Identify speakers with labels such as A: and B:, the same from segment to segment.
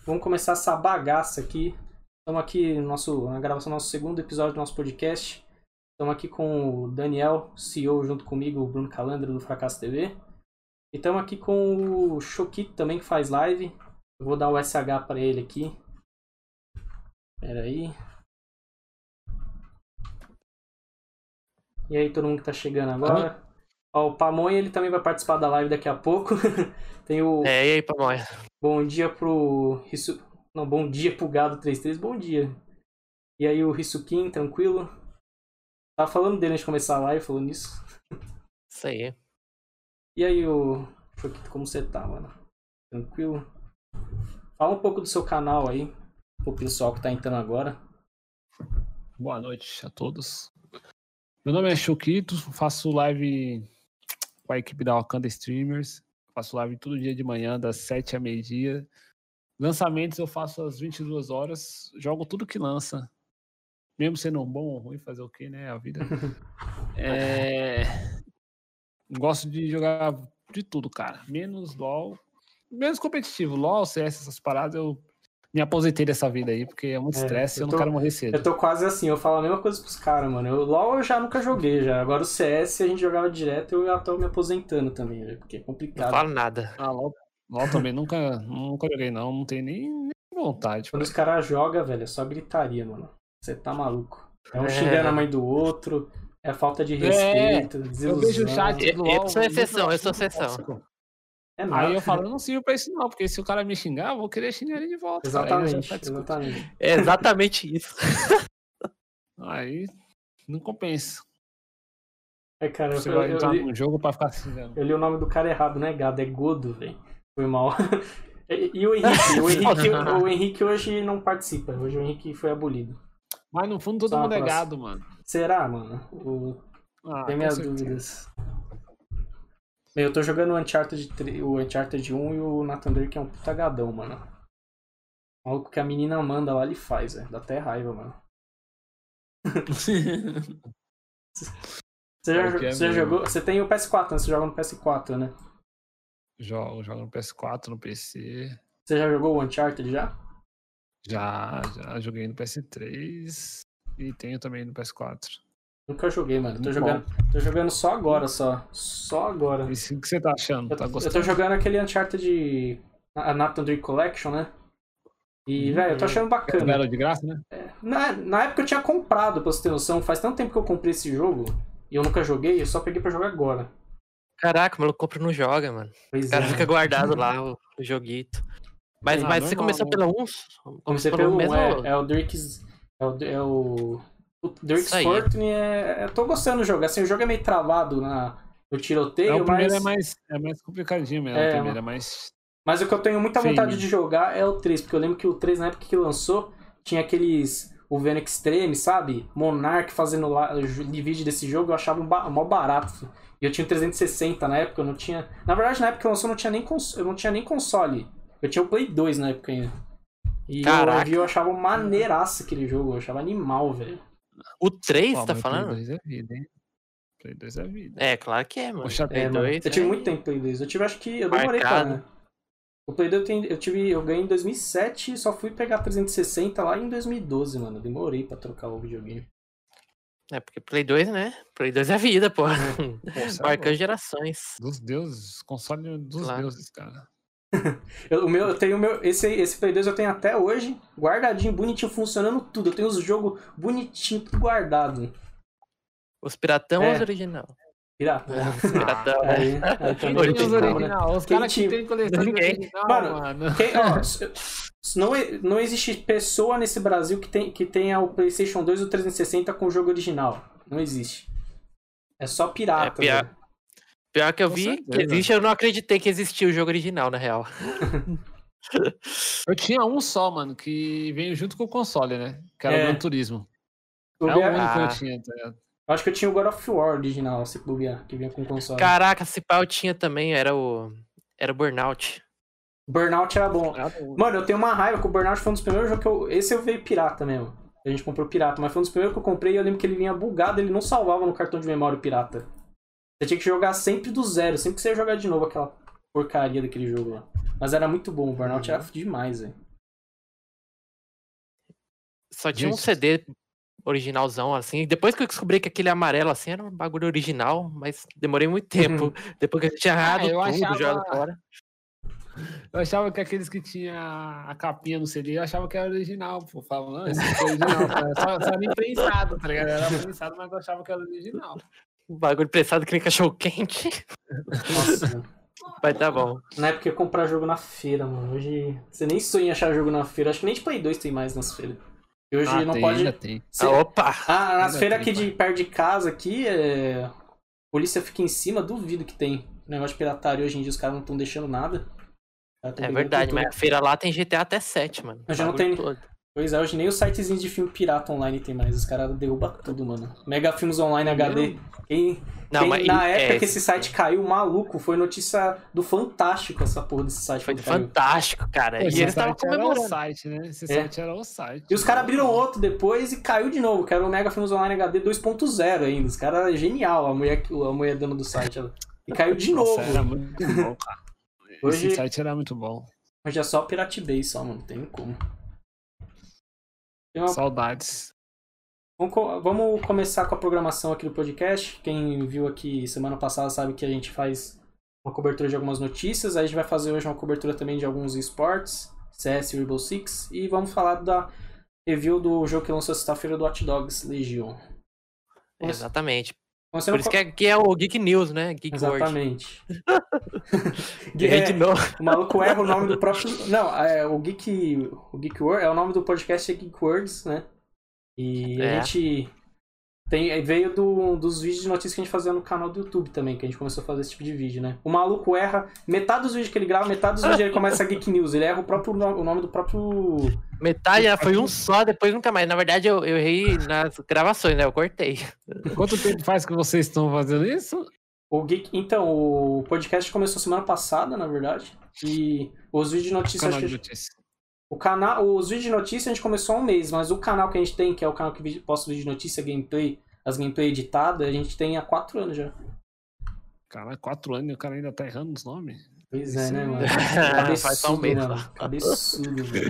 A: Vamos começar essa bagaça aqui. Estamos aqui na gravação do nosso segundo episódio do nosso podcast. Estamos aqui com o Daniel, CEO, junto comigo, o Bruno Calandra, do Fracasso TV. E estamos aqui com o Choquito também, que faz live. Eu vou dar o SH para ele aqui. Espera aí. E aí, todo mundo que tá chegando agora. Ó, o Pamonha, ele também vai participar da live daqui a pouco. Tem o...
B: E aí, Pamonha?
A: Bom dia pro... Não, bom dia pro Gado 33, bom dia. E aí o Rissukin, tranquilo? Tava falando dele antes de começar a live, falando nisso.
B: Isso aí.
A: E aí, o Choquito, como você tá, mano? Tranquilo? Fala um pouco do seu canal aí, pro pessoal que tá entrando agora.
C: Boa noite a todos. Meu nome é Choquito, faço live com a equipe da Wakanda Streamers. Faço live todo dia de manhã, das 7 a meio-dia. Lançamentos eu faço às 22 horas. Jogo tudo que lança. Mesmo sendo bom ou ruim, fazer o quê, né? A vida. Gosto de jogar de tudo, cara. Menos LOL. Menos competitivo. LOL, CS, essas paradas, eu me aposentei dessa vida aí, porque é muito estresse e eu não quero morrer cedo.
A: Eu tô quase assim, eu falo a mesma coisa pros caras, mano. LOL eu já nunca joguei, já. Agora o CS a gente jogava direto e eu já tô me aposentando também, né? Porque é complicado.
B: Não falo nada.
C: LOL também nunca joguei, não tenho nem vontade.
A: Quando os caras jogam, velho, é só gritaria, mano. Você tá maluco. É um xingando a mãe do outro, é falta de respeito, desilusão.
C: Eu vejo o chat do LOL.
B: Eu sou exceção.
A: É nada.
C: Aí eu falo, não sirvo pra isso não, porque se o cara me xingar, eu vou querer xingar ele de volta.
A: Exatamente,
C: Cara.
A: exatamente.
B: É exatamente isso.
C: Aí não compensa.
A: É, cara,
C: Você vai entrar num jogo pra ficar xingando.
A: Eu li o nome do cara errado, né, gado? É Godo, velho. Foi mal. E o Henrique? O Henrique hoje não participa. Hoje o Henrique foi abolido.
C: Mas no fundo todo mundo é gado, mano.
A: Será, mano? Tem minhas dúvidas. Eu tô jogando o Uncharted 1 e o Nathan Drake é um puta gadão, mano. Algo que a menina manda lá, ele faz, velho. Dá até raiva, mano. Você já jogou? Você tem o PS4, né? Você joga no PS4, né?
C: Jogo no PS4, no PC.
A: Você já jogou o Uncharted já?
C: Já joguei no PS3 e tenho também no PS4.
A: Nunca joguei, mano. Tô jogando só agora, só agora.
C: E o que você tá achando? Tá gostando?
A: Eu tô jogando aquele Uncharted a Nathan Drake Collection, né? E, velho, eu tô achando bacana.
C: Era de graça, né?
A: Na época eu tinha comprado, pra você ter noção. Faz tanto tempo que eu comprei esse jogo e eu nunca joguei, eu só peguei pra jogar agora.
B: Caraca, o maluco compra e não joga, mano. O cara fica guardado lá, o joguito. Mas você começou pelo 1?
A: Comecei pelo 1, é o Drake's... É o Drake's Fortune, eu tô gostando do jogo. Assim, o jogo é meio travado no tiroteio,
C: o primeiro é mais complicadinho mesmo, o primeiro é mais...
A: Mas o que eu tenho muita vontade de jogar é o 3, porque eu lembro que o 3, na época que lançou, tinha aqueles... O Venom Extreme, sabe? Monarch fazendo vídeo desse jogo, eu achava mó barato. E eu tinha o 360 na época, eu não tinha... Na verdade, na época que lançou, eu não tinha nem console. Eu tinha o Play 2 na época ainda. E eu achava maneiraço aquele jogo, eu achava animal, velho.
B: O 3, tá falando?
C: Play 2 é vida, hein? Play 2 é vida.
B: É, claro que é, mano.
C: Poxa,
B: Play 2
A: eu tive muito tempo Play 2. Eu demorei pra... O Play 2 eu ganhei em 2007 e só fui pegar 360 lá em 2012, mano. Eu demorei pra trocar o videogame.
B: É, porque Play 2, né? Play 2 é vida, pô. Marcando gerações.
C: Dos deuses, console dos deuses, cara.
A: Esse Play 2 eu tenho até hoje, guardadinho, bonitinho, funcionando tudo. Eu tenho os jogos bonitinho, tudo guardado.
B: Os piratão ou os original?
A: Piratão.
C: Os caras que tem coleção de original, mano.
A: Não existe pessoa nesse Brasil que tenha o PlayStation 2 ou 360 com o jogo original. Não existe. É só pirata.
B: Pior que eu vi que existe, eu não acreditei que existia o jogo original, na real.
C: Eu tinha um só, mano, que veio junto com o console, né? Que era o Gran Turismo. É o único que eu tinha, tá ligado?
A: Eu acho que eu tinha o God of War original, se bobear, que vinha com console.
B: Caraca, se pá, eu tinha também, era o Burnout.
A: Burnout era bom. Mano, eu tenho uma raiva que o Burnout foi um dos primeiros jogos que eu... Esse eu veio pirata mesmo. A gente comprou pirata, mas foi um dos primeiros que eu comprei e eu lembro que ele vinha bugado, ele não salvava no cartão de memória pirata. Você tinha que jogar sempre do zero, sempre que você ia jogar de novo aquela porcaria daquele jogo lá. Mas era muito bom, o Burnout era demais, velho.
B: só tinha um CD originalzão, assim. Depois que eu descobri que aquele amarelo, assim, era um bagulho original, mas demorei muito tempo. Depois que eu tinha errado tudo, joga fora.
C: Eu achava que aqueles que tinha a capinha no CD, eu achava que era original, pô. Falava, não, esse é original. Só era imprensado, tá ligado? Era prensado, mas eu achava que era original.
B: O bagulho prensado que nem cachorro quente.
A: Nossa.
B: Vai tá bom.
A: Na época eu ia comprar jogo na feira, mano. Hoje você nem sonha em achar jogo na feira. Acho que nem de Play 2 tem mais nas feiras. E hoje não pode.
C: Ainda tem.
B: Opa!
A: Nas feiras aqui de perto de casa, aqui, a polícia fica em cima, duvido que tem. Negócio de pirataria hoje em dia, os caras não estão deixando nada.
B: É verdade, mas a feira lá tem GTA até 7, mano.
A: Hoje não tem. Pois é, hoje nem os sitezinhos de filme pirata online tem mais. Os caras derrubam tudo, mano. Mega Filmes Online HD. Na época que esse site caiu, maluco, foi notícia do Fantástico essa porra desse site.
B: Foi do Fantástico, cara. E eles estavam comemorando.
C: Site, né? Esse site era o site.
A: E os caras abriram outro depois e caiu de novo, que era o Mega Filmes Online HD 2.0 ainda. Os caras é genial, a mulher dona do site. E caiu de novo.
C: Era muito bom, cara. Esse site era muito bom.
A: Hoje é só Pirate Bay só, mano. Não tem como.
C: Saudades.
A: Vamos começar com a programação aqui do podcast. Quem viu aqui semana passada sabe que a gente faz uma cobertura de algumas notícias. Aí a gente vai fazer hoje uma cobertura também de alguns esportes, CS e Rainbow Six. E vamos falar da review do jogo que lançou sexta-feira do Watch Dogs Legion.
B: Exatamente. Por isso que é o Geek News, né? Geek
A: Exatamente.
B: Word.
A: O maluco erra o nome do próprio... Não, o Geek Word é o nome do podcast, é Geek Words, né? E a gente veio dos vídeos de notícias que a gente fazia no canal do YouTube também, que a gente começou a fazer esse tipo de vídeo, né? O maluco erra metade dos vídeos que ele grava, metade dos vídeos ele começa a Geek News. Ele erra o nome do próprio...
B: Metade foi um só, depois nunca mais. Na verdade, eu errei nas gravações, né? Eu cortei.
C: Quanto tempo faz que vocês estão fazendo isso?
A: Então, o podcast começou semana passada, na verdade. E os vídeos de notícias... Os vídeos de notícia a gente começou há um mês, mas o canal que a gente tem, que é o canal que posta vídeo de notícia, gameplay, as gameplay editadas, a gente tem há 4 anos já.
C: Caralho, 4 anos e o cara ainda tá errando os nomes?
A: Pois é, né, mano?
B: Faz só um mês, mano.
A: Cabeçudo, velho.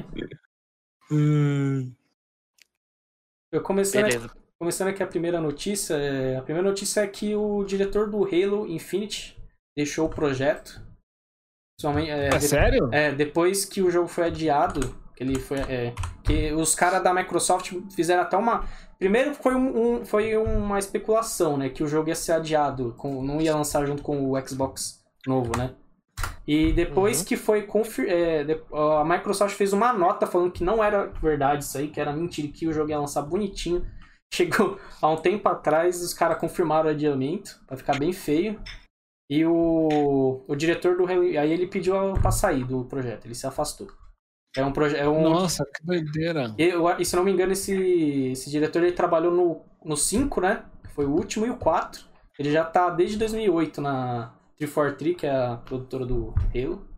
A: Eu começando aqui a primeira notícia. A primeira notícia é que o diretor do Halo Infinite deixou o projeto.
C: Sério?
A: Depois que o jogo foi adiado, que os caras da Microsoft fizeram até uma... Primeiro foi uma especulação, né? Que o jogo ia ser adiado, não ia lançar junto com o Xbox novo, né? E depois que foi a Microsoft fez uma nota falando que não era verdade isso aí, que era mentira, que o jogo ia lançar bonitinho. Chegou há um tempo atrás, os caras confirmaram o adiamento, pra ficar bem feio. E o diretor do Halo, aí ele pediu pra sair do projeto, ele se afastou.
C: Nossa, que doideira.
A: E se não me engano, esse diretor ele trabalhou no 5, né? Que foi o último, e o 4. Ele já tá desde 2008 na 343, que é a produtora do Halo.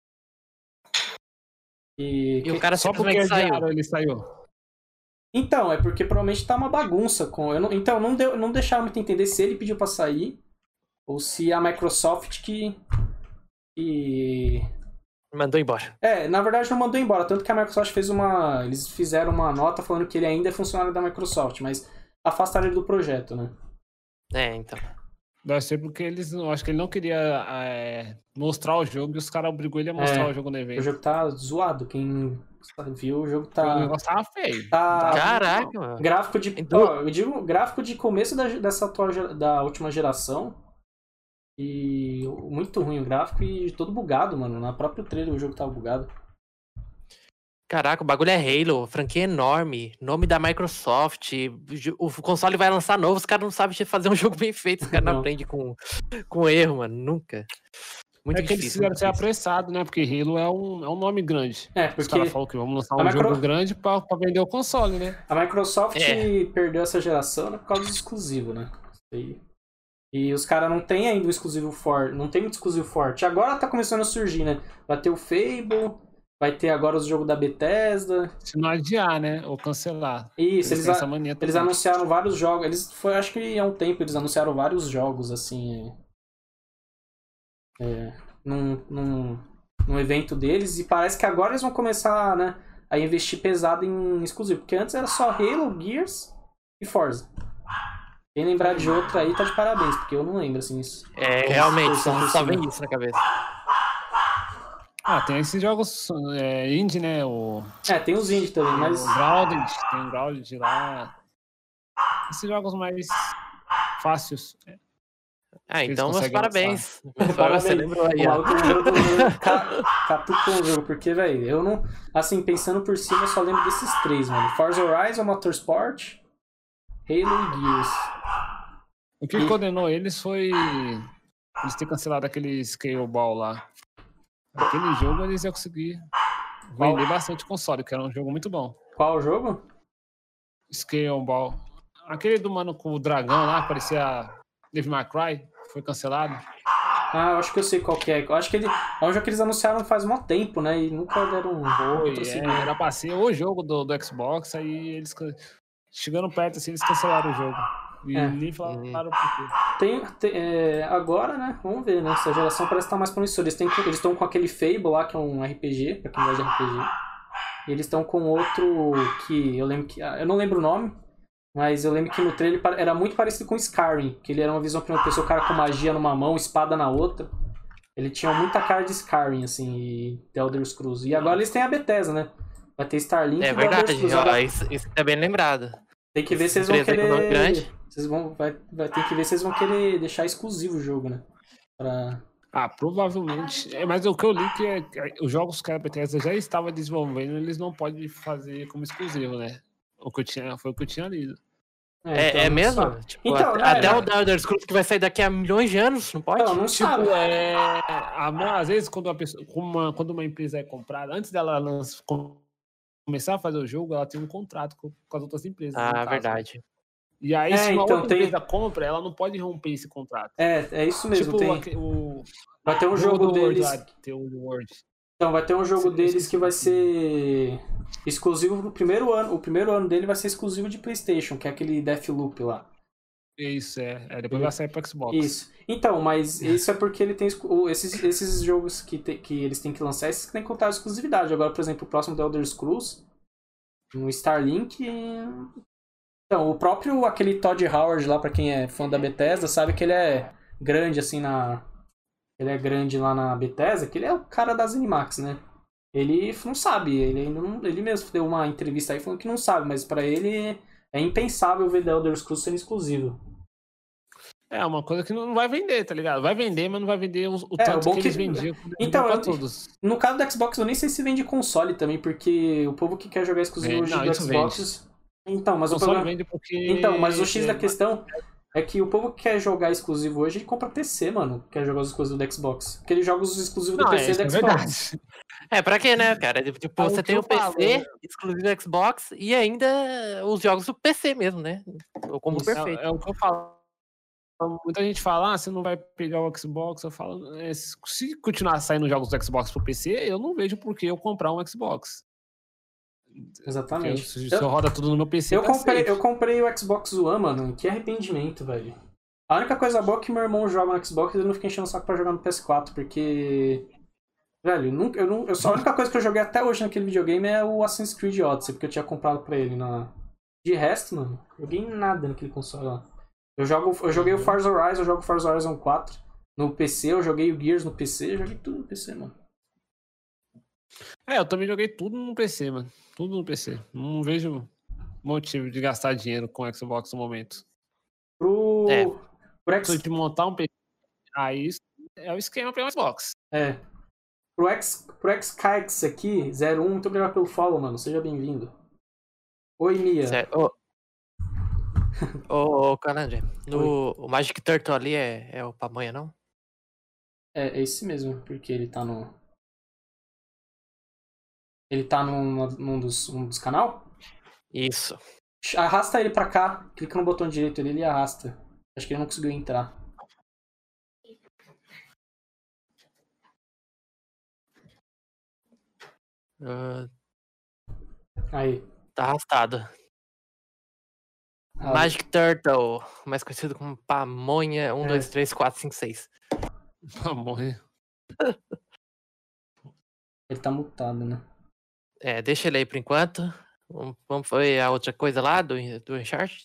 B: E o cara
C: só porque ele saiu.
A: Então, é porque provavelmente tá uma bagunça com... Então, não deixaram muito entender se ele pediu pra sair ou se a Microsoft que
B: mandou embora.
A: Na verdade não mandou embora, tanto que a Microsoft eles fizeram uma nota falando que ele ainda é funcionário da Microsoft, mas afastaram ele do projeto, né?
B: Então.
C: Deve ser porque acho que ele não queria mostrar o jogo e os caras obrigou ele a mostrar o jogo no evento.
A: O jogo tá zoado, quem viu, o jogo tá...
C: O negócio tava feio.
B: Caraca, mano.
A: Gráfico de... eu digo gráfico de começo da última geração. E muito ruim o gráfico e todo bugado, mano. Na própria trailer o jogo tava bugado.
B: Caraca, o bagulho é Halo, franquia enorme, nome da Microsoft, o console vai lançar novo, os caras não sabem fazer um jogo bem feito, os caras não aprendem com erro, mano, nunca. Muito difícil.
C: Que eles fizeram ser apressado, né? Porque Halo é um nome grande.
A: Porque
C: os caras falaram que vamos lançar um jogo grande pra vender o console, né?
A: A Microsoft perdeu essa geração, né, por causa do exclusivo, né? E os caras não tem ainda um exclusivo forte, não tem muito exclusivo forte. Agora tá começando a surgir, né? Vai ter o Fable, vai ter agora os jogos da Bethesda.
C: Se não adiar, né? Ou cancelar.
A: Isso, eles anunciaram vários jogos. Acho que há um tempo eles anunciaram vários jogos, assim, num evento deles. E parece que agora eles vão começar, né, a investir pesado em exclusivo. Porque antes era só Halo, Gears e Forza. Quem lembrar de outro aí tá de parabéns, porque eu não lembro, assim, isso.
B: Realmente, só vem isso na cabeça.
C: Tem esses jogos indie, né?
A: Tem os indie também, mas...
C: Tem o Grounded lá. Esses jogos mais fáceis.
B: Então meus parabéns.
A: Parabéns.
B: Você lembrou aí,
A: o maluco catucou o jogo, porque, velho, eu não... Assim, pensando por cima, eu só lembro desses 3, mano. Forza Horizon, Motorsport, Halo e Gears.
C: O que condenou eles foi eles terem cancelado aquele Scale Ball lá. Aquele jogo eles iam conseguir vender bastante console, que era um jogo muito bom.
A: Qual jogo?
C: Scale Ball. Aquele do mano com o dragão lá, parecia Devil May Cry, foi cancelado.
A: Eu acho que eu sei qual que é. Eu acho que é um jogo que eles anunciaram faz muito tempo, né? E nunca deram
C: era pra ser o jogo do Xbox, aí eles chegando perto assim, eles cancelaram o jogo. E nem falaram por
A: quê. Agora, né? Vamos ver, né? Essa geração parece estar mais promissora. Eles estão com aquele Fable lá, que é um RPG, pra quem gosta de RPG. E eles estão com outro que eu lembro que... Eu não lembro o nome, mas eu lembro que no trailer era muito parecido com Skyrim, que ele era uma visão primeira pessoa, o cara com magia numa mão, espada na outra. Ele tinha muita cara de Skyrim, assim, e The Elder Scrolls. E agora eles têm a Bethesda, né? Vai ter Starlink
B: e The Elder Scrolls. Isso é bem lembrado.
A: Tem que ver se eles vão querer... Vai ter que ver se eles vão querer deixar exclusivo o jogo, né?
C: Provavelmente. Mas o que eu li que os jogos que a Bethesda já estava desenvolvendo, eles não podem fazer como exclusivo, né? Foi o que eu tinha lido.
B: É mesmo? Tipo, então, até o The Elder Scrolls que vai sair daqui a milhões de anos, não pode?
A: Não sabe.
C: Às vezes, quando uma empresa é comprada, antes dela começar a fazer o jogo, ela tem um contrato com as outras empresas.
B: Verdade.
C: E aí, se uma outra empresa compra, ela não pode romper esse contrato.
A: É isso mesmo. Vai ter um jogo deles... Então, vai ter um jogo deles que vai ser exclusivo pro primeiro ano. O primeiro ano dele vai ser exclusivo de PlayStation, que é aquele Deathloop lá.
C: Isso, depois vai sair pro Xbox.
A: Isso. Então, mas isso é porque ele tem esses jogos que eles têm que lançar, esses que tem que contar a exclusividade. Agora, por exemplo, o próximo The Elder Scrolls, no Starlink... Então, o próprio, aquele Todd Howard lá, pra quem é fã da Bethesda, sabe que ele é grande, assim, Ele é grande lá na Bethesda, que ele é o cara das Animax, né? Ele não sabe, ele ainda não... Ele mesmo deu uma entrevista aí falando que não sabe, mas pra ele é impensável ver The Elder Scrolls sendo exclusivo.
C: É uma coisa que não vai vender, tá ligado? Vai vender, mas não vai vender o tanto que eles vendiam.
A: Então, todos. No caso do Xbox, eu nem sei se vende console também, porque o povo que quer jogar exclusivo hoje do Xbox... Vende. Então, mas o problema...
C: vende porque...
A: Então, mas o X da questão é que o povo que quer jogar exclusivo hoje, ele compra PC, mano. Quer jogar os exclusivos do Xbox. Porque ele joga os exclusivos do PC e do Xbox.
B: Pra quê, né, cara? Tipo, você tem o PC exclusivo do Xbox e ainda os jogos do PC mesmo, né? O combo perfeito.
C: É o que eu falo. Muita gente fala, você não vai pegar o Xbox. Eu falo, se continuar saindo jogos do Xbox pro PC, eu não vejo por que eu comprar um Xbox.
A: Exatamente.
C: Se eu roda tudo no meu PC.
A: Eu comprei o Xbox One, mano. Que arrependimento, velho. A única coisa boa é que meu irmão joga no Xbox e eu não fiquei enchendo o saco pra jogar no PS4, porque... Velho, a única coisa que eu joguei até hoje naquele videogame é o Assassin's Creed Odyssey, porque eu tinha comprado pra ele De resto, mano, eu joguei nada naquele console lá. Eu joguei o Forza Horizon, eu jogo o Forza Horizon 4 no PC, eu joguei o Gears no PC, eu joguei tudo no PC, mano.
C: Eu também joguei tudo no PC, mano. Tudo no PC. Não vejo motivo de gastar dinheiro com o Xbox no momento. Se de montar um PC, aí é o esquema para o Xbox.
A: Pro XKX aqui, 01, muito obrigado pelo follow, mano. Seja bem-vindo. Oi, Mia.
B: Ô, Calandre, o Magic Turtle ali é o Pamonha, não?
A: É esse mesmo, porque ele tá no... Ele tá num dos canal?
B: Isso.
A: Arrasta ele pra cá, clica no botão direito ali, ele arrasta. Acho que ele não conseguiu entrar. Aí.
B: Tá arrastado. Magic Turtle, mais conhecido como Pamonha 1, 2, 3, 4, 5, 6.
C: Pamonha.
A: Ele tá mutado, né?
B: Deixa ele aí por enquanto. Vamos ver a outra coisa lá do Uncharted?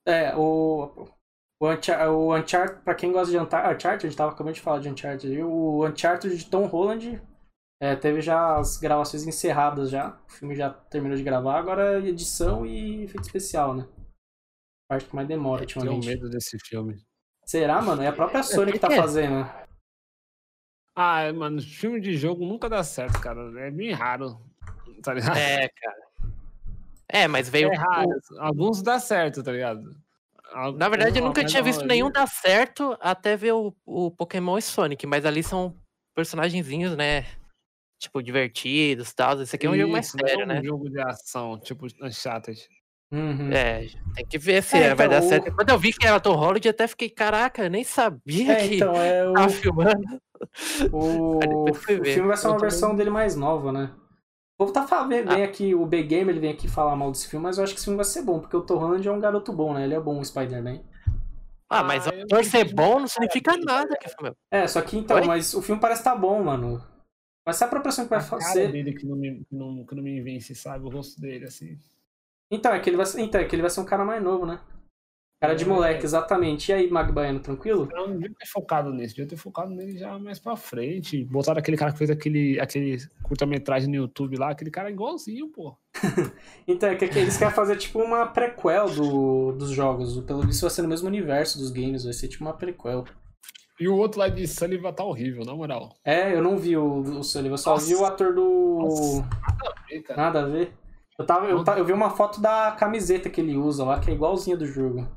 A: O Uncharted, pra quem gosta de Uncharted, a gente tava acabando de falar de Uncharted, o Uncharted de Tom Holland teve já as gravações encerradas já. O filme já terminou de gravar, agora é edição e efeito especial, né? A parte que mais demora ultimamente.
C: Tenho medo desse filme.
A: Será, mano? É a própria Sony que tá fazendo.
C: Mano, filme de jogo nunca dá certo, cara. É bem raro, tá ligado?
B: Cara. Mas veio...
C: É raro. Alguns dá certo, tá ligado?
B: Na verdade, eu nunca tinha visto nenhum dar certo até ver o Pokémon e Sonic, mas ali são personagenzinhos, né? Tipo, divertidos e tal. Esse aqui é um jogo mais sério, né?
C: É um jogo de ação, tipo Uncharted.
A: Uhum.
B: Tem que ver se vai dar certo. Quando eu vi que era Tom Holland, eu até fiquei, caraca, eu nem sabia que tava filmando.
A: O filme vai ser uma versão dele mais nova, né? O povo tá vem aqui, o B-Game, ele vem aqui falar mal desse filme, mas eu acho que esse filme vai ser bom, porque o Tom Holland é um garoto bom, né? Ele é bom, o Spider-Man.
B: Mas o ator ser bom não significa nada.
A: Só que então, mas o filme parece tá bom, mano. Vai ser a própria pessoa que vai fazer.
C: A cara dele que não me vence, sabe? O rosto dele, assim.
A: Então, é que ele vai ser um cara mais novo, né? Cara de moleque, exatamente. E aí, Mag Baiano, tranquilo?
C: Eu não devia ter focado nisso, devia ter focado nele já mais pra frente. Botaram aquele cara que fez aquele curta-metragem no YouTube lá, aquele cara igualzinho, pô.
A: Então, é que eles querem fazer tipo uma prequel dos jogos. Pelo visto vai ser no mesmo universo dos games, vai ser tipo uma prequel.
C: E o outro lá de Sullivan tá horrível, na moral.
A: Eu não vi o Sullivan, eu só vi o ator do...
C: Nossa, nada a ver, cara.
A: Nada a ver. Eu vi uma foto da camiseta que ele usa lá, que é igualzinha do jogo.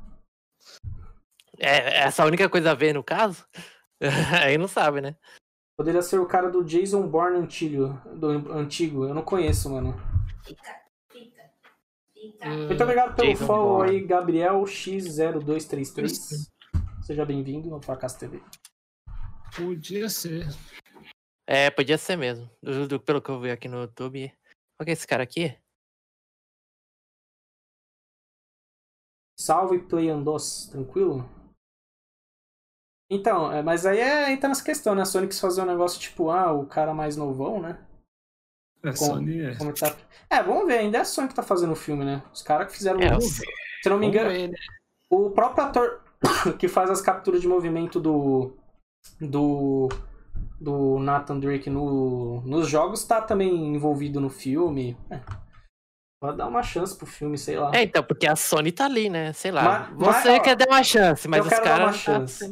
B: Essa única coisa a ver, no caso? Aí não sabe, né?
A: Poderia ser o cara do Jason Bourne antigo. Eu não conheço, mano. Muito obrigado pelo follow aí, Gabriel X0233. Seja bem-vindo ao Fracasso TV.
C: Podia ser.
B: Podia ser mesmo. Pelo que eu vi aqui no YouTube. Qual que é esse cara aqui?
A: Salve, Playandos. Tranquilo? Então, mas aí entra nessa questão, né? A Sony quis fazer um negócio tipo, o cara mais novão, né?
C: Sony
A: vamos ver, ainda é a Sony que tá fazendo o filme, né? Os caras que fizeram se não me engano,
C: né?
A: o próprio ator que faz as capturas de movimento do Nathan Drake nos jogos tá também envolvido no filme. Pode dar uma chance pro filme, sei lá.
B: Então, porque a Sony tá ali, né? Sei lá. Você quer dar uma chance, mas os caras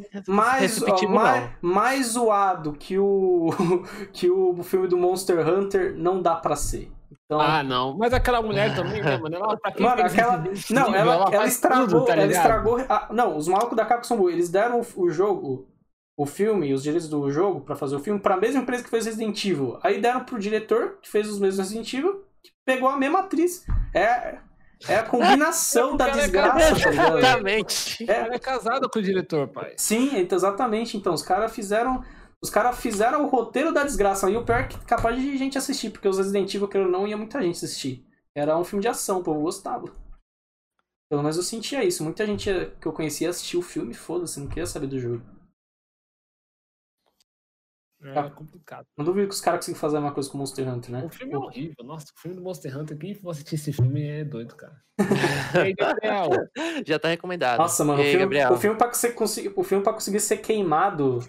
A: mais zoado que o filme do Monster Hunter não dá pra ser. Então...
C: não. Mas aquela mulher também, né, mano? Ela, pra quem
A: ela estragou. Ela estragou. Não, os malucos da Capcom são bons. Eles deram o filme, os direitos do jogo pra fazer o filme pra mesma empresa que fez Resident Evil. Aí deram pro diretor, que fez os mesmos Resident Evil, que pegou a mesma atriz. É a combinação da desgraça.
B: Exatamente.
C: Ela é casada com o diretor, pai.
A: Sim, exatamente. Então, os caras fizeram o roteiro da desgraça. E o pior é que é capaz de gente assistir, porque os Resident Evil, querendo ou não, ia muita gente assistir. Era um filme de ação, o povo gostava. Pelo menos eu sentia isso. Muita gente que eu conhecia assistia o filme, foda-se, não queria saber do jogo.
C: É complicado.
A: Não duvido que os caras conseguem fazer uma coisa com o Monster Hunter, né?
C: O filme é horrível. Nossa, o filme do Monster Hunter, quem for assistir esse filme é doido, cara.
B: Já tá recomendado.
A: Nossa, mano, o filme pra conseguir ser queimado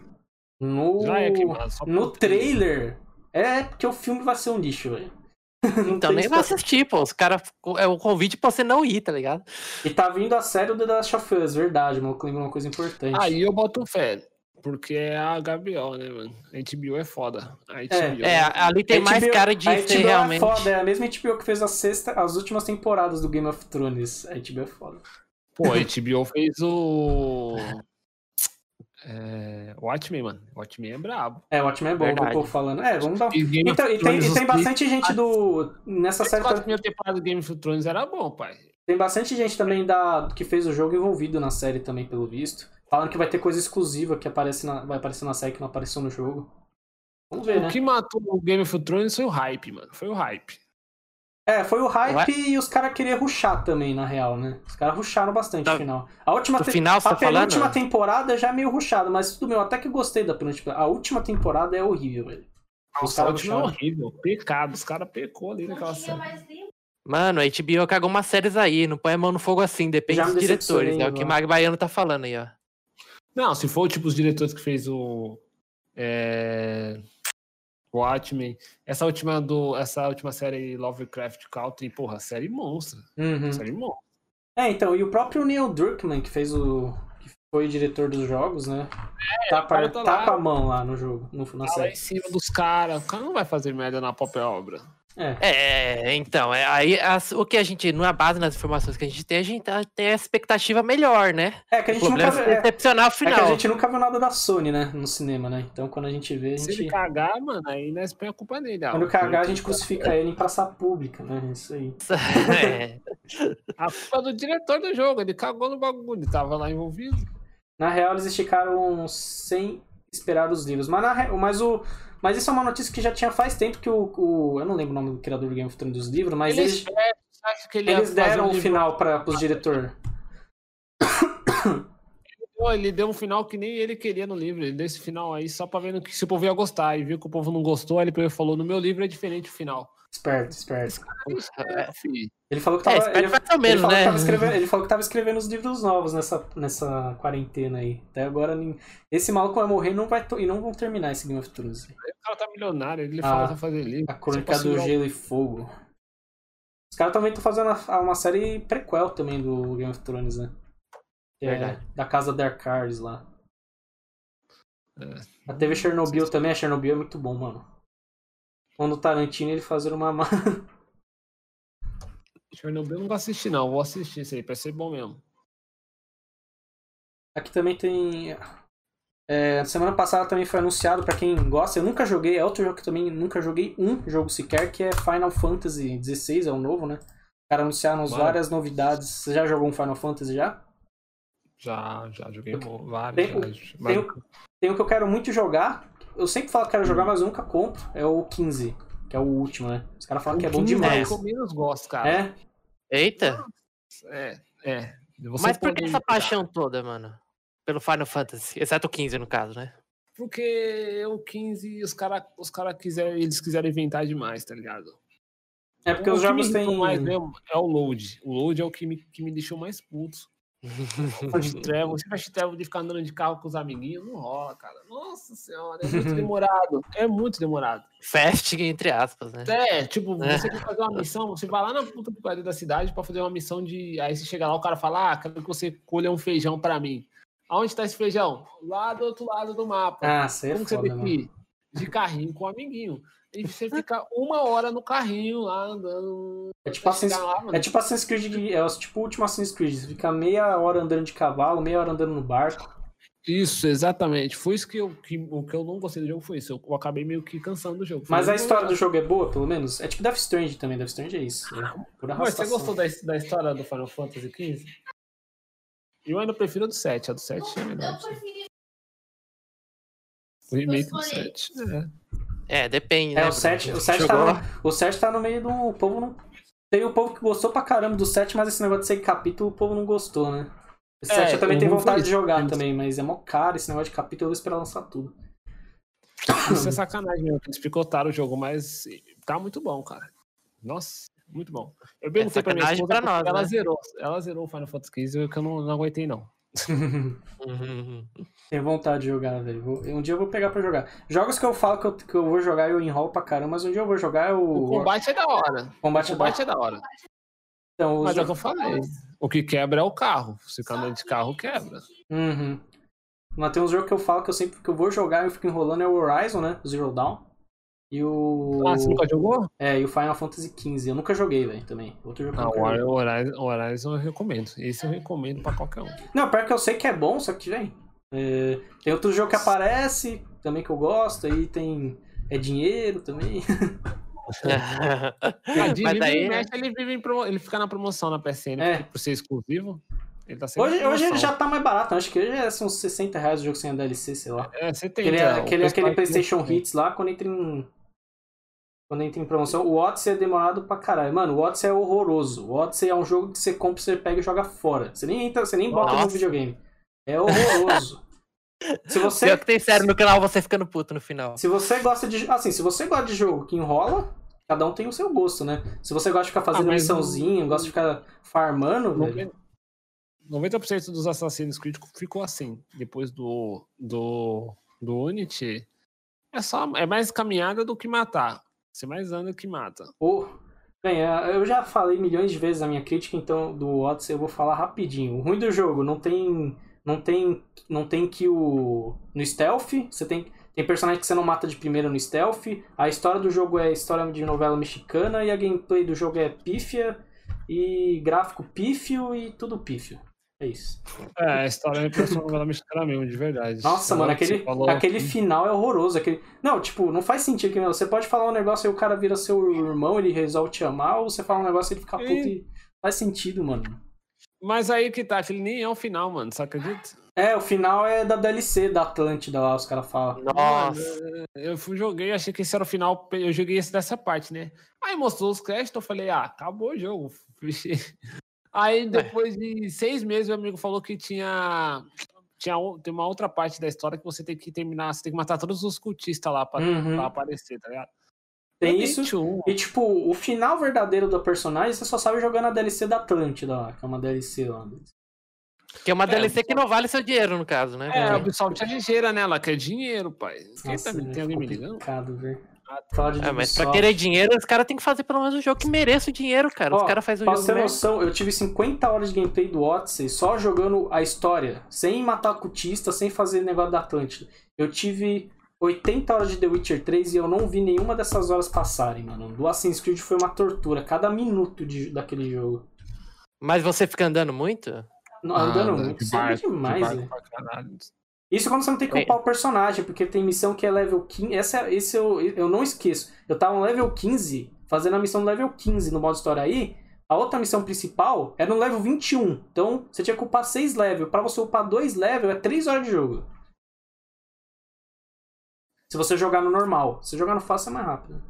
A: no trailer porque o filme vai ser um lixo, velho.
B: Então nem vai assistir, pô. Os caras. É um convite pra você não ir, tá ligado?
A: E tá vindo a série do The Last of Us, verdade, mano. Eu lembro uma coisa importante.
C: Aí eu boto fé. Porque é a HBO, né, mano? A HBO é foda.
B: Ali tem mais cara de ser realmente.
A: É foda, é a mesma HBO que fez as últimas temporadas do Game of Thrones. A HBO é foda.
C: Pô, a HBO fez o Watchmen, mano. O Watchmen é brabo.
A: O Watchmen é bom, o povo falando. Vamos dar. Então, e tem bastante gente nessa série.
C: A primeira temporada do Game of Thrones era bom, pai.
A: Tem bastante gente também que fez o jogo envolvido na série também, pelo visto. Falando que vai ter coisa exclusiva que vai aparecer na série que não apareceu no jogo. Vamos ver, né?
C: O que matou o Game of Thrones foi o hype, mano. Foi o hype.
A: Foi o hype e os caras queriam rushar também, na real, né? Os caras rusharam bastante no final. A penúltima temporada já é meio rushada, mas tudo bem, eu até que gostei da penúltima. A última temporada é horrível, velho. Os
C: Nossa, a
A: caras
C: última é
A: ruxaram.
C: horrível. Pecado. Os caras pecou ali naquela série.
B: Mano, a HBO cagou umas séries aí, não põe a mão no fogo assim, depende
A: Já me
B: dos diretores.
A: decepcionei,
B: É o que o
A: mano.
B: Mag Baiano tá falando aí, ó.
C: Não, se for tipo os diretores que fez o Watchmen, essa última série Lovecraft Country, porra, série monstra.
A: Uhum.
C: Série monstra.
A: Então, e o próprio Neil Druckmann, que foi o diretor dos jogos, né? Tá
C: cara tá lá.
A: com a mão lá no jogo, na
C: Tá lá
A: série.
C: em cima dos caras. O cara não vai fazer merda na própria obra.
B: Então, aí o que a gente, na base das informações que a gente tem a expectativa melhor, né?
A: É que a gente
B: O problema
A: nunca
B: é decepcionar o
A: É que
B: final.
A: a gente nunca viu nada da Sony, né? No cinema, né? Então quando a gente vê,
C: Se ele cagar, mano, aí nós põe a culpa nele.
A: Quando cagar, a gente crucifica ele em praça pública, né? Isso aí.
C: A culpa é do diretor do jogo, ele cagou no bagulho, ele tava lá envolvido.
A: Na real, eles esticaram sem esperar os livros. Mas isso é uma notícia que já tinha faz tempo que eu não lembro o nome do criador do Game of Thrones dos livros, mas eles deram o final para os diretores.
C: Ele deu um final que nem ele queria no livro. Ele deu esse final aí só pra ver se o povo ia gostar. E viu que o povo não gostou, aí ele falou: no meu livro é diferente o final.
A: Esperto.
C: Filho.
A: Ele falou que tava.
B: Né?
A: Ele falou que tava escrevendo os livros novos nessa quarentena aí. Até agora, esse maluco vai morrer e não vão terminar esse Game of Thrones.
C: O cara tá milionário, ele fala pra fazer livro.
A: A Crônica do Gelo e Fogo. Os caras também estão fazendo uma série prequel também do Game of Thrones, né? Da casa Darkars lá. A TV Chernobyl também. A Chernobyl é muito bom, mano. Quando o Tarantino ele fazer uma...
C: Chernobyl eu não vou assistir, não. Vou assistir isso aí, parece ser bom mesmo.
A: Aqui também tem... semana passada também foi anunciado, pra quem gosta, eu nunca joguei, é outro jogo que também nunca joguei um jogo sequer, que é Final Fantasy XVI, é o novo, né? Os caras anunciaram várias novidades. Você já jogou um Final Fantasy já?
C: Já joguei vários.
A: Tem um que eu quero muito jogar, eu sempre falo que quero jogar, mas eu nunca compro, é o 15, que é o último, né? Os caras falam que é bom demais.
C: É o que eu menos gosto, cara.
B: Eita!
C: Mas
B: por que essa paixão toda, mano? Pelo Final Fantasy, exceto o 15 no caso, né?
C: Porque o 15, os cara quiseram inventar demais, tá ligado?
A: É porque os jogos têm...
C: mais mesmo é o load. O load é o que me deixou mais puto. Fast travel de ficar andando de carro com os amiguinhos, não rola, cara. Nossa senhora, é muito demorado. É muito demorado.
B: Fast, entre aspas, né?
C: Você quer fazer uma missão, você vai lá na puta que pariu da cidade pra fazer uma missão de... Aí você chega lá, o cara fala, quero que você colha um feijão pra mim. Aonde tá esse feijão? Lá do outro lado do mapa.
A: Sei
C: Como
A: é foda,
C: você tem que ir? De carrinho com o amiguinho. E você fica 1 hora no carrinho lá andando.
A: É tipo Assassin's Creed, é tipo o último Assassin's Creed. Você fica meia hora andando de cavalo, meia hora andando no barco.
C: Isso, exatamente. Foi isso o que eu não gostei do jogo, foi isso. Eu acabei meio que cansando do jogo.
A: Mas a história do jogo é boa, pelo menos? É tipo Death Stranding também. Death Stranding é isso.
C: Mas você gostou da história do Final Fantasy XV? Eu ainda prefiro a do 7. A do 7 é melhor. O remake do 7.
B: Depende, né?
A: O 7 tá no meio do povo. Não... Tem o povo que gostou pra caramba do 7, mas esse negócio de 6 capítulos o povo não gostou, né? O 7 eu também tenho vontade de jogar também, mas é mó caro esse negócio de capítulo, eu vou esperar lançar tudo.
C: Isso é sacanagem mesmo, eles picotaram o jogo, mas tá muito bom, cara. Nossa, muito bom. Eu perguntei pra minha esposa,
B: nós,
C: ela
B: né?
C: zerou o Final Fantasy XV, que eu não aguentei, não.
A: Tenho vontade de jogar, velho. Um dia eu vou pegar pra jogar. Jogos que eu falo que eu vou jogar, eu enrolo pra caramba, mas um dia eu vou jogar
C: o combate é da hora.
A: O combate é da
C: hora.
A: Então,
C: mas é o que eu falei. O que quebra é o carro. Se ficar andando de carro, quebra.
A: Mas tem uns jogos que eu falo que sempre que eu vou jogar eu fico enrolando, é o Horizon, né? O Zero Dawn. E o...
C: você nunca jogou?
A: E o Final Fantasy XV. Eu nunca joguei, velho, também. Outro jogo
C: o Horizon eu recomendo. Esse eu recomendo pra qualquer um.
A: Não, pior que eu sei que é bom, só que, velho... tem outro jogo que aparece, também que eu gosto, aí tem... É dinheiro também.
C: Mas daí... ele fica na promoção na PSN, por ser exclusivo. Ele tá
A: hoje ele já tá mais barato, acho que hoje são uns 60 reais o jogo sem a DLC, sei lá.
C: 70.
A: Aquele PlayStation Hits lá, quando entra em promoção. O Odyssey é demorado pra caralho. Mano, o Odyssey é horroroso. O Odyssey é um jogo que você compra, você pega e joga fora. Você nem bota no videogame. É horroroso. Se você...
B: Pior que tem sério no canal, você ficando puto no final.
A: Se você gosta de... Assim, se você gosta de jogo que enrola, cada um tem o seu gosto, né? Se você gosta de ficar fazendo missãozinha, gosta de ficar farmando, velho...
C: 90% dos Assassin's Creed ficou assim. Depois do Unity, é mais caminhada do que matar. Você mais anda do que mata.
A: Bem, eu já falei milhões de vezes a minha crítica, então, do Odyssey, eu vou falar rapidinho. O ruim do jogo, não tem kill no stealth, você tem personagem que você não mata de primeira no stealth, a história do jogo é história de novela mexicana, e a gameplay do jogo é pífia, e gráfico pífio, e tudo pífio. É isso.
C: A história é uma novela mexicana mesmo, de verdade.
A: Nossa, mano, aquele final é horroroso. Não, tipo, não faz sentido que você pode falar um negócio e o cara vira seu irmão, ele resolve te amar, ou você fala um negócio e ele fica puto e faz sentido, mano.
C: Mas aí que tá, que ele nem é o final, mano, você acredita?
A: O final é da DLC da Atlântida lá, os caras falam.
B: Nossa.
C: Eu joguei, achei que esse era o final, eu joguei esse dessa parte, né? Aí mostrou os créditos, eu falei, acabou o jogo. Aí depois de 6 meses, meu amigo falou que tem uma outra parte da história que você tem que terminar, você tem que matar todos os cultistas lá pra aparecer, tá ligado?
A: Tem isso, e tipo, o final verdadeiro do personagem você só sabe jogando a DLC da Atlântida lá, que é uma DLC lá.
B: Que é uma DLC que não vale seu dinheiro, no caso, né?
C: A Ubisoft é ligeira, né? Ela quer dinheiro, pai.
A: Nossa,
C: tem alguém me ligando?
A: Velho.
B: Mas pra querer dinheiro, os caras têm que fazer pelo menos um jogo que mereça o dinheiro, cara. Os caras fazem um jogo.
A: Pra ter noção, eu tive 50 horas de gameplay do Odyssey só jogando a história, sem matar cultista, sem fazer negócio da Atlântida. Eu tive 80 horas de The Witcher 3 e eu não vi nenhuma dessas horas passarem, mano. Do Assassin's Creed foi uma tortura, cada minuto daquele jogo.
B: Mas você fica andando muito?
A: Andando muito, isso é demais, velho. Isso quando você não tem que upar o personagem, porque tem missão que é level 15. Esse eu não esqueço. Eu tava no level 15, fazendo a missão no level 15 no modo história aí. A outra missão principal era no level 21. Então você tinha que upar 6 levels. Pra você upar 2 levels é 3 horas de jogo. Se você jogar no normal. Se jogar no fácil é mais rápido.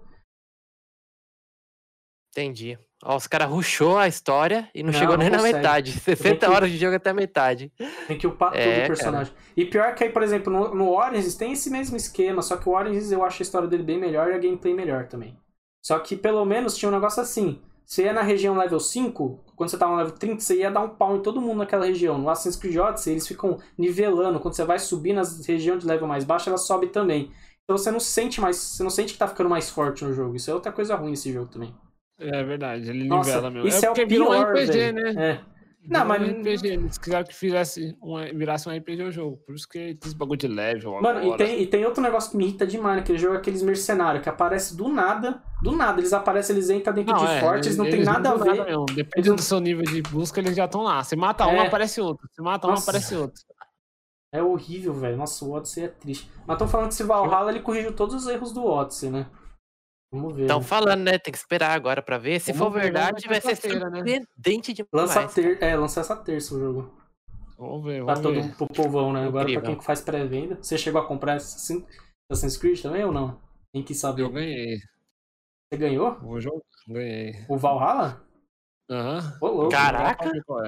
B: Entendi. Os caras rushou a história e não chegou nem
A: consegue.
B: Na metade. 60 horas de jogo até a metade.
A: Tem que upar todo o personagem. Cara. E pior que aí, por exemplo, no Origins tem esse mesmo esquema, só que o Origins eu acho a história dele bem melhor e a gameplay melhor também. Só que pelo menos tinha um negócio assim. Você ia na região level 5, quando você tava no level 30, você ia dar um pau em todo mundo naquela região. No Assassin's Creed Odyssey, eles ficam nivelando. Quando você vai subir nas regiões de level mais baixo, ela sobe também. Então você não sente que tá ficando mais forte no jogo. Isso é outra coisa ruim nesse jogo também.
C: É verdade, ele nivela mesmo.
A: Isso é o pior,
C: virou um RPG,
A: velho.
C: né?
A: Não, mas...
C: RPG, eles quiseram que virasse um RPG o jogo. Por isso que tem esse bagulho de level.
A: Mano, e tem outro negócio que me irrita demais naquele jogo, aqueles mercenários que aparecem do nada. Do nada, eles aparecem, eles entram dentro de fortes, não tem nada a ver.
C: Nada depende do seu nível de busca, eles já estão lá. Você mata um, aparece outro. Você mata um, aparece outro.
A: É horrível, velho. Nossa, o Odyssey é triste. Mas estão falando que esse Valhalla, ele corrigiu todos os erros do Odyssey, né? Vamos ver.
B: Estão falando, né? Tem que esperar agora pra ver. Se for verdade, vai ser surpreendente demais.
A: Lança essa terça o jogo.
C: Vamos ver,
A: Pro povão, né? Agora pra quem faz pré-venda. Você chegou a comprar Assassin's Creed também ou não? Quem quis saber?
C: Eu ganhei.
A: Você ganhou?
C: O jogo? Ganhei.
A: O Valhalla?
C: Aham.
A: Ô, louco.
B: Caraca!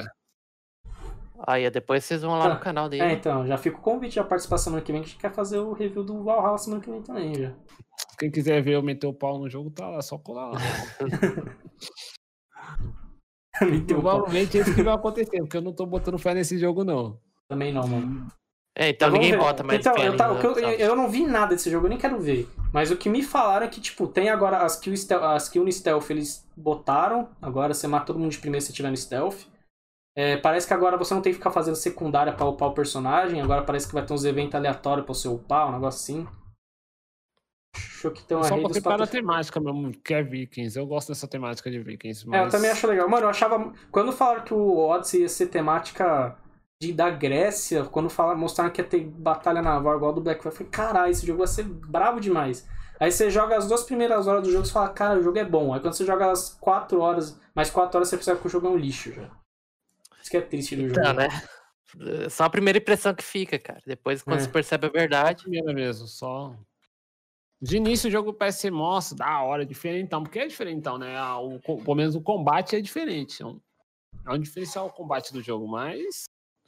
B: Aí depois vocês vão lá no canal dele.
A: Então, já fica o convite a participar semana que vem, que a gente quer fazer o review do Valhalla semana que vem também, já.
C: Quem quiser ver eu meter o pau no jogo, tá lá, só colar lá. Provavelmente é isso que vai acontecer, porque eu não tô botando fé nesse jogo, não.
A: Também não, mano.
B: Então ninguém bota mais
A: fé. Eu não vi nada desse jogo, eu nem quero ver. Mas o que me falaram é que, tipo, tem agora as kills no stealth, eles botaram. Agora você mata todo mundo de primeiro se tiver no stealth. Parece que agora você não tem que ficar fazendo secundária pra upar o personagem. Agora parece que vai ter uns eventos aleatórios pra você upar, um negócio assim. Achou que tem uma
C: só porque para a temática mesmo, que é Vikings. Eu gosto dessa temática de Vikings. Mas...
A: eu também acho legal. Mano, eu achava... Quando falaram que o Odyssey ia ser temática da Grécia, quando mostraram que ia ter batalha naval igual do Black Flag, eu falei, caralho, esse jogo vai ser bravo demais. Aí você joga as 2 primeiras horas do jogo e fala, cara, o jogo é bom. Aí quando você joga as 4 horas, mais 4 horas, você percebe que o jogo é um lixo já. Isso que é triste do jogo.
B: Né? Só a primeira impressão que fica, cara. Depois, quando você percebe a verdade...
C: primeira mesmo, só... De início o jogo parece ser, nossa, da hora, diferentão. Porque é diferentão, né? Pelo menos o combate é diferente. É um diferencial o combate do jogo, mas...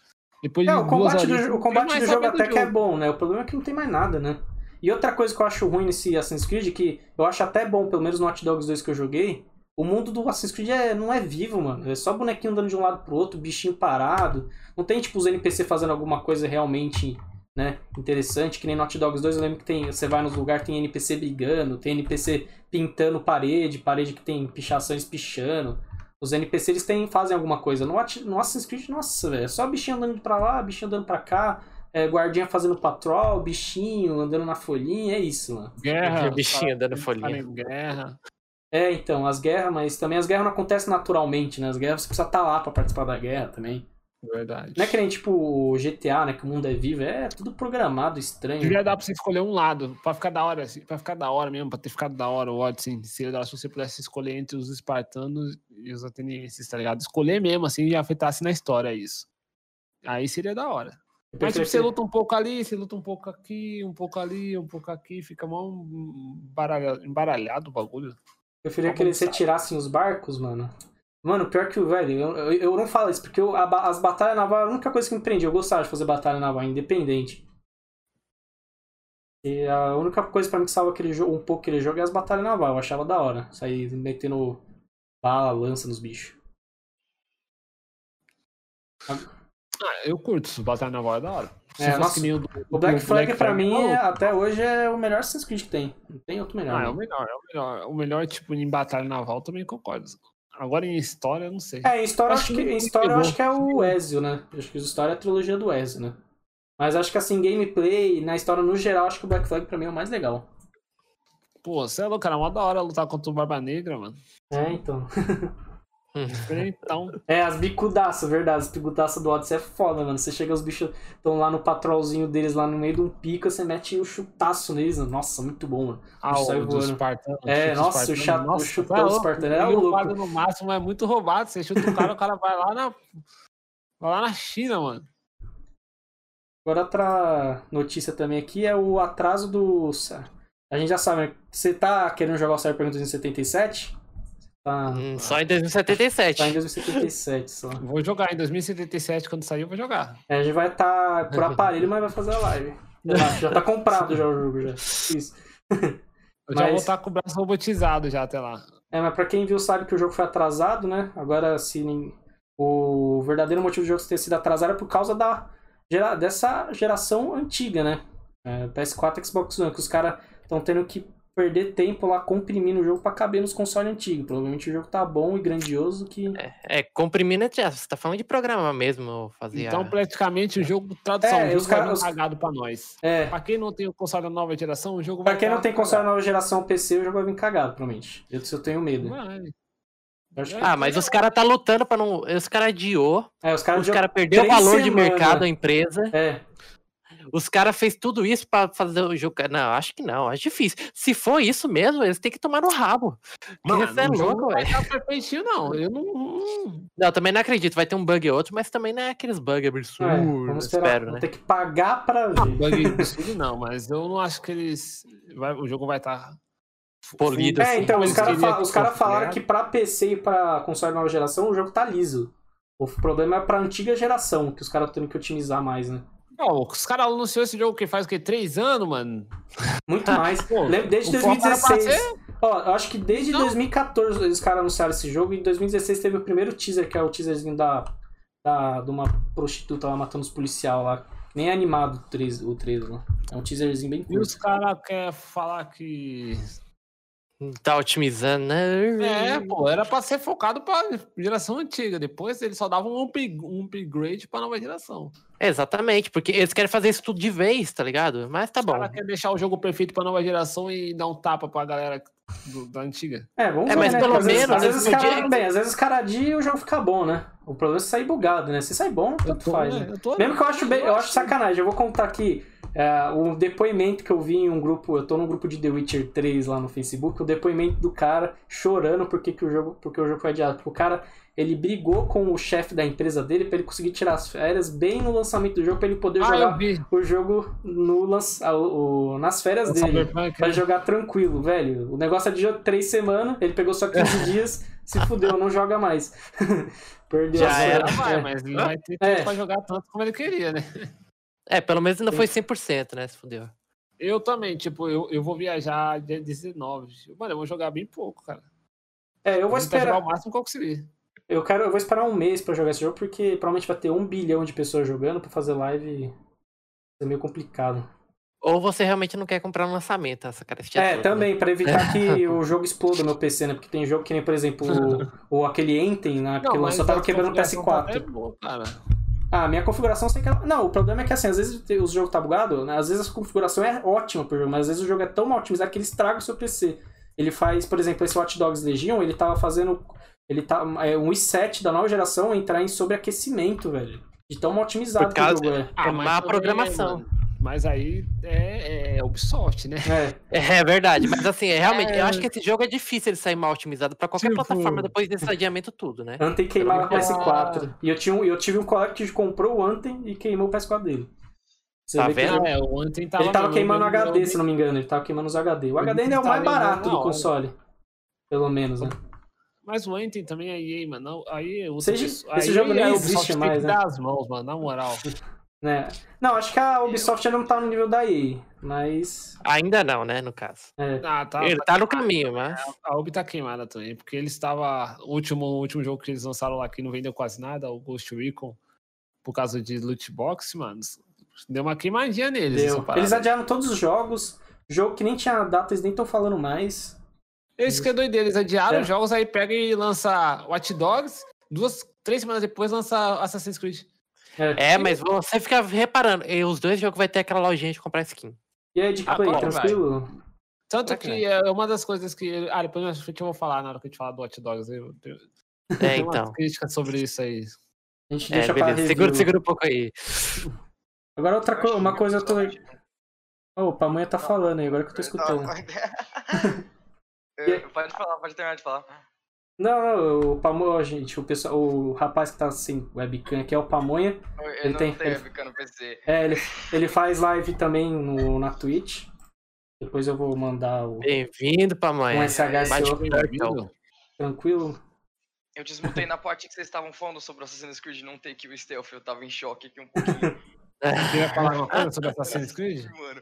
C: Depois de
A: o combate
C: horas,
A: o combate do jogo até que é bom, né? O problema é que não tem mais nada, né? E outra coisa que eu acho ruim nesse Assassin's Creed, que eu acho até bom, pelo menos no Hot Dogs 2 que eu joguei, o mundo do Assassin's Creed não é vivo, mano. É só bonequinho andando de um lado pro outro, bichinho parado. Não tem, tipo, os NPC fazendo alguma coisa realmente, né, interessante, que nem no Hot Dogs 2 eu lembro que você vai nos lugares, tem NPC brigando, tem NPC pintando parede que tem pichações pichando. Os NPC eles fazem alguma coisa. No Assassin's Creed, nossa, velho, é só bichinho andando pra lá, bichinho andando pra cá, guardinha fazendo patrol, bichinho andando na folhinha, é isso, mano.
B: Guerra, bichinho andando na folhinha.
C: Guerra.
A: Então, as guerras, mas também as guerras não acontecem naturalmente, né? As guerras você precisa estar lá pra participar da guerra também.
C: Verdade.
A: Não é que nem, tipo, o GTA, né? Que o mundo é vivo. É tudo programado, estranho.
C: Devia dar pra você escolher um lado, pra ficar da hora, assim, pra ficar da hora mesmo, pra ter ficado da hora o Odyssey. Se você pudesse escolher entre os espartanos e os atenienses, tá ligado? Escolher mesmo, assim, e afetasse na história isso. Aí seria da hora. Mas tipo, você luta um pouco ali, você luta um pouco aqui, um pouco ali, um pouco aqui, fica mal embaralhado o bagulho.
A: Eu preferia que eles retirassem os barcos, mano. Mano, pior que o velho, eu não falo isso, porque as batalhas navais é a única coisa que me prendia. Eu gostava de fazer batalha naval independente. E a única coisa pra mim que salva um pouco aquele jogo é as batalhas navais. Eu achava da hora. Sair metendo bala, lança nos bichos.
C: Eu curto, se batalha naval é da hora.
A: Nossa, o Black Flag pra mim, até hoje, é o melhor Assassin's Creed que tem. Não tem outro melhor.
C: É o melhor. O melhor, tipo, em batalha naval também concordo. Agora em história, eu não sei.
A: Em história, eu acho que é o Ezio, né? Eu acho que a história é a trilogia do Ezio, né? Mas acho que assim, gameplay, na história no geral, acho que o Black Flag pra mim é o mais legal.
C: Pô, você é louco, cara. É mó da hora lutar contra o Barba Negra, mano.
A: Então.
C: Então.
A: As bicudaças, verdade. As bicudaças do Odyssey é foda, mano. Você chega, os bichos estão lá no patrolzinho deles, lá no meio de um pico, você mete o chutaço neles. Nossa, muito bom, mano.
C: O do Espartano.
A: Nossa, o chutão do Espartano é louco.
C: No máximo é muito roubado. Você chuta o cara vai lá na China, mano.
A: Agora outra notícia também aqui é o atraso do... A gente já sabe, né? Você tá querendo jogar o Cyberpunk 2077?
B: Só em 2077.
A: Só em 2077, só.
C: Vou jogar em 2077, quando sair eu vou jogar.
A: A gente vai estar por aparelho, mas vai fazer a live. Já tá comprado já o jogo, já. Isso.
C: Já vou estar com o braço robotizado já até lá.
A: Mas pra quem viu sabe que o jogo foi atrasado, né? Agora, o verdadeiro motivo do jogo ter sido atrasado é por causa dessa geração antiga, né? PS4 e Xbox One, que os caras estão tendo que perder tempo lá comprimindo o jogo pra caber nos consoles antigos. Provavelmente o jogo tá bom e grandioso que...
B: comprimindo, você tá falando de programa mesmo.
C: Então praticamente o jogo, tradução, o jogo vai cagado pra nós. Pra quem não tem o console da nova geração, o jogo vai...
A: Pra quem não tem console da nova geração PC, o jogo vai vir cagado, provavelmente. Eu tenho medo.
B: Mas os caras tá lutando pra não... Os caras adiou.
A: Os caras
B: perdeu o valor de mercado da empresa. Os caras fez tudo isso pra fazer o jogo. Não, acho que não. Acho difícil. Se for isso mesmo, eles têm que tomar no rabo.
C: Mano, você é louco, velho. Não tá perfeitinho, não. Eu
B: não, também não acredito. Vai ter um bug ou outro, mas também não é aqueles bugs absurdos.
A: Vamos esperar. Vamos ter que pagar pra ver.
C: Bug absurdo não, mas eu não acho que o jogo vai estar
B: polido.
A: Então, os caras falaram que pra PC e pra console nova geração, o jogo tá liso. O problema é pra antiga geração, que os caras têm que otimizar mais, né?
C: Os caras anunciou esse jogo que faz o quê? 3 anos, mano?
A: Muito mais. Desde 2016. Eu acho que desde 2014 os caras anunciaram esse jogo e em 2016 teve o primeiro teaser, que é o teaserzinho de uma prostituta lá matando os policiais lá. Nem é animado o 3 lá. É um teaserzinho bem curto.
C: E os caras querem falar que...
B: Tá otimizando, né?
C: Era pra ser focado pra geração antiga. Depois eles só davam um upgrade pra nova geração.
B: Exatamente, porque eles querem fazer isso tudo de vez, tá ligado? Mas tá bom. Os caras
C: querem deixar o jogo perfeito pra nova geração e dar um tapa pra galera da antiga.
A: Vamos ver,
B: mas
A: né?
B: pelo menos...
A: Às vezes os caras adiam e o jogo fica bom, né? O problema é sair bugado, né? Se sai bom, tanto faz. Né? Mesmo que eu acho sacanagem. Eu vou contar aqui o depoimento que eu vi em um grupo. Eu tô num grupo de The Witcher 3 lá no Facebook. O depoimento do cara chorando porque o jogo foi adiado. Porque o cara, ele brigou com o chefe da empresa dele pra ele conseguir tirar as férias bem no lançamento do jogo, pra ele poder jogar o jogo nas férias dele. Pra jogar tranquilo, velho. O negócio é de 3 semanas, ele pegou só 15 dias, se fudeu, não joga mais. Perdeu
B: Já
A: a
B: era,
A: sorte.
C: Mas ele vai ter tempo pra jogar tanto como ele queria, né?
B: Pelo menos ainda foi 100%, né? Se fudeu.
C: Eu também, tipo, eu vou viajar dia 19. Mano, eu vou jogar bem pouco, cara.
A: Eu vou
C: tentar
A: esperar.
C: jogar o máximo que eu conseguir.
A: Eu vou esperar um mês pra jogar esse jogo, porque provavelmente vai ter 1 bilhão de pessoas jogando pra fazer live. É meio complicado.
B: Ou você realmente não quer comprar um lançamento, essa cara.
A: Também, pra evitar que o jogo exploda no PC, né? Porque tem jogo que nem, por exemplo, o aquele Enten, né? Porque lançou, tava quebrando o PS4.
C: É boa, cara.
A: A minha configuração sei que ela... Não, o problema é que assim, às vezes o jogo tá bugado, né? Às vezes a configuração é ótima pro jogo, mas às vezes o jogo é tão mal otimizado que ele estraga o seu PC. Ele faz, por exemplo, esse Watch Dogs Legion, ele tava fazendo... um i7 da nova geração entrar em sobreaquecimento, velho. De tão mal otimizado que o jogo é.
B: É má programação.
C: Mas aí é Ubisoft, né?
B: É verdade, mas assim, realmente, eu acho que esse jogo é difícil ele sair mal otimizado pra qualquer plataforma depois desse adiamento tudo, né?
A: Anthem queimava o PS4. E eu tive um colega que comprou o Anthem e queimou o PS4 dele.
B: Você tá vendo?
C: O Anthem tava...
A: Ele tava queimando o HD, se não me engano. Ele tava queimando os HD. O HD ainda é o mais barato do console. Pelo menos, né?
C: Mas o Anthem também é EA, mano. Aí,
A: esse jogo nem existe mais,
C: né? Tem que dar as mãos, mano, na moral.
A: Né? Não, acho que a Ubisoft ainda não tá no nível da EA, mas...
B: Ainda não, né, no caso. Ele tá no caminho, mas...
C: A Ubi tá queimada também, porque eles estavam... O último jogo que eles lançaram lá que não vendeu quase nada, o Ghost Recon, por causa de loot box, mano, deu uma queimadinha neles.
A: Eles adiaram todos os jogos, jogo que nem tinha data, eles nem estão falando mais.
C: Esse que é doideira, eles adiaram os jogos, aí pega e lança Watch Dogs, 3 semanas depois lança Assassin's Creed.
B: Mas você fica reparando, os dois jogos vai ter aquela lojinha de comprar skin.
A: E aí, de play, tranquilo?
C: Tanto que é uma das coisas que... depois eu vou falar na hora que a gente falar do Watch Dogs. Tem
B: então.
C: uma crítica sobre isso aí.
A: A gente deixa pra review.
B: Segura um pouco aí.
A: Agora uma coisa eu tô... Opa, a mãe tá falando aí, agora que eu tô escutando.
D: Pode falar, pode terminar de falar.
A: Não, o Pamonha, gente, o rapaz que tá sem webcam aqui é o Pamonha.
D: Ele não tem webcam no PC.
A: Ele faz live também na Twitch. Depois eu vou mandar o...
B: Bem-vindo, Pamonha.
A: Um SH
B: seu.
A: Tranquilo?
D: Eu desmutei na parte que vocês estavam falando sobre Assassin's Creed não ter kill stealth. Eu tava em choque aqui um pouquinho.
C: Queria falar alguma coisa sobre Assassin's Creed?
D: Mano.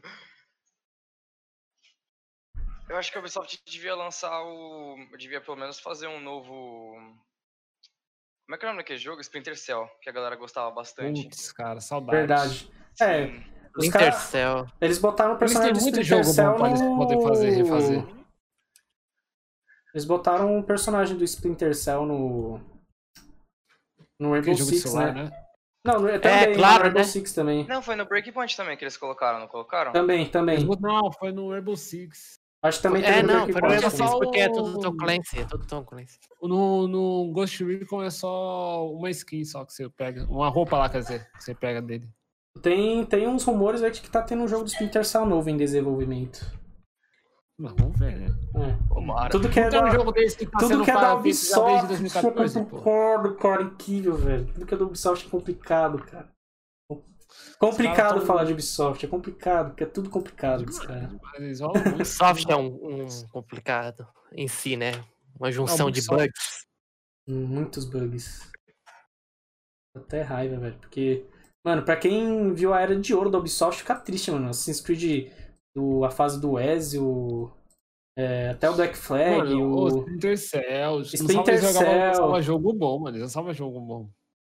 D: Eu acho que a Ubisoft devia devia pelo menos fazer um novo... Como é que é o nome daquele jogo? Splinter Cell, que a galera gostava bastante.
C: Putz, cara, saudade.
A: Verdade.
B: Splinter Cell.
A: Eles botaram o personagem
C: Eles têm
A: do
C: muito
A: Splinter
C: jogo
A: Cell
C: bom pra eles poder refazer.
A: Eles botaram o personagem do Splinter Cell no Rainbow
C: Six,
A: celular,
C: né?
A: Não, também,
B: claro,
A: no Rainbow
B: né?
A: Six também.
D: Não, foi no Breakpoint também que eles colocaram, não colocaram?
A: Também.
C: Não, foi no Rainbow Six.
A: Acho que também tem no
B: foi no
A: Breakpoint.
B: Rainbow Six, porque é tudo Tom Clancy.
C: No Ghost Recon é só uma skin só que você pega. Uma roupa lá, quer dizer, que você pega dele.
A: Tem uns rumores aí de que tá tendo um jogo do Splinter Cell novo em desenvolvimento.
C: Mas vamos ver, né?
A: Tudo que é
C: um jogo desse que tá
A: tudo que é da
C: Ubisoft
A: Ubisoft
C: desde 2014,
A: é complicado, cara, incrível, velho. Tudo que é da Ubisoft é complicado, cara. Complicado falar de Ubisoft, é complicado, porque é tudo complicado, cara.
B: Ubisoft é um complicado em si, né? Uma junção de bugs.
A: Muitos bugs. Até raiva, velho, porque... Mano, pra quem viu a Era de Ouro da Ubisoft, fica triste, mano. Assassin's Creed, a fase do Ezio, até o Black Flag,
C: mano,
A: o
C: Splinter Cell.
A: Splinter Cell.
C: Eles jogo bom, mano. Eles lançavam jogo bom.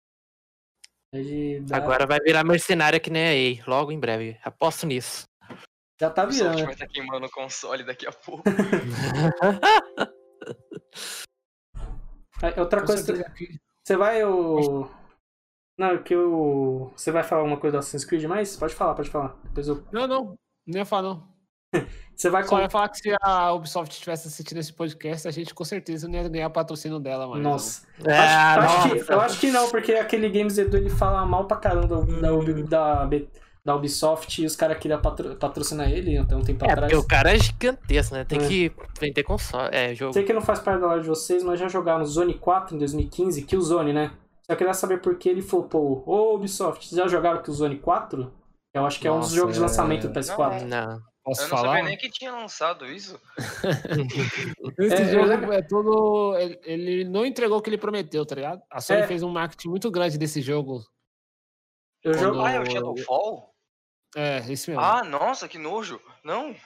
B: Agora vai virar mercenária que nem a EA, logo em breve. Aposto nisso.
A: Já tá virando.
D: O vai estar queimando o console daqui a pouco.
A: Outra coisa, você vai... Não, você vai falar alguma coisa do Assassin's Creed mais? Pode falar. Depois eu...
C: Não ia falar não.
A: Você vai
C: Só ia falar que se a Ubisoft estivesse assistindo esse podcast, a gente com certeza não ia ganhar patrocínio dela, mano.
A: Nossa. Eu acho que não, porque aquele Games Edu, ele fala mal pra caramba da Ubisoft e os caras queriam patrocinar ele até um tempo atrás.
B: Porque o cara é gigantesco, né? Tem que vender console, jogo.
A: Sei que não faz parte da live de vocês, mas já jogaram Zone 4 em 2015, Killzone, né? Só queria saber por que ele flopou. Ô, Ubisoft, vocês já jogaram Killzone 4? Eu acho que é um dos jogos de lançamento do PS4.
B: Não.
C: Posso
D: Eu não
C: falar?
D: sabia nem que tinha lançado isso.
C: Esse jogo é todo. Ele não entregou o que ele prometeu, tá ligado? A Sony fez um marketing muito grande desse jogo.
A: Eu jogo.
D: Ah, é o Shadowfall?
C: É, esse mesmo.
D: Ah, nossa, que nojo. Não.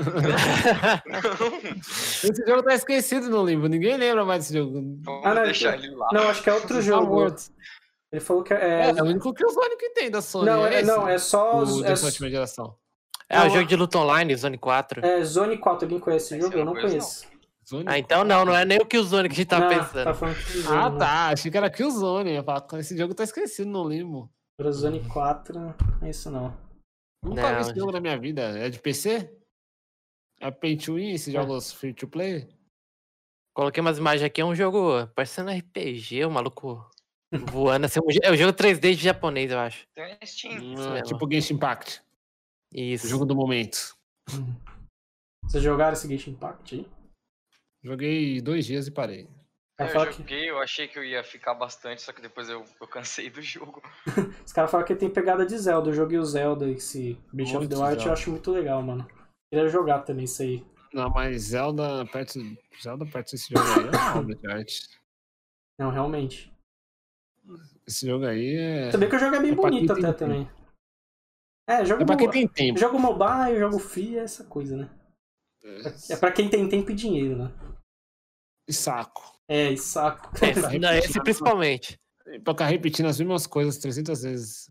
C: Esse jogo tá esquecido no limbo. Ninguém lembra mais desse jogo.
D: Vamos deixar ele lá.
A: Não, acho que é outro
C: Tá
A: jogo.
C: morto.
A: Ele falou que
C: É o único que o Sonic tem da Sony.
A: Não, é só.
C: Dessa última geração.
B: É o jogo de luta online, Zone 4.
A: É Zone 4. Alguém conhece esse jogo? Eu não conheço.
B: Ah, então não é nem o que o Zone que a gente tá pensando.
A: Tá falando que Zone,
C: tá. Achei que era Killzone. Esse jogo tá esquecido no limbo.
A: Para Zone 4, não é isso não.
C: Nunca vi esse jogo na minha vida. É de PC? É Pay to Win, esses jogos free to play?
B: Coloquei umas imagens aqui, é um jogo parecendo RPG, o maluco voando assim. É um jogo 3D de japonês, eu acho.
D: Tem Steam.
C: Tipo Genshin Impact.
B: Isso.
C: O jogo do momento.
A: Vocês jogaram esse Genshin Impact aí?
C: Joguei 2 dias e parei.
D: Eu joguei, eu achei que eu ia ficar bastante, só que depois eu cansei do jogo.
A: Os caras falam que tem pegada de Zelda. Eu joguei o Zelda, esse Breath of the Wild,
C: Zelda.
A: eu acho muito legal, mano. Queria jogar também isso aí.
C: Não, mas Zelda perto desse jogo aí é uma obra de arte.
A: Não, realmente.
C: Esse jogo aí é...
A: Também que o jogo é bem bonito até também. Jogo
C: é pra quem tem tempo.
A: Jogo mobile, jogo free, é essa coisa, né? É pra quem tem tempo e dinheiro, né?
C: E saco.
A: E saco.
B: Esse principalmente.
C: Pra ficar repetindo as mesmas coisas 300 vezes.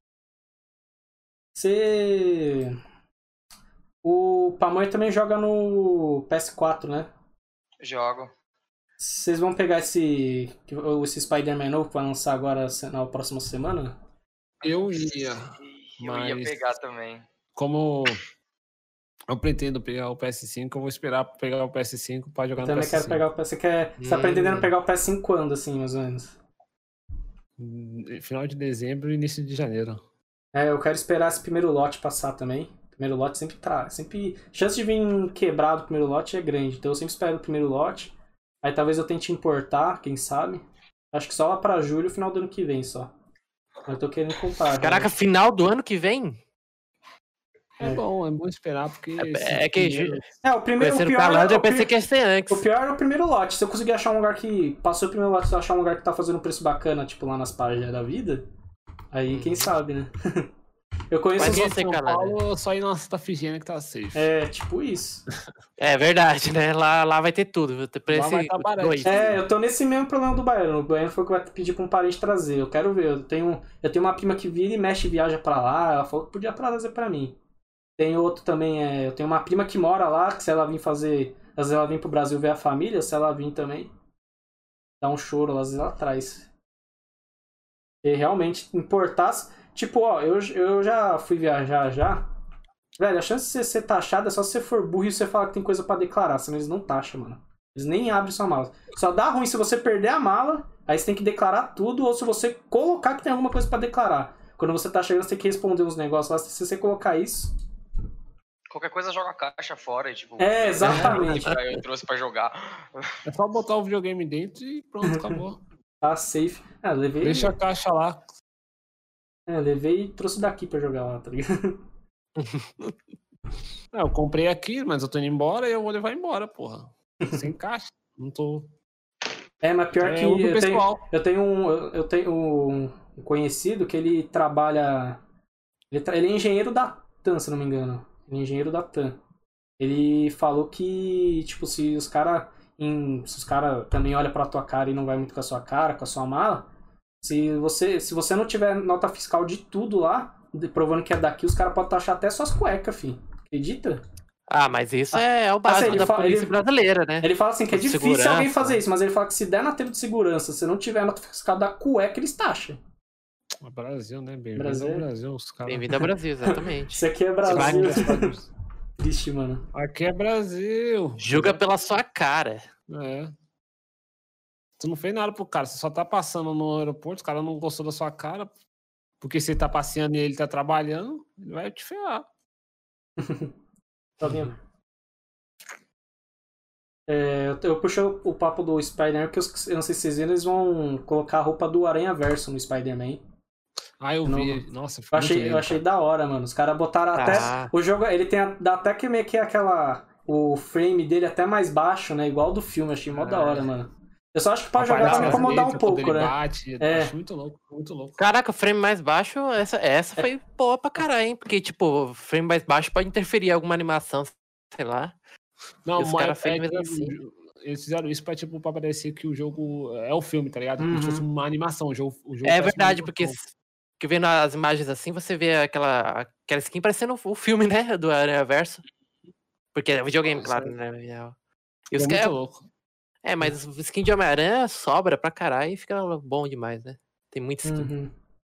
A: O Pamonha também joga no PS4, né?
D: Jogo.
A: Vocês vão pegar esse Spider-Man novo que vai lançar agora na próxima semana?
C: Eu ia.
D: Eu ia pegar também.
C: Como eu pretendo pegar o PS5, eu vou esperar pegar o PS5 pra jogar no PS5.
A: Eu também quero pegar o PS5. Você tá pretendendo pegar o PS5 quando, assim, mais ou menos?
C: Final de dezembro e início de janeiro.
A: Eu quero esperar esse primeiro lote passar também. O primeiro lote sempre traz. Chance de vir quebrado o primeiro lote é grande. Então eu sempre espero o primeiro lote. Aí talvez eu tente importar, quem sabe. Acho que só lá pra julho, final do ano que vem só. Eu tô querendo comprar.
B: Caraca, final do ano que vem?
C: É bom esperar, porque...
A: o primeiro...
B: O pior, eu pensei que ia ser antes.
A: O pior é o primeiro lote. Se eu conseguir achar um lugar que... Passou o primeiro lote, se eu achar um lugar que tá fazendo um preço bacana, tipo lá nas páginas da vida, aí quem sabe, né? Eu conheço
C: São Paulo, só ir na Santa Figênia que tá safe.
A: Tipo isso.
B: É verdade, né? Lá vai ter tudo. Vai ter preço
C: vai tá barato.
A: Eu tô nesse mesmo problema do Baiano. O Baiano foi o que vai pedir pra um parente trazer. Eu quero ver. Eu tenho uma prima que vira e mexe e viaja pra lá. Ela falou que podia trazer pra mim. Tem outro também, eu tenho uma prima que mora lá, que se ela vir fazer... Às vezes ela vem pro Brasil ver a família, se ela vir também, dá um choro, às vezes ela traz. E realmente, importar... Tipo, eu já fui viajar já. Velho, a chance de você ser taxado é só se você for burro e você falar que tem coisa pra declarar, senão eles não taxam, mano. Eles nem abrem sua mala. Só dá ruim se você perder a mala, aí você tem que declarar tudo, ou se você colocar que tem alguma coisa pra declarar. Quando você tá chegando, você tem que responder uns negócios lá, se você colocar isso...
D: Qualquer coisa joga a caixa fora e tipo...
A: exatamente.
D: Eu trouxe pra jogar.
C: É só botar o videogame dentro e pronto, acabou.
A: Tá safe. Levei...
C: Deixa a caixa lá.
A: Levei e trouxe daqui pra jogar lá, tá ligado?
C: Eu comprei aqui, mas eu tô indo embora e eu vou levar embora, porra. Sem caixa. Não tô...
A: Mas pior que eu tenho um conhecido que ele trabalha... Ele é engenheiro da TAM, se não me engano. Ele é engenheiro da TAM. Ele falou que, tipo, se os caras também olham pra tua cara e não vai muito com a sua cara, com a sua mala, se você não tiver nota fiscal de tudo lá, provando que é daqui, os caras podem taxar até suas cuecas, filho. Acredita?
B: Mas isso é o básico da polícia brasileira, né?
A: Ele fala assim que é difícil alguém fazer isso, mas ele fala que se der na tela de segurança, se não tiver nota fiscal da cueca, eles taxam.
C: Brasil, né? Bem-vindo ao Brasil. Os caras...
B: Bem-vindo ao Brasil, exatamente.
A: Isso aqui é Brasil. Triste, mano.
C: Aqui é Brasil.
B: Julga pela sua cara.
C: Tu não fez nada pro cara, você só tá passando no aeroporto, o cara não gostou da sua cara, porque você tá passeando e ele tá trabalhando, ele vai te ferrar.
A: Tá vendo? Eu puxei o papo do Spider-Man, porque eu não sei se vocês viram, eles vão colocar a roupa do Aranha Verso no Spider-Man.
C: Ah, eu
A: Não.
C: vi. Nossa, foi
A: Eu achei da hora, mano. Os caras botaram até. O jogo, ele dá até que meio que aquela. O frame dele até mais baixo, né? Igual do filme. Achei mó da hora, mano. Eu só acho que pra jogar vai me incomodar um pouco, né?
C: Bate, acho muito louco, muito louco.
B: Caraca, o frame mais baixo, essa foi boa pra caralho, hein? Porque, tipo, o frame mais baixo pode interferir em alguma animação, sei lá.
C: Não,
B: os caras fez mesmo assim.
C: Eles fizeram isso pra, tipo, pra parecer que o jogo é o filme, tá ligado? Como se fosse uma animação. O jogo
B: é verdade, porque vendo as imagens assim, você vê aquela skin parecendo o filme, né? Do Aranhaverso. Porque é videogame, claro, né? E os
C: muito louco.
B: Mas o skin de Homem-Aranha sobra pra caralho e fica bom demais, né? Tem muito skin.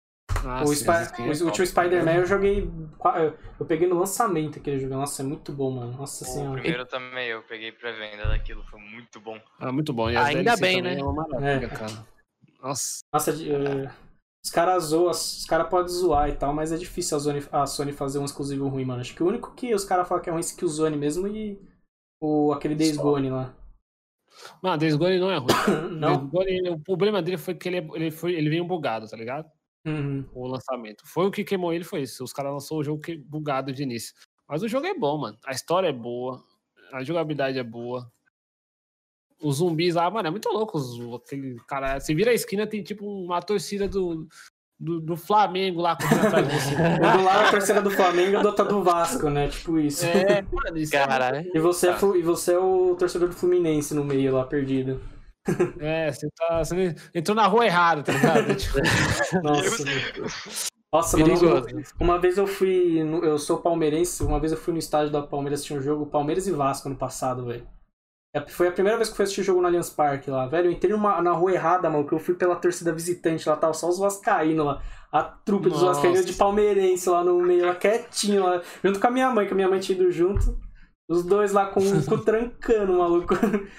A: O último Spider-Man eu joguei. Eu peguei no lançamento aquele jogo. Nossa, é muito bom, mano. Nossa senhora.
D: O primeiro também, eu peguei pré-venda daquilo, foi muito bom.
C: Muito bom. E
B: ainda bem, né?
C: É uma maravilha, cara. Nossa.
A: Os caras zoam, os caras podem zoar e tal, mas é difícil a Sony fazer um exclusivo ruim, mano. Acho que o único que os caras falam que é ruim é Killzone mesmo e aquele Days Gone lá.
C: Mano, Days Gone não é ruim.
A: Não?
C: Days Gone, o problema dele foi que ele veio bugado, tá ligado? O lançamento. Foi o que queimou ele, foi isso. Os caras lançou o jogo bugado de início. Mas o jogo é bom, mano. A história é boa. A jogabilidade é boa. Os zumbis lá, mano, é muito louco. Aquele cara, você vira a esquina, tem tipo uma torcida do Flamengo lá correndo atrás de você.
A: Do lado a torcida do Flamengo e do outro do Vasco, né? Tipo isso.
C: Mano, isso
B: caralho.
A: E você é o torcedor do Fluminense no meio lá, perdido.
C: Você entrou na rua errada, tá ligado?
A: Nossa, mano, uma vez eu fui. Eu sou palmeirense, uma vez eu fui no estádio da Palmeiras assistir um jogo, Palmeiras e Vasco ano passado, velho. Foi a primeira vez que eu fui assistir o jogo no Allianz Parque lá, velho. Eu entrei na rua errada, mano, que eu fui pela torcida visitante lá, tava só os vascaínos lá. A trupe dos vascaínos de palmeirense lá no meio, lá quietinho lá, junto com a minha mãe, tinha ido junto. Os dois lá com o cu trancando, maluco.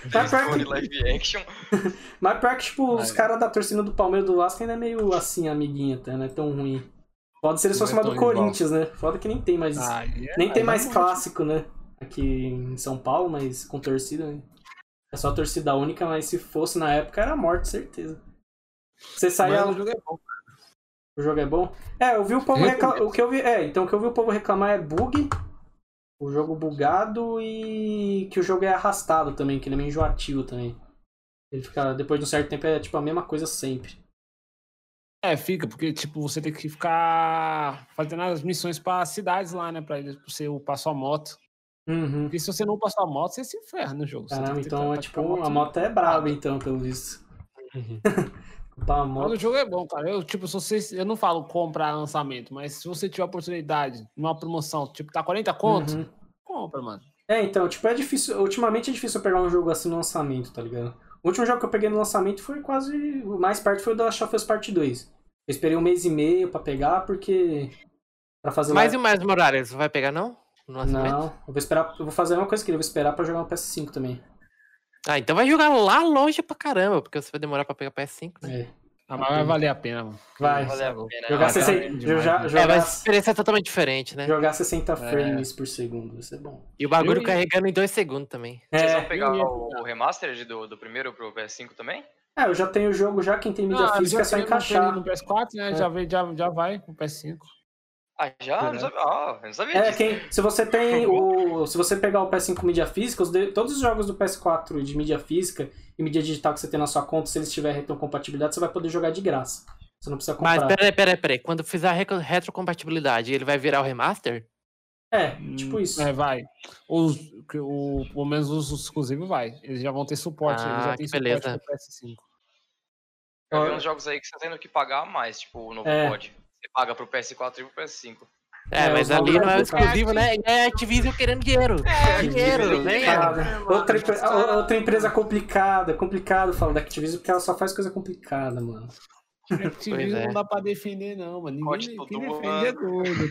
A: Mas pior que, tipo, os caras da torcida do Palmeiras do Vasco ainda é meio assim, amiguinha até, não é tão ruim. Pode ser se fosse uma do Corinthians, né? Foda que nem tem mais. Nem tem mais clássico, né? Aqui em São Paulo, mas com torcida, né? É só torcida única, mas se fosse na época era morte, certeza. Você saía.
C: O jogo é bom.
A: O jogo é bom? Eu vi o povo reclamar. O que eu vi o povo reclamar é bug. O jogo bugado e que o jogo é arrastado também, que ele é meio enjoativo também. Ele fica, depois de um certo tempo, é tipo a mesma coisa sempre.
C: Fica, porque tipo, você tem que ficar fazendo as missões pra cidades lá, né? Pra você upar sua moto. Porque se você não passar a moto, você se ferra no jogo.
A: Caramba, então é tipo, a moto é braba então, pelo visto.
C: Mas o jogo é bom, cara. Eu não falo comprar lançamento, mas se você tiver a oportunidade, numa promoção, tipo, tá 40 conto, compra, mano.
A: Então, tipo, é difícil. Ultimamente é difícil eu pegar um jogo assim no lançamento, tá ligado? O último jogo que eu peguei no lançamento foi quase. O mais perto foi o da Last of Us Part 2. Eu esperei 1 mês e meio pra pegar, porque. Pra fazer
B: mais e mais Morales, vai pegar não? No lançamento?
A: Não, eu vou esperar. Eu vou fazer a mesma coisa que ele, eu vou esperar pra jogar no PS5 também.
B: Então vai jogar lá longe pra caramba, porque você vai demorar pra pegar PS5, né?
C: Mas vai valer a pena, mano.
A: Vai
D: valer a pena.
A: Jogar 60.
B: A experiência é totalmente diferente, né?
A: Jogar 60 frames por segundo, isso é bom.
B: E o bagulho carregando em 2 segundos também.
D: Vocês vão pegar o remaster do primeiro pro PS5 também?
A: Eu já tenho o jogo, já quem tem mídia física é só encaixar.
C: No PS4, né? Já vai com o PS5.
D: Já? Eu não sabia disso.
A: Se você tem se você pegar o PS5 com mídia física, todos os jogos do PS4 de mídia física e mídia digital que você tem na sua conta, se eles tiverem retrocompatibilidade, você vai poder jogar de graça. Você não precisa comprar.
B: Mas peraí. Quando fizer a retrocompatibilidade, ele vai virar o remaster?
A: Tipo isso.
C: Vai. Pelo menos os exclusivos vai. Eles já vão ter suporte. Eles já têm suporte pro PS5.
D: Eu vi uns jogos aí que você tá tendo que pagar mais, tipo o novo COD. Você paga pro PS4 e pro PS5.
B: Mas ali não é exclusivo, né? É Activision querendo dinheiro. Dinheiro, né?
A: Outra empresa complicado falar da Activision, porque ela só faz coisa complicada, mano.
C: Activision não dá pra defender, não, mano. Ninguém defende é doido,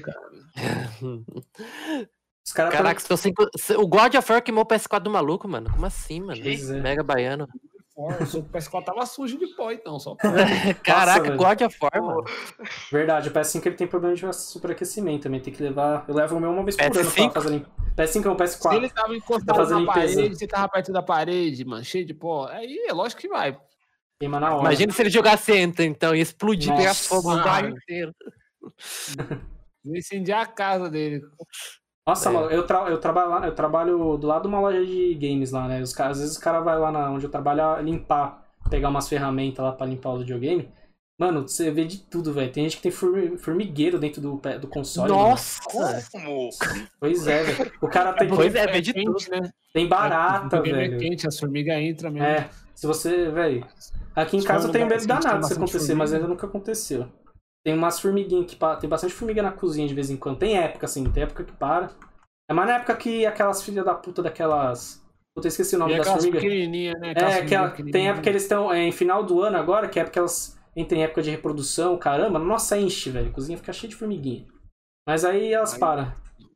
C: cara.
B: Caraca, o God of War queimou o PS4 do maluco, mano. Como assim, mano? Mega baiano.
C: O PS4 tava sujo de pó, então. Só
B: Caraca, God of War, mano.
A: Verdade, o PS5 ele tem problema de superaquecimento também. Tem que levar. Eu levo o meu uma vez por ano pra fazer PS5 ou PS4.
C: Se ele tava encostado na parede, você tava perto da parede, mano, cheio de pó, aí é lógico que vai.
A: Queima na hora.
B: Imagina se ele jogasse Enter, então, ia explodir,
A: Nossa,
B: pegar fogo no bairro inteiro.
C: Ia incendiar a casa dele.
A: Nossa, mano, eu trabalho do lado de uma loja de games lá, né? Às vezes os caras vão lá onde eu trabalho limpar, pegar umas ferramentas lá pra limpar o videogame. Mano, você vê de tudo, velho. Tem gente que tem formigueiro dentro do console.
B: Nossa!
D: Como?
A: Pois é, velho. O cara tem...
B: Pois é, vê de tudo.
C: Né?
A: Tem barata,
C: O
A: velho.
C: é quente, as formigas entram mesmo.
A: É, se você, velho... Aqui em casa eu tenho medo danado se acontecer, mas ainda nunca aconteceu. Tem umas formiguinhas que tem bastante formiga na cozinha de vez em quando. Tem época, assim, tem época que para. É mais na época que aquelas filhas da puta daquelas... Puta, eu esqueci o nome das formigas.
C: Pequenininhas, né?
A: Tem época que eles estão em final do ano agora, que é época que elas entram em época de reprodução, caramba. Nossa, enche, velho. A cozinha fica cheia de formiguinha. Mas aí elas param.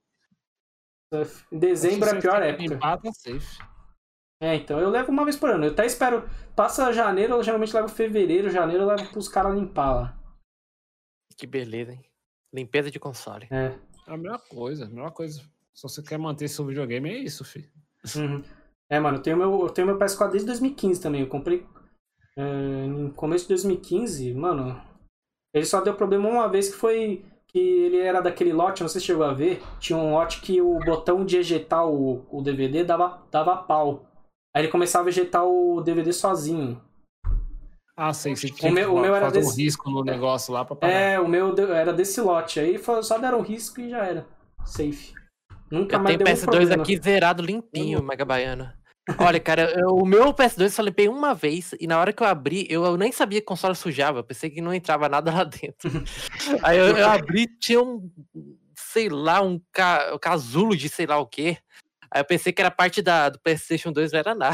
A: Em dezembro é a pior época.
C: Limpar, tá safe.
A: Então eu levo uma vez por ano. Eu até espero... Passa janeiro, eu geralmente levo fevereiro, janeiro eu levo pros caras limpar lá. Que
B: beleza, hein? Limpeza de console.
A: É
C: a melhor coisa, Se você quer manter seu videogame, é isso, filho.
A: Uhum. Mano, eu tenho meu PS4 desde 2015 também. Eu comprei no começo de 2015, mano. Ele só deu problema uma vez que ele era daquele lote, não sei se chegou a ver. Tinha um lote que o botão de ejetar o DVD dava pau. Aí ele começava a ejetar o DVD sozinho.
C: Ah, sei. Você tinha
A: o meu era
C: desse... um risco no negócio lá pra parar.
A: O meu era desse lote. Aí só deram risco e já era. Safe. Nunca
B: eu
A: mais
B: tenho
A: deu
B: PS2
A: problema.
B: Aqui zerado limpinho, Mega Baiana. Olha, cara, o meu PS2 eu só limpei uma vez e na hora que eu abri, eu nem sabia que o console sujava. Eu pensei que não entrava nada lá dentro. Aí eu abri, tinha sei lá, um casulo de sei lá o quê. Aí eu pensei que era parte do PlayStation 2, não era nada.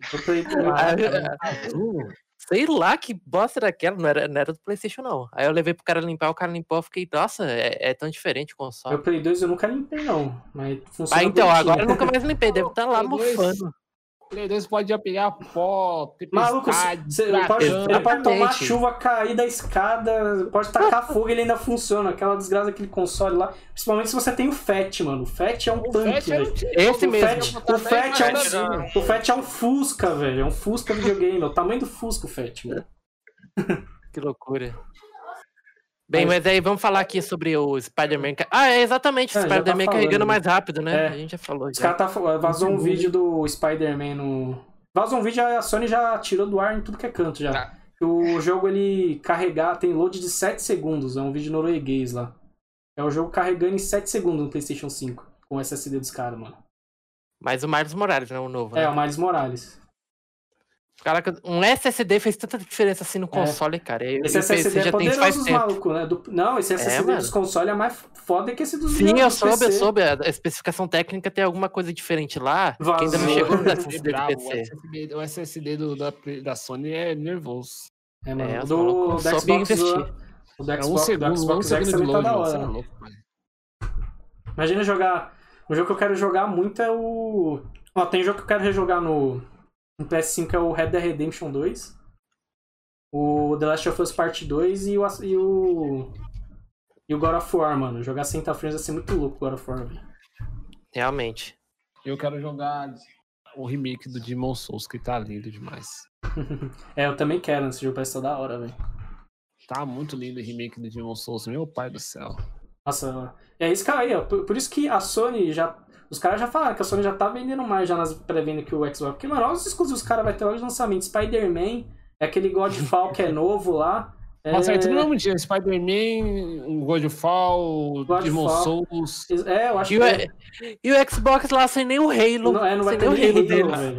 B: Sei lá que bosta era aquela, não era do PlayStation não. Aí eu levei pro cara limpar, o cara limpou, eu fiquei, nossa, é tão diferente o console.
A: Meu Play 2 eu nunca limpei não, mas funciona
B: então,
A: bonitinho.
B: agora eu nunca mais limpei, deve estar lá mofando.
C: Play 2 pode já pegar pó,
A: maluco, ele pode tomar chuva, cair da escada, pode tacar fogo e ele ainda funciona. Aquela desgraça daquele console lá. Principalmente se você tem o FAT, mano. O FAT é um tanque, velho.
B: Esse mesmo.
A: O FAT é um Fusca, velho. É um Fusca videogame. É o tamanho do Fusca o FAT, mano.
B: Que loucura. Bem, mas aí vamos falar aqui sobre o Spider-Man. Exatamente, o Spider-Man carregando mais rápido, né? A gente já falou.
A: Os caras vazou um vídeo do Spider-Man no... Vazou um vídeo, a Sony já tirou do ar em tudo que é canto já. O jogo, ele tem load de 7 segundos. É um vídeo norueguês lá. É o jogo carregando em 7 segundos no PlayStation 5. Com o SSD dos caras, mano.
B: Mas o Miles Morales, né? O novo, né?
A: O Miles Morales.
B: Caraca, um SSD fez tanta diferença assim no console, cara.
A: Esse SSD é poderoso dos malucos, né? Não, esse SSD dos consoles é mais foda que esse dos
B: Sim, eu soube. A especificação técnica tem alguma coisa diferente lá. Que ainda não chegou no SSD do PC.
C: O SSD da Sony é nervoso.
A: Mano. Do Xbox One. O do Xbox X também tá da hora. Imagina jogar... Um jogo que eu quero jogar muito é o... tem um jogo que eu quero rejogar no PS5, é o Red Dead Redemption 2, o The Last of Us Part 2 e o God of War, mano. Jogar sem frames vai ser muito louco, God of War, velho.
B: Realmente.
C: Eu quero jogar o remake do Demon's Souls, que tá lindo demais.
A: Eu também quero, esse jogo parece estar da hora, velho.
C: Tá muito lindo o remake do Demon's Souls, meu pai do céu.
A: Nossa, é isso, cara, aí, ó. Por isso que a Sony já... Os caras já falaram que a Sony já tá vendendo mais já nas pré-vendas que o Xbox. Porque, mano, olha os exclusivos que o cara vai ter logo de lançamento. Spider-Man, aquele Godfall que é novo lá.
C: Nossa, é tudo no mesmo dia. Spider-Man, Godfall, Demon's Souls.
A: Eu acho
B: que... E o Xbox lá sem nem o Halo.
A: Não vai ter nem o Halo dele, velho.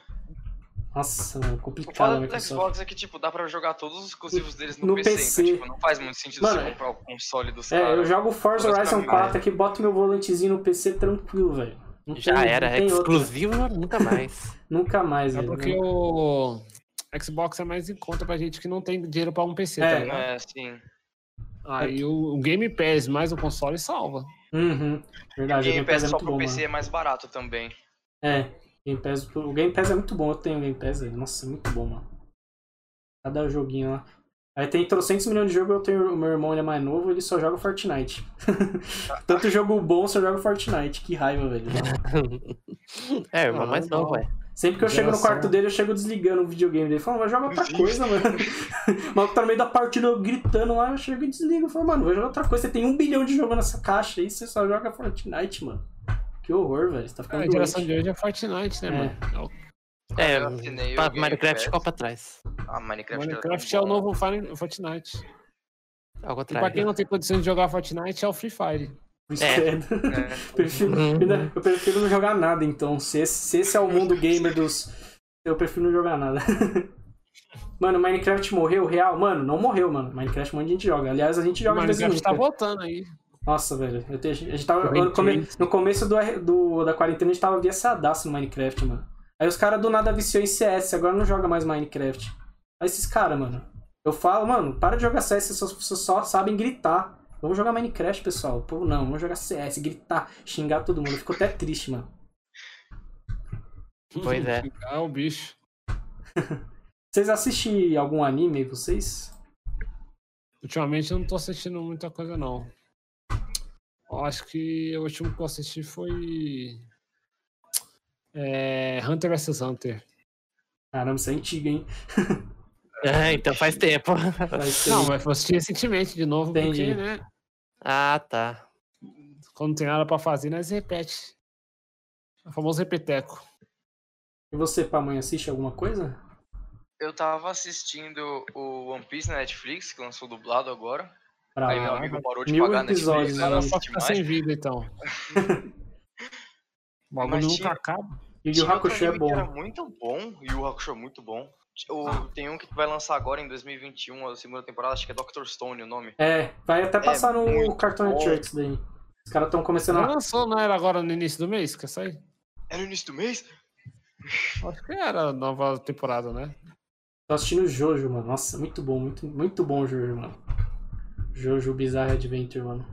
A: Nossa, mano, complicado.
D: O Xbox é que, tipo, dá pra jogar todos os exclusivos deles no PC. Então, tipo, não faz muito sentido você comprar o console dos caras.
A: Eu jogo Forza Horizon 4 aqui, boto meu volantezinho no PC tranquilo, velho.
B: Já era, exclusivo nunca mais.
A: Nunca mais, velho.
C: É porque o Xbox é mais em conta pra gente que não tem dinheiro pra um PC, tá ligado?
D: Sim.
C: Aí o Game Pass mais o console salva.
A: Verdade,
D: o Game Pass só pro PC é mais barato também.
A: O Game Pass é muito bom, eu tenho o Game Pass aí. Nossa, é muito bom, mano. Cada joguinho lá. Aí tem 300 milhões de jogos, o meu irmão, ele é mais novo, ele só joga Fortnite. Tanto jogo bom, só joga Fortnite. Que raiva, velho.
B: O irmão mais novo,
A: Sempre que eu chego no quarto dele, eu chego desligando o videogame dele. Falo, vai jogar outra coisa, mano. O maluco tá no meio da partida, eu gritando lá, eu chego e desligo. Eu falo, mano, vai jogar outra coisa. Você tem 1 bilhão de jogo nessa caixa aí, você só joga Fortnite, mano. Que horror, velho. Você tá ficando
C: A geração de hoje é Fortnite, né, mano?
B: Minecraft ficou pra trás.
C: Minecraft é o novo Fortnite.
B: Ao
C: E
B: contrário.
C: pra quem não tem condições de jogar Fortnite, é o Free Fire.
A: Eu prefiro não jogar nada, então. Se esse é o mundo gamer dos... Eu prefiro não jogar nada. Mano, Minecraft morreu real? Mano, não morreu, mano. Minecraft um monte de gente joga. Aliás, a gente joga de vez em
C: Minecraft
A: quando.
C: tá voltando aí.
A: Nossa, velho. A gente tava... No começo da quarentena, a gente tava viçadaço no Minecraft, mano. Aí os caras do nada viciou em CS, agora não joga mais Minecraft. Aí esses caras, mano. Eu falo, mano, para de jogar CS, vocês só sabem gritar. Vamos jogar Minecraft, pessoal. Pô, não, vamos jogar CS, gritar, xingar todo mundo. Ficou até triste, mano.
B: Pois é.
C: É o bicho.
A: Vocês assistem algum anime, vocês?
C: Ultimamente eu não tô assistindo muita coisa, não. Eu acho que o último que eu assisti foi... Hunter vs Hunter.
A: Caramba, isso é antigo, hein?
B: Então faz tempo.
C: Não, mas eu assisti recentemente de novo,
A: Entendi.
C: porque, né?
B: Ah, tá.
C: Quando não tem nada pra fazer, nós repete. O famoso repeteco.
A: E você, Pamonha, assiste alguma coisa?
D: Eu tava assistindo o One Piece na Netflix, que lançou dublado agora. Aí meu amigo parou de
A: 1000
D: pagar a
A: episódios,
D: Netflix,
A: né?
D: eu não
C: Só
D: assisti
C: fica
D: mais.
C: sem vida, então. O bagulho
D: Mas
C: nunca
D: tinha-
C: acaba.
A: Yu Yu
D: Tinha outro
A: Hakusho é
D: anime que era
A: bom.
D: muito bom, Yu Yu Hakusho é muito bom. Tem um que vai lançar agora em 2021, a segunda temporada, acho que é Dr. Stone o nome.
A: Vai até passar no
D: muito
A: Cartoon
D: bom.
A: Network isso daí. Os caras estão começando
C: Já
A: a...
C: lançou, não era agora no início do mês? Quer sair?
D: É no início do mês?
C: Acho que era a nova temporada, né?
A: Tô assistindo o Jojo, mano. Nossa, muito bom, muito bom o Jojo, mano. Jojo Bizarre Adventure, mano.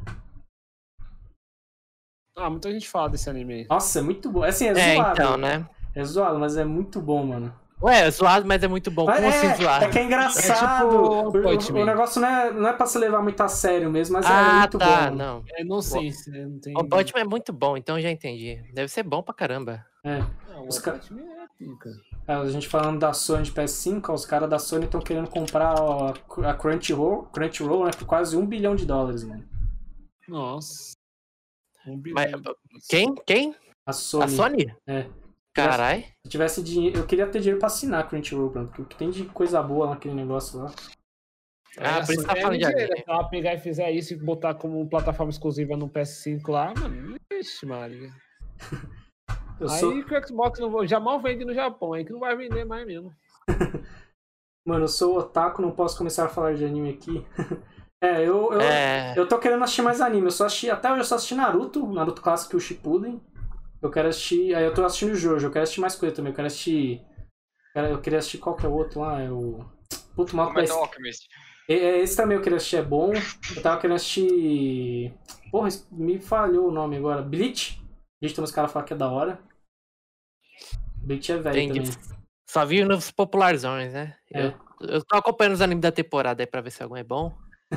C: Muita gente fala desse anime aí.
A: Nossa, é muito bom. Assim, é zoado.
B: Então, né?
A: É zoado, mas é muito bom, mano.
B: Ué, é zoado, mas é muito bom. Como assim zoado?
A: É que é engraçado.
C: É tipo
A: O negócio não é pra se levar muito a sério mesmo, mas é muito bom.
B: Tá,
A: mano.
B: não.
C: É nonsense, né? Não tem...
B: O Batman é muito bom, então eu já entendi. Deve ser bom pra caramba.
A: Os
C: o Batman é pica.
A: A gente falando da Sony de PS5, ó, os caras da Sony estão querendo comprar a Crunchyroll, né, por quase $1 bilhão, mano.
C: Nossa.
B: Mas, quem?
A: A Sony.
B: A Sony?
A: É.
B: Carai.
A: Se tivesse dinheiro, eu queria ter dinheiro pra assinar a Crunchyroll, mano, porque o que tem de coisa boa naquele negócio lá.
B: Por isso que tá falando de anime.
C: Se ela pegar e fizer isso e botar como plataforma exclusiva no PS5 lá, mano, vixe, Maria. Aí que o Xbox já mal vende no Japão, aí que não vai vender mais mesmo.
A: Mano, eu sou otaku, não posso começar a falar de anime aqui. Eu tô querendo assistir mais anime. Até hoje eu só assisti Naruto clássico e o Shippuden. Eu quero assistir. Aí eu tô assistindo Jojo, eu quero assistir mais coisa também. Eu queria assistir qual que é o outro lá, é o. Puto, mal
D: Metal Alchemist.
A: Esse também eu queria assistir, é bom. Eu tava querendo assistir. Porra, me falhou o nome agora. Bleach. Bleach tem uns caras falando que é da hora. Bleach é velho também.
B: Só vi nos popularzões, né? Eu tô acompanhando os animes da temporada aí pra ver se algum é bom.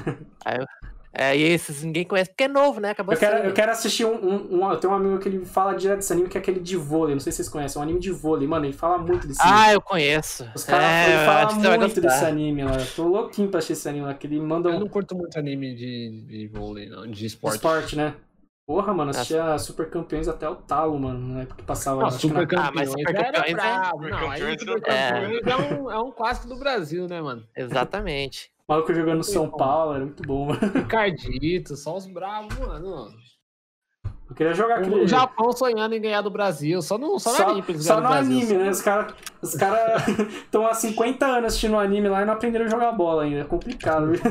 B: E esses ninguém conhece, porque é novo, né? Acabou
A: eu quero assistir eu tenho um amigo que ele fala direto desse anime, que é aquele de vôlei. Não sei se vocês conhecem, é um anime de vôlei. Mano, ele fala muito desse anime.
B: Eu conheço.
A: Os caras falam muito desse anime lá. Eu tô louquinho pra assistir esse anime lá, que ele manda
C: Eu não curto muito anime de vôlei, não, de esporte.
A: Esporte, né? Porra, mano, assistia Super Campeões até o talo, mano, na época que passava...
C: Super Campeões,
B: mas Super Campeões
C: é um clássico do Brasil, né, mano?
B: Exatamente.
A: O maluco jogando no São Paulo, era muito bom, mano.
C: Ricardito, só os bravos, mano.
A: Eu queria jogar aquele...
C: O Japão sonhando em ganhar do Brasil, só no anime.
A: Só no anime, né? Os caras estão há 50 anos assistindo anime lá e não aprenderam a jogar bola ainda. É complicado, viu?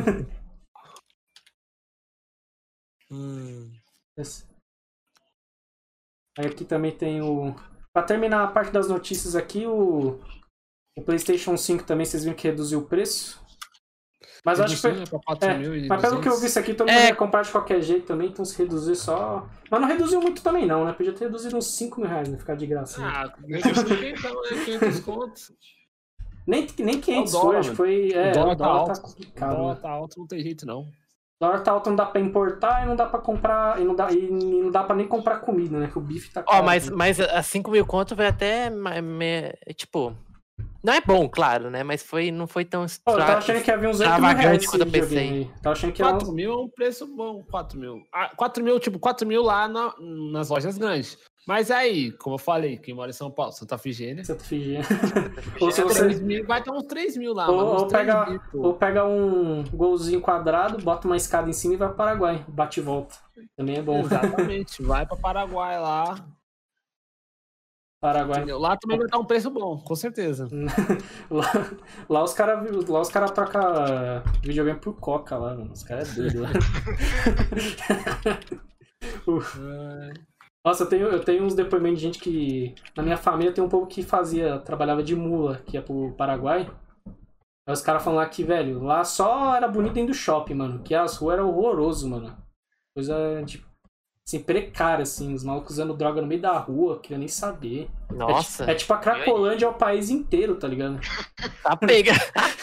A: Aí aqui também tem o... Pra terminar a parte das notícias aqui, o PlayStation 5 também, vocês viram que reduziu o preço. Mas eu acho que mas pelo que eu vi isso aqui, todo mundo ia comprar de qualquer jeito também, então se reduzir só... Mas não reduziu muito também não, né? Podia ter reduzido uns R$5.000, né? Ficar de graça. Né?
C: Então, né? 500 contos.
A: Nem 500
C: foi,
A: acho que foi...
C: O dólar tá
A: tá
C: alto.
A: complicado.
C: O dólar tá alto, não tem jeito não.
A: dólar tá alto, não dá pra importar e não dá pra comprar. E não dá pra nem comprar comida, né? Que o bife tá caro.
B: Mas a 5 mil conto vai até. Tipo. Não é bom, claro, né? Mas não foi tão
A: eu tava achando que havia uns 8 mil reais
B: quando eu pensei.
A: Tava achando que
C: 4 mil é um preço bom, 4 mil. 4 mil, tipo, 4 mil lá nas lojas grandes. Mas aí, como eu falei, quem mora em São Paulo, Santa Efigênia.
A: Ou se você...
C: 3 mil, vai ter uns 3 mil lá,
A: ou pega um golzinho quadrado, bota uma escada em cima e vai pro Paraguai. Bate e volta. Também é bom.
C: Exatamente, vai pra Paraguai lá.
A: Paraguai.
C: Lá também vai estar um preço bom, com certeza.
A: lá os caras trocam videogame por coca lá, mano. Os caras é doido lá. Nossa, eu tenho uns depoimentos de gente que... Na minha família tem um povo que trabalhava de mula, que ia pro Paraguai. Aí os caras falam lá que, velho, lá só era bonito dentro do shopping, mano. Que as ruas eram horroroso, mano. Coisa de... Assim, precária, assim, os malucos usando droga no meio da rua, queria nem saber.
B: Nossa.
A: É tipo a Cracolândia ao país inteiro, tá ligado?
B: Tá pega.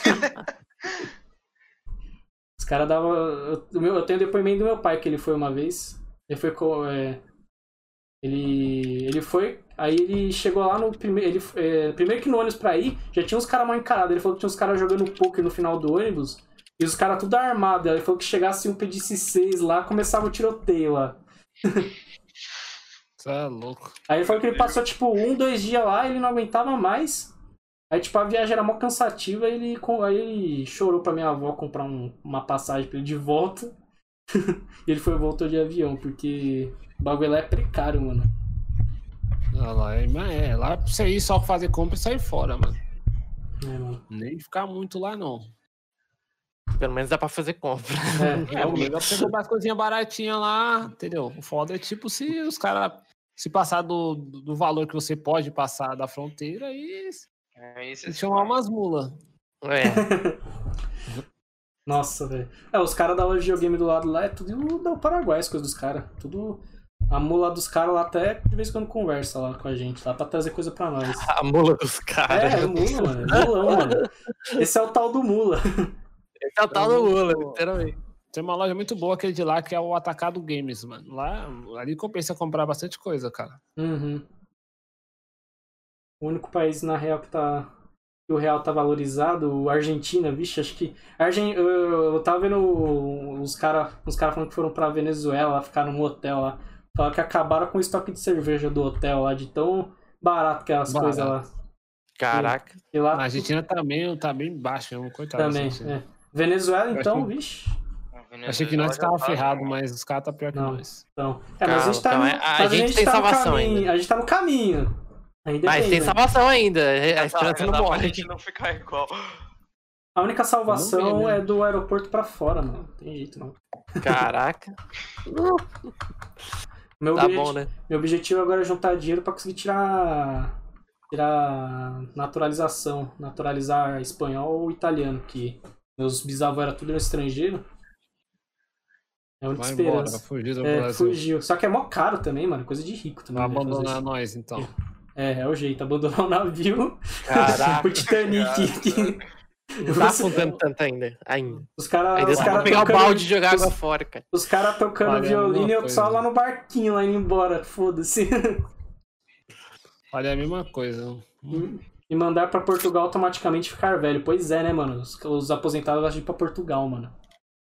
A: Os caras davam... Eu tenho depoimento do meu pai, que ele foi uma vez. Ele foi com... Ele foi... Aí ele chegou lá no primeiro... primeiro que no ônibus pra ir, já tinha uns caras mal encarados. Ele falou que tinha uns caras jogando poker no final do ônibus. E os caras tudo armados. Aí ele falou que chegasse um pedisse 6 lá, começava o tiroteio lá.
C: Isso é louco.
A: Aí ele falou que ele passou tipo 2 dias lá e ele não aguentava mais. Aí tipo a viagem era mó cansativa e aí ele chorou pra minha avó comprar uma passagem pra ele de volta. E ele voltou de avião, porque o bagulho lá é precário, mano.
C: Lá pra você ir só fazer compra e sair fora, mano.
A: Mano.
C: Nem ficar muito lá, não.
B: Pelo menos dá pra fazer compra.
C: O melhor pra você comprar as coisinhas baratinhas lá, entendeu? O foda é tipo se os caras se passar do valor que você pode passar da fronteira e chamar umas mulas.
A: Nossa, velho. Os caras da loja de videogame do lado lá é tudo do Paraguai, as coisas dos caras. Tudo. A mula dos caras lá até de vez em quando conversa lá com a gente, lá pra trazer coisa pra nós.
B: A mula dos caras.
A: Mula, mano. Mulão, mano. Esse é o tal do mula.
B: Esse é o tal do mula, literalmente.
C: Tem uma loja muito boa, aquele de lá, que é o Atacado Games, mano. Ali compensa comprar bastante coisa, cara.
A: Uhum. O único país, na real, que o real tá valorizado, a Argentina, vixe, acho que... Eu tava vendo os caras falando que foram pra Venezuela, ficaram no hotel lá. Falaram que acabaram com o estoque de cerveja do hotel lá, de tão barato que é as coisas lá.
B: Caraca.
A: E lá,
C: a Argentina tá bem baixo, mesmo, coitado.
A: Também, Venezuela, então, vixe...
C: Achei que nós tava ferrado, mas os caras tá pior que nós.
A: Então, mas a gente tá
B: a gente tem salvação ainda.
A: A gente tá no caminho.
B: Mas tem salvação ainda. A esperança não morre.
D: A gente não ficar igual.
A: A única salvação é do aeroporto pra fora, mano. Não tem jeito, não.
B: Caraca. Bom, né?
A: Meu objetivo agora é juntar dinheiro pra conseguir tirar naturalização. Naturalizar espanhol ou italiano, que meus bisavós eram tudo no estrangeiro. É a única esperança.
C: Fugir do Brasil.
A: Fugiu. Só que é mó caro também, mano. Coisa de rico também.
C: Vai abandonar nós, então.
A: É o jeito. Abandonar o navio.
B: Caraca.
A: O Titanic.
B: Não tá afundando tanto ainda.
A: Os caras
B: pegar o balde e jogar água fora, cara.
A: Os caras tocando violino e eu só lá no barquinho, lá indo embora. Foda-se.
C: Olha, a mesma coisa.
A: E mandar pra Portugal automaticamente ficar velho. Pois é, né, mano? Os aposentados vão ir pra Portugal, mano.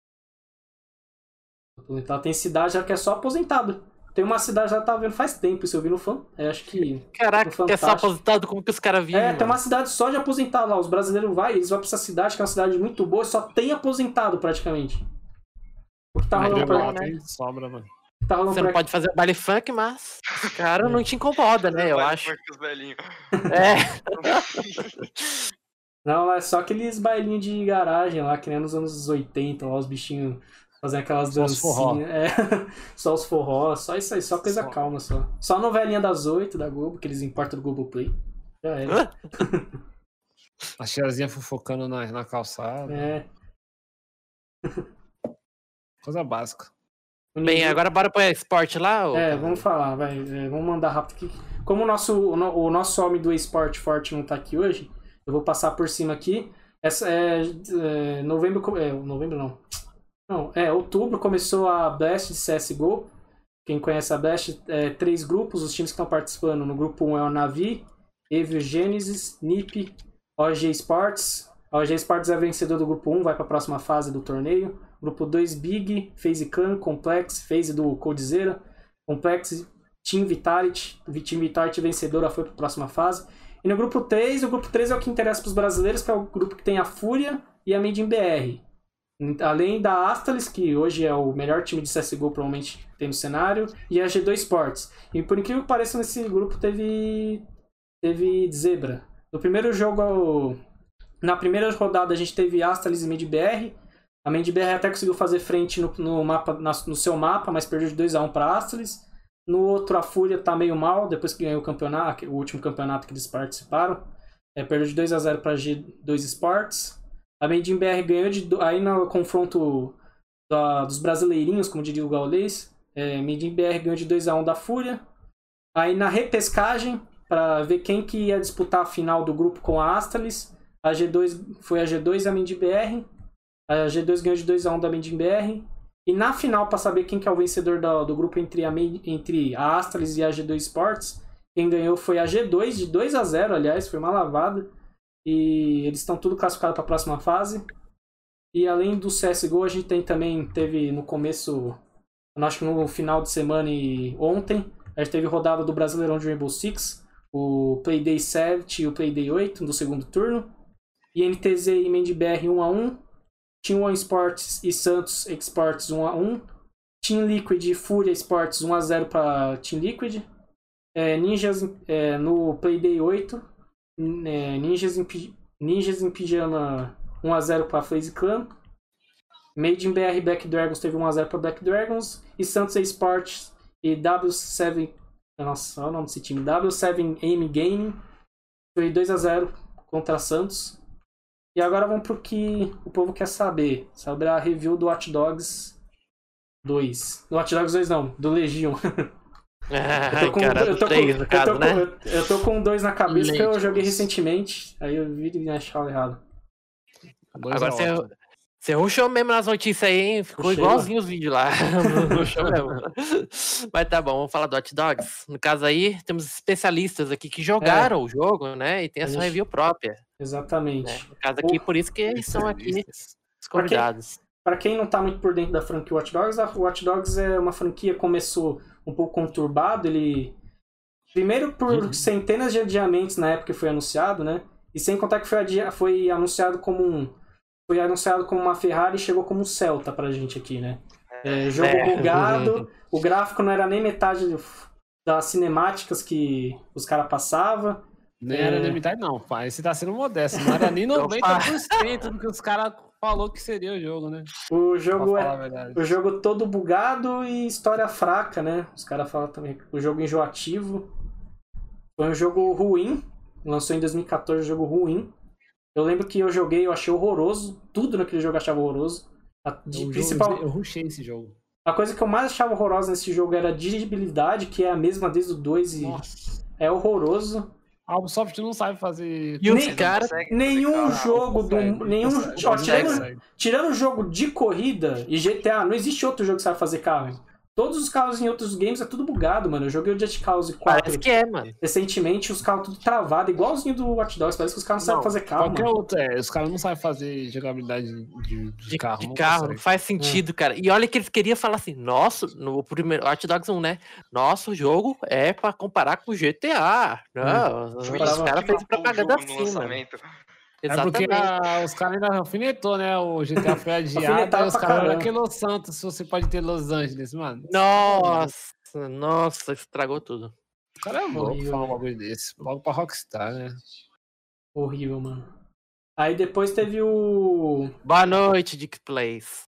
A: Aposentado. Tem cidade já que é só aposentado. Tem uma cidade já que tava vendo faz tempo, isso eu vi no fã. Acho que.
B: Caraca, que é só aposentado, como que os caras vivem?
A: Tem uma cidade só de aposentado lá. Os brasileiros eles vão pra essa cidade, que é uma cidade muito boa, só tem aposentado praticamente. O que tá rolando por aí, né?
C: Sobra, mano.
B: Você não pode fazer baile funk, mas os caras não te incomoda, né? Eu acho.
A: Não, é só aqueles bailinhos de garagem lá, que nem nos anos 80, lá os bichinhos fazendo aquelas dancinhas. Só os forró, só isso aí, só coisa calma só. Só a novelinha das 8 da Globo, que eles importam do Globoplay. Já era.
C: A tiazinha fofocando na calçada. Coisa básica.
B: Bem, agora bora pro esporte lá?
A: Vamos falar, vai. Vamos mandar rápido aqui. Como o nosso homem do esporte forte não tá aqui hoje, eu vou passar por cima aqui. Essa novembro não. Não, outubro começou a Blast de CSGO. Quem conhece a Blast, 3 grupos, os times que estão participando. No grupo 1 é o Navi, Evil Genesis, NiP, OG Sports. A OG Sports é vencedor do grupo 1, vai para a próxima fase do torneio. Grupo 2, Big, FaZe Clan, Complex, FaZe do Coldzera, Complex, Team Vitality. O Team Vitality vencedora foi para a próxima fase. E no grupo 3, o grupo 3 é o que interessa para os brasileiros, que é o grupo que tem a Fúria e a Made in BR. Além da Astralis, que hoje é o melhor time de CSGO provavelmente tem no cenário, e a G2 Sports. E por incrível que pareça, nesse grupo teve zebra. No primeiro jogo, na primeira rodada, a gente teve Astralis e MidBR. A MidBR até conseguiu fazer frente no seu mapa, mas perdeu de 2-1 para a Astralis. No outro, a Fúria tá meio mal, depois que ganhou o último campeonato que eles participaram. Perdeu de 2-0 para a G2 Sports. A Made in BR ganhou aí no confronto dos brasileirinhos, como diria o Gaulês. Made in BR ganhou de 2-1 da Fúria. Aí na repescagem, para ver quem que ia disputar a final do grupo com a Astralis, foi a G2 e a Made in BR. A G2 ganhou de 2-1 da Made in BR. E na final, para saber quem que é o vencedor do grupo entre a Astralis e a G2 Sports, quem ganhou foi a G2, de 2-0, aliás, foi uma lavada. E eles estão tudo classificados para a próxima fase. E além do CSGO, a gente teve no começo, acho que no final de semana e ontem, a gente teve rodada do Brasileirão de Rainbow Six, o Playday 7 e o Playday 8 do segundo turno. E NTZ e MendBR 1-1. Team One Sports e Santos Exports 1-1. Team Liquid e Fúria Sports 1-0 para Team Liquid. Ninjas no Playday 8. Ninjas em Pijama 1-0 para FaZe Clan. Made in BR Black Dragons teve 1-0 para Black Dragons. E Santos Esports e W7. Nossa, olha o nome desse time. W7 Aim Gaming foi 2-0 contra Santos. E agora vamos pro que o povo quer saber. Sobre a review do Watch Dogs 2. Do Watch Dogs 2 não, do Legion. Eu tô com 2 na cabeça que eu joguei recentemente. Aí eu vi e achava errado.
B: Agora você rushou mesmo nas notícias aí, hein? Ficou igualzinho os vídeos lá. Rushou mesmo. Mas tá bom, vamos falar do Watch Dogs. No caso aí, temos especialistas aqui que jogaram o jogo, né? E tem a sua review própria.
A: Exatamente.
B: No caso aqui, por isso que eles são aqui os convidados.
A: Para quem não tá muito por dentro da franquia Watch Dogs, a Watch Dogs é uma franquia que começou um pouco conturbado. Ele primeiro por centenas de adiamentos na época que foi anunciado, né? E sem contar que foi anunciado como uma Ferrari e chegou como um Celta pra gente aqui, né? Jogo bugado, o gráfico não era nem metade das cinemáticas que os caras passavam.
C: Nem era nem metade não, pai. Você tá sendo modesto. Não era nem 90% do que os caras falou que seria o jogo, né?
A: O jogo todo bugado e história fraca, né? Os caras falam também. O jogo enjoativo. Foi um jogo ruim. Lançou em 2014, um jogo ruim. Eu lembro que eu joguei, eu achei horroroso. Tudo naquele jogo eu achava horroroso.
C: Eu rushei esse jogo.
A: A coisa que eu mais achava horrorosa nesse jogo era a dirigibilidade, que é a mesma desde o 2 e é horroroso.
C: A Ubisoft não sabe fazer...
B: E os caras...
A: Nenhum jogo do... Tirando o jogo de corrida e GTA, não existe outro jogo que sabe fazer carro. Todos os carros em outros games é tudo bugado, mano. Eu joguei o Just Cause 4
B: parece que mano.
A: Recentemente, os carros tudo travado, igualzinho do Watch Dogs. Parece que os caras não sabem fazer carro.
C: Qualquer outro, os caras não sabem fazer jogabilidade de carro.
B: De carro, não faz sentido, cara. E olha que eles queriam falar assim, nossa, no primeiro Watch Dogs 1, né? Nosso jogo é pra comparar com o GTA. Não, os caras fez propaganda assim, mano.
C: Exatamente. É porque os caras ainda alfinetou, né? O GTA foi adiado, aí os caras aqui Los Santos, se você pode ter Los Angeles, mano.
B: Nossa, estragou tudo.
C: O cara é louco falar um bagulho desse. Logo pra Rockstar, né?
A: Horrível, mano. Aí depois teve o...
B: Boa noite, Dick Plays.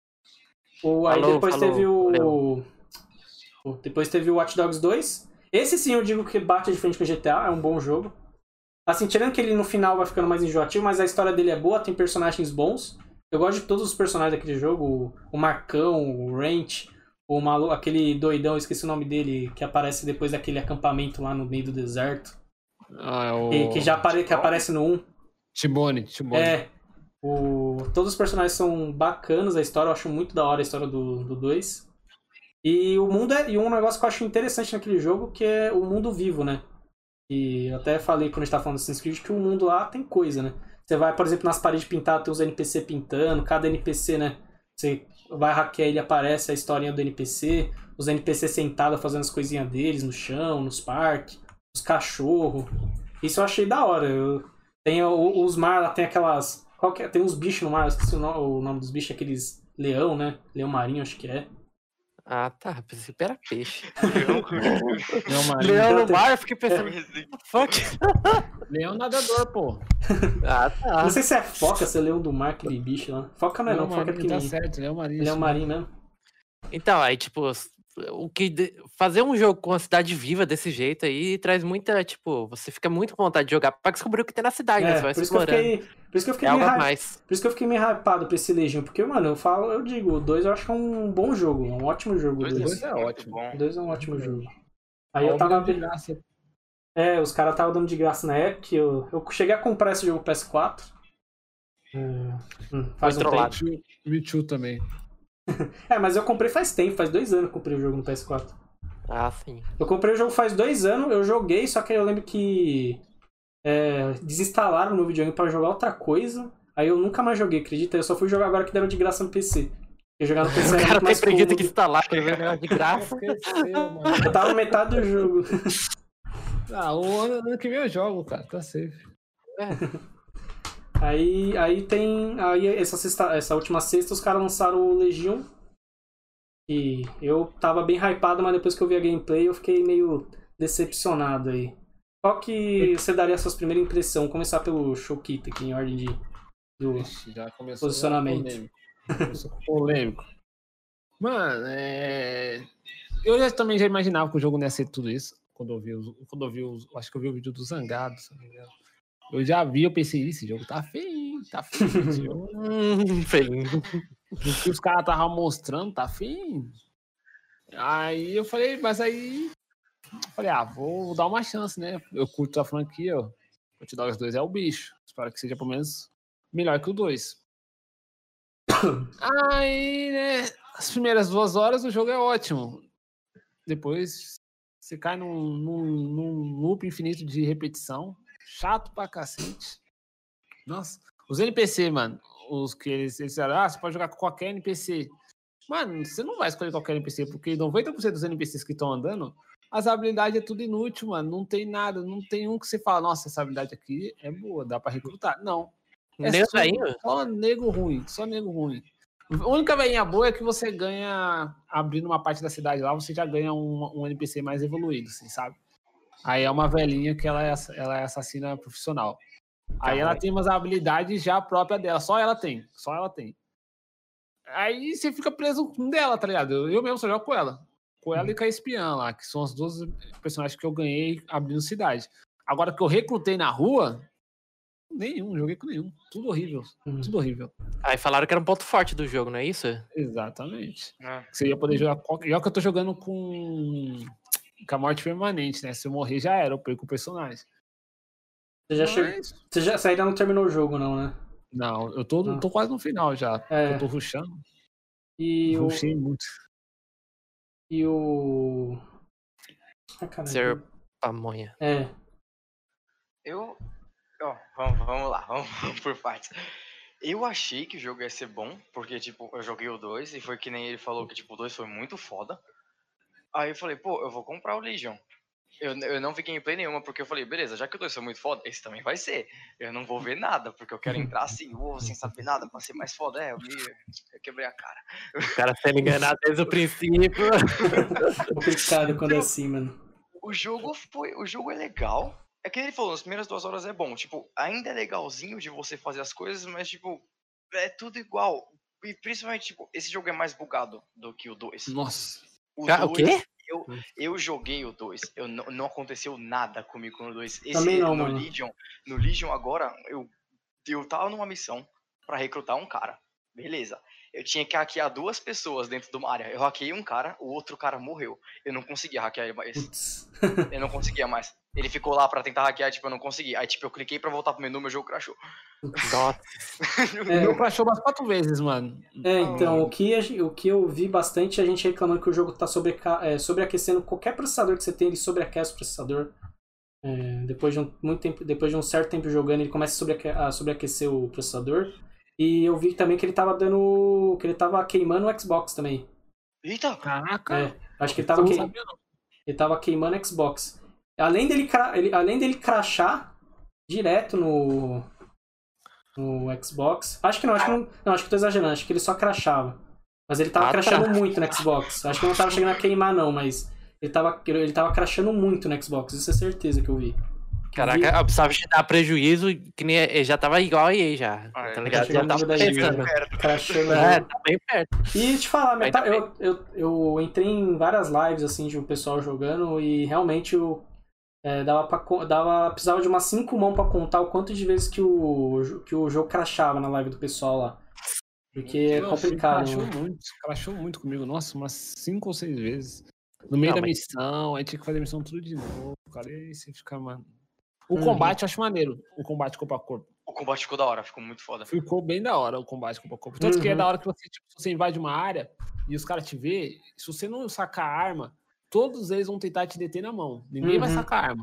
A: Depois teve o Watch Dogs 2. Esse sim eu digo que bate de frente com o GTA, é um bom jogo. Assim, tirando que ele no final vai ficando mais enjoativo, mas a história dele é boa, tem personagens bons. Eu gosto de todos os personagens daquele jogo. O Marcão, o Ranch, o maluco, aquele doidão, esqueci o nome dele, que aparece depois daquele acampamento lá no meio do deserto. Que aparece no 1.
C: Tibone.
A: Todos os personagens são bacanas, a história, eu acho muito da hora a história do 2. E o mundo e um negócio que eu acho interessante naquele jogo, que é o mundo vivo, né? E eu até falei quando a gente tava falando do Assassin's Creed que o mundo lá tem coisa, né? Você vai, por exemplo, nas paredes pintadas, tem os NPC pintando, cada NPC, né? Você vai hackear, ele aparece a historinha do NPC, os NPC sentados fazendo as coisinhas deles no chão, nos parques, os cachorros. Isso eu achei da hora. Tem os mar lá, tem aquelas... tem uns bichos no mar, eu esqueci o nome dos bichos, aqueles leão, né? Leão marinho, acho que é.
B: Ah, tá. Pensei que era peixe.
C: Leão
B: no mar, eu fiquei pensando. Fuck.
C: Leão nadador, pô.
B: Ah, tá.
A: Não sei se é foca, se é leão do mar, aquele bicho lá. Foca não é não, foca é pequenininho.
C: Tá certo, leão marinho.
A: Leão marinho mesmo.
B: Então, aí, tipo, fazer um jogo com a cidade viva desse jeito aí traz muita, tipo, você fica muito com vontade de jogar pra descobrir o que tem na cidade, né? Você vai explorando.
A: Por isso que eu fiquei meio hypado pra esse Legion, porque, mano, eu digo, o 2 eu acho que é um bom jogo, um ótimo jogo.
C: O 2 é ótimo.
A: O 2 é um ótimo jogo. Aí eu tava... os caras estavam dando de graça na época, eu cheguei a comprar esse jogo PS4. Faz um tempo.
C: Me Too também.
A: Mas eu comprei faz tempo, faz 2 anos que eu comprei o jogo no PS4.
B: Ah, sim.
A: Eu comprei o jogo faz 2 anos, eu joguei, só que eu lembro que desinstalaram o meu videogame pra jogar outra coisa. Aí eu nunca mais joguei, acredita? Eu só fui jogar agora que deram de graça no PC. Eu jogar no PC
B: o cara tem preguiça que instalar, que ele de graça.
A: Eu tava no metade do jogo.
C: O ano que vem eu jogo, cara, tá safe.
A: Aí tem. Aí essa última sexta os caras lançaram o Legion. E eu tava bem hypado, mas depois que eu vi a gameplay eu fiquei meio decepcionado aí. Qual que você daria a sua primeira impressão? Vou começar pelo Showkita aqui em ordem do
C: já começou
A: posicionamento.
C: Começou polêmico. Mano, eu também já imaginava que o jogo não ia ser tudo isso. Quando eu vi acho que eu vi o vídeo do Zangado, se não me engano. Eu já vi, eu pensei, esse jogo tá feio esse jogo.
B: Feio.
C: O que os caras estavam mostrando, tá feio. Aí eu falei, vou dar uma chance, né? Eu curto a franquia, ó. Watch Dogs 2 é o bicho. Espero que seja pelo menos melhor que o 2. Aí, né? As primeiras 2 horas o jogo é ótimo. Depois você cai num loop infinito de repetição. Chato pra cacete. Nossa. Os NPC, mano. Os que eles disseram, você pode jogar com qualquer NPC. Mano, você não vai escolher qualquer NPC, porque 90% dos NPCs que estão andando, as habilidades é tudo inútil, mano. Não tem nada. Não tem um que você fala, nossa, essa habilidade aqui é boa, dá pra recrutar. Não. Só nego ruim. A única veinha boa é que você ganha, abrindo uma parte da cidade lá, você já ganha um NPC mais evoluído, assim, sabe? Aí é uma velhinha que ela é assassina profissional. Aí ela tem umas habilidades já próprias dela, só ela tem. Aí você fica preso com dela, tá ligado? Eu mesmo só jogo com ela. Com ela e com a espiã lá, que são as 2 personagens que eu ganhei abrindo cidade. Agora que eu recrutei na rua, joguei com nenhum. Tudo horrível.
B: Aí falaram que era um ponto forte do jogo, não é isso?
C: Exatamente. Você ia poder jogar já que eu tô jogando com a morte permanente, né? Se eu morrer já era, eu perco o personagem.
A: Você ainda não terminou o jogo, não, né?
C: Não, eu tô quase no final já. Eu tô rushando. Rushei muito.
A: E o...
B: Ser pamonha.
D: Vamos lá, vamos por partes. Eu achei que o jogo ia ser bom, porque, tipo, eu joguei o 2 e foi que nem ele falou que, tipo, o 2 foi muito foda. Aí eu falei, eu vou comprar o Legion. Eu não vi gameplay nenhuma, porque eu falei, beleza, já que o 2 foi muito foda, esse também vai ser. Eu não vou ver nada, porque eu quero entrar assim, sem saber nada, pra ser mais foda. Eu quebrei a cara.
B: O cara sendo enganado desde o princípio.
A: Complicado quando é assim, mano.
D: O jogo é legal. É que ele falou, nas primeiras 2 horas é bom. Tipo, ainda é legalzinho de você fazer as coisas, mas, tipo, é tudo igual. E principalmente, tipo, esse jogo é mais bugado do que o 2.
C: Nossa.
B: O quê?
D: Eu joguei o 2, não aconteceu nada comigo no 2.
A: Também não,
D: no Legion agora, eu tava numa missão pra recrutar um cara. Beleza. Eu tinha que hackear 2 pessoas dentro de uma área. Eu hackeei um cara, o outro cara morreu. Eu não conseguia hackear ele mais. Eu não conseguia mais. Ele ficou lá pra tentar hackear, tipo, eu não consegui. Aí, tipo, eu cliquei pra voltar pro menu, meu jogo crashou.
B: Nossa.
C: O meu crashou umas 4 vezes, mano.
A: Então, o que eu vi bastante é a gente reclamando que o jogo tá sobreaquecendo qualquer processador que você tem, ele sobreaquece o processador. Depois de um certo tempo jogando, ele começa a sobreaquecer o processador. E eu vi também que ele tava queimando o Xbox também.
D: Eita!
C: Caraca.
A: Acho que ele tava queimando o Xbox. Além dele crashar direto no Xbox. Acho que eu tô exagerando, acho que ele só crashava. Mas ele tava crashando muito no Xbox. Acho que não tava chegando a queimar não, mas ele tava crashando muito no Xbox, isso é certeza que eu vi.
B: Caraca, a Ubisoft dá prejuízo que nem ele já tava igual a EA já. Tá ligado? Já tava pensando.
A: Crashando.
B: Tá bem perto.
A: E te falar, eu entrei em várias lives assim de um pessoal jogando e realmente precisava de umas 5 mãos pra contar o quanto de vezes que o jogo crashava na live do pessoal lá. Porque é complicado.
C: Crashou muito comigo. Nossa, umas 5 ou 6 vezes. No meio da missão, aí tinha que fazer a missão tudo de novo. Cara, e aí você fica, mano. O combate eu acho maneiro. O combate corpo a corpo.
D: O combate ficou da hora, ficou muito foda.
C: Ficou bem da hora o combate corpo a corpo. Tanto que é da hora que você invade uma área e os caras te vê, se você não sacar a arma, todos eles vão tentar te deter na mão. Ninguém vai sacar a arma.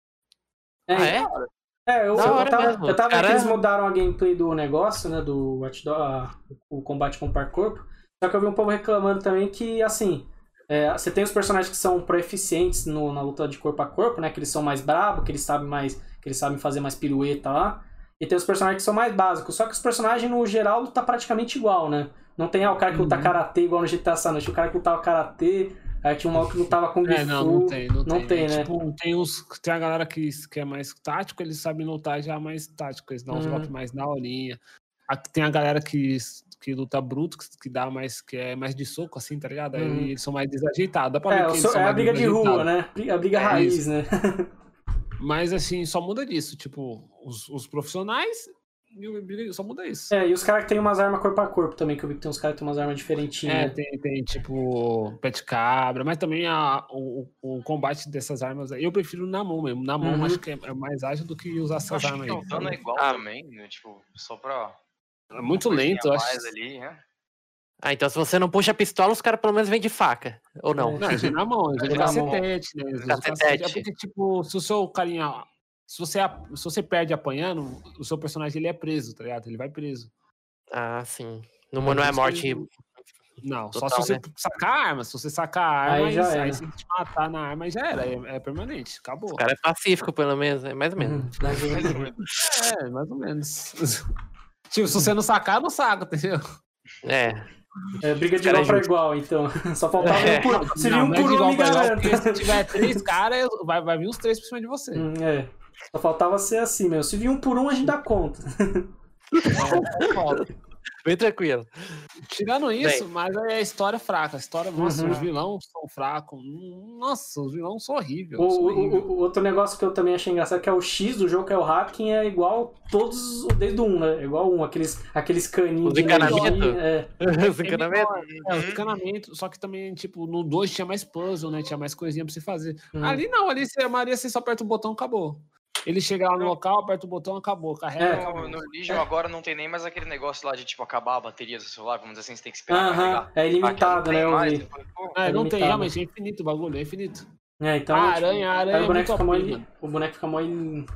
A: Eu tava vendo que eles mudaram a gameplay do negócio, né, do Watch Dogs, o combate corpo a corpo. Só que eu vi um povo reclamando também que, assim, você tem os personagens que são proeficientes na luta de corpo a corpo, né, que eles são mais bravos, que eles sabem fazer mais pirueta lá. E tem os personagens que são mais básicos. Só que os personagens, no geral, lutam praticamente igual, né? Não tem o cara que luta karatê igual no GTA San Andreas. O cara que lutava karatê, aí tinha um maluco que lutava Kung Fu. Não tem, né?
C: Tipo, tem a galera que é mais tático, eles sabem lutar já mais tático. Eles dão uns golpes mais na horinha. Tem a galera que luta bruto, que é mais de soco, assim, tá ligado? Aí eles são mais desajeitados. Dá pra ver que eles são
A: a briga de rua, né? A briga raiz, né?
C: Mas, assim, só muda disso. Tipo, os profissionais, só muda isso.
A: E os caras que tem umas armas corpo a corpo também, que eu vi que tem uns caras que tem umas armas diferentinhas.
C: Tem tipo, pé de cabra, mas também o combate dessas armas, eu prefiro na mão mesmo. Na mão acho que é mais ágil do que usar essas armas aí.
D: O dano é igual também, né? Tipo, só pra...
C: É muito lento, eu acho.
D: Ali, né?
B: Então se você não puxa a pistola, os caras pelo menos vêm de faca, ou não?
C: Não, eles vêm na mão, eles vêm de cacetete, né?
B: Cacetete.
C: É porque, tipo, se o seu carinha... Se você perde apanhando, o seu personagem ele é preso, tá ligado? Ele vai preso.
B: Ah, sim. Não é morte...
C: Não,
B: total,
C: só se você sacar a arma. Se você sacar a arma, aí se te matar na arma, aí já era. É permanente, acabou.
B: O cara é pacífico, pelo menos, é mais ou menos.
C: Mais ou menos. Tipo, se você não sacar, eu não saco, entendeu?
A: Briga de igual pra igual, então. Só faltava se vir um por um, me garanta.
C: Se tiver 3 caras, vai vir uns 3 por cima de você.
A: Só faltava ser assim mesmo. Se vir um por um, a gente dá conta.
B: Bem tranquilo.
C: Tirando isso, mas é a história fraca. A história, nossa, os vilões são fracos. Nossa, os vilões são horríveis.
A: O outro negócio que eu também achei engraçado é que o X do jogo, que é o hacking, é igual todos desde o 1, né? É igual um, aqueles caninhos.
B: Os encanamentos?
C: Os encanamentos. Só que também, tipo, no 2 tinha mais puzzle, né? Tinha mais coisinha pra você fazer. Ali não, ali a maioria você só aperta o botão, acabou. Ele chega lá no local, aperta o botão, acabou, carrega.
D: No Legion agora não tem nem mais aquele negócio lá de tipo acabar a bateria do celular, vamos dizer assim, você tem que esperar carregar.
A: É ilimitado, né?
C: Não tem, realmente, é infinito o bagulho, é infinito.
A: Então,
C: a aranha
A: o boneco fica o boneco fica mó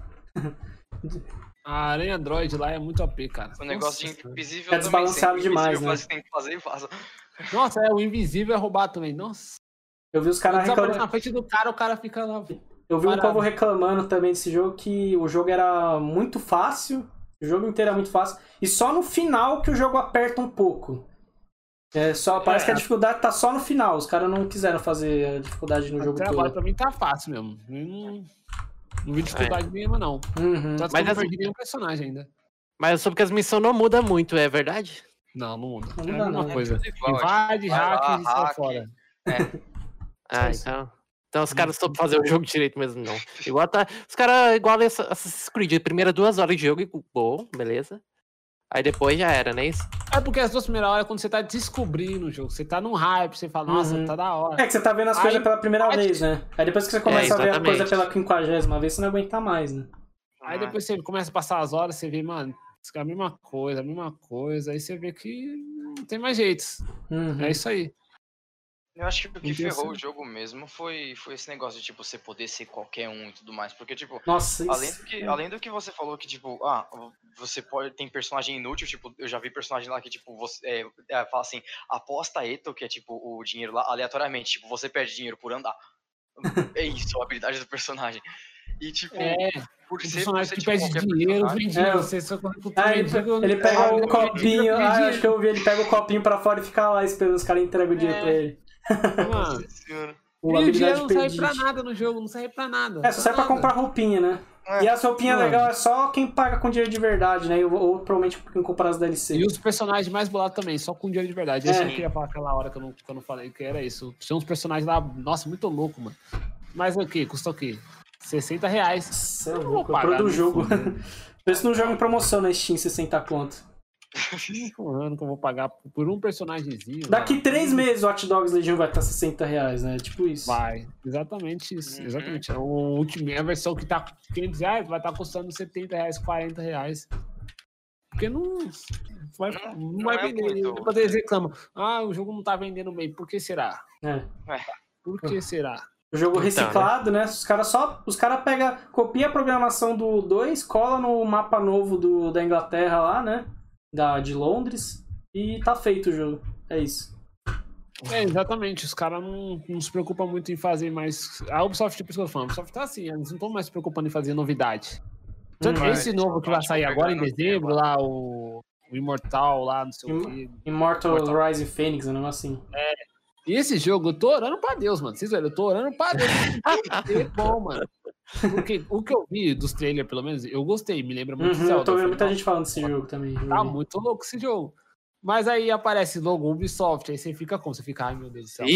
C: A aranha Android lá é muito OP, cara.
D: O negócio de invisível
A: é desbalanceado demais, né?
D: Você tem que fazer e faz.
C: Nossa, o invisível é roubado também, nossa.
A: Eu vi os caras reclamando.
C: Na frente do cara, o cara fica lá.
A: Eu vi um povo reclamando também desse jogo, que o jogo era muito fácil, o jogo inteiro é muito fácil, e só no final que o jogo aperta um pouco. Parece que a dificuldade tá só no final, os caras não quiseram fazer a dificuldade no jogo todo.
C: Agora pra mim tá fácil mesmo, não vi dificuldade nenhuma não. Mas eu não perdi nenhum personagem ainda.
B: Mas eu soube que as missões não mudam muito, é verdade?
C: Não muda.
A: Não muda,
C: a mesma coisa. Invade, hack e sai fora.
B: Então os caras soube fazer o jogo direito mesmo, não. Os caras igual Assassin's Creed, as primeiras 2 horas de jogo, bom, beleza. Aí depois já era, não é isso?
C: É porque as 2 primeiras horas é quando você tá descobrindo o jogo. Você tá num hype, você fala, nossa, tá da hora.
A: É que você tá vendo as coisas pela primeira vez, né? Aí depois que você começa a ver a coisa pela 50ª vez, você não aguenta mais, né?
C: Aí depois você começa a passar as horas, você vê, mano, a mesma coisa. Aí você vê que não tem mais jeito. É isso aí.
D: Eu acho que o que ferrou o jogo mesmo foi esse negócio de, tipo, você poder ser qualquer um e tudo mais. Porque, tipo,
A: nossa,
D: além do que você falou que, tipo, você tem personagem inútil, tipo, eu já vi personagem lá que, tipo, você fala assim, aposta Eto, que é, tipo, o dinheiro lá, aleatoriamente, tipo, você perde dinheiro por andar. É isso, a habilidade do personagem. E, tipo, por ser
C: personagem que
D: tipo,
C: perde dinheiro, você só
A: ele pega o copinho, acho que eu vi, ele pega o copinho pra fora e fica lá esperando os caras entregam o dinheiro pra ele.
C: Mano, e o dinheiro não serve pra nada no jogo, não serve pra nada.
A: Só serve pra comprar roupinha, né? E essa roupinha legal é só quem paga com dinheiro de verdade, né? Ou provavelmente quem comprar as DLC.
C: E os personagens mais bolados também, só com dinheiro de verdade. Isso eu queria falar aquela hora que eu não falei, que era isso. Tinha uns personagens lá, nossa, muito louco, mano. Mas o quê? Custa o quê? R$60.
A: Você é louco, eu pro do jogo. Pensa num jogo em promoção na Steam, 60 conto.
C: Um ano que eu vou pagar por um personagemzinho.
A: Daqui 3 meses o Hot Dogs Legion vai estar R$60, né? Tipo isso.
C: Vai, exatamente isso. Exatamente. A versão que tá R$500 vai estar custando R$70, R$40. Porque não vai vender. Depois eles reclamam. O jogo não tá vendendo bem. Por que será? Por que será?
A: O jogo reciclado, né? Os caras pegam, copia a programação do 2, cola no mapa novo da Inglaterra lá, né? De Londres, e tá feito o jogo. É isso.
C: Exatamente. Os caras não se preocupam muito em fazer mais. A Ubisoft, tipo isso que eu tô falando, a Ubisoft tá assim, eles não estão mais se preocupando em fazer novidade. Tanto esse novo que vai sair agora em dezembro, lá, o Immortal, lá, não sei o quê.
A: Immortal Rising Phoenix, um negócio assim.
C: E esse jogo, eu tô orando pra Deus, mano. Vocês viram? Eu tô orando pra Deus. É bom, mano. Porque o que eu vi dos trailers, pelo menos, eu gostei. Me lembra muito Zelda.
A: Eu tô vendo muita gente falando desse jogo também.
C: Tá muito louco esse jogo. Mas aí aparece logo Ubisoft, aí você fica como? Você fica, ai meu Deus do céu.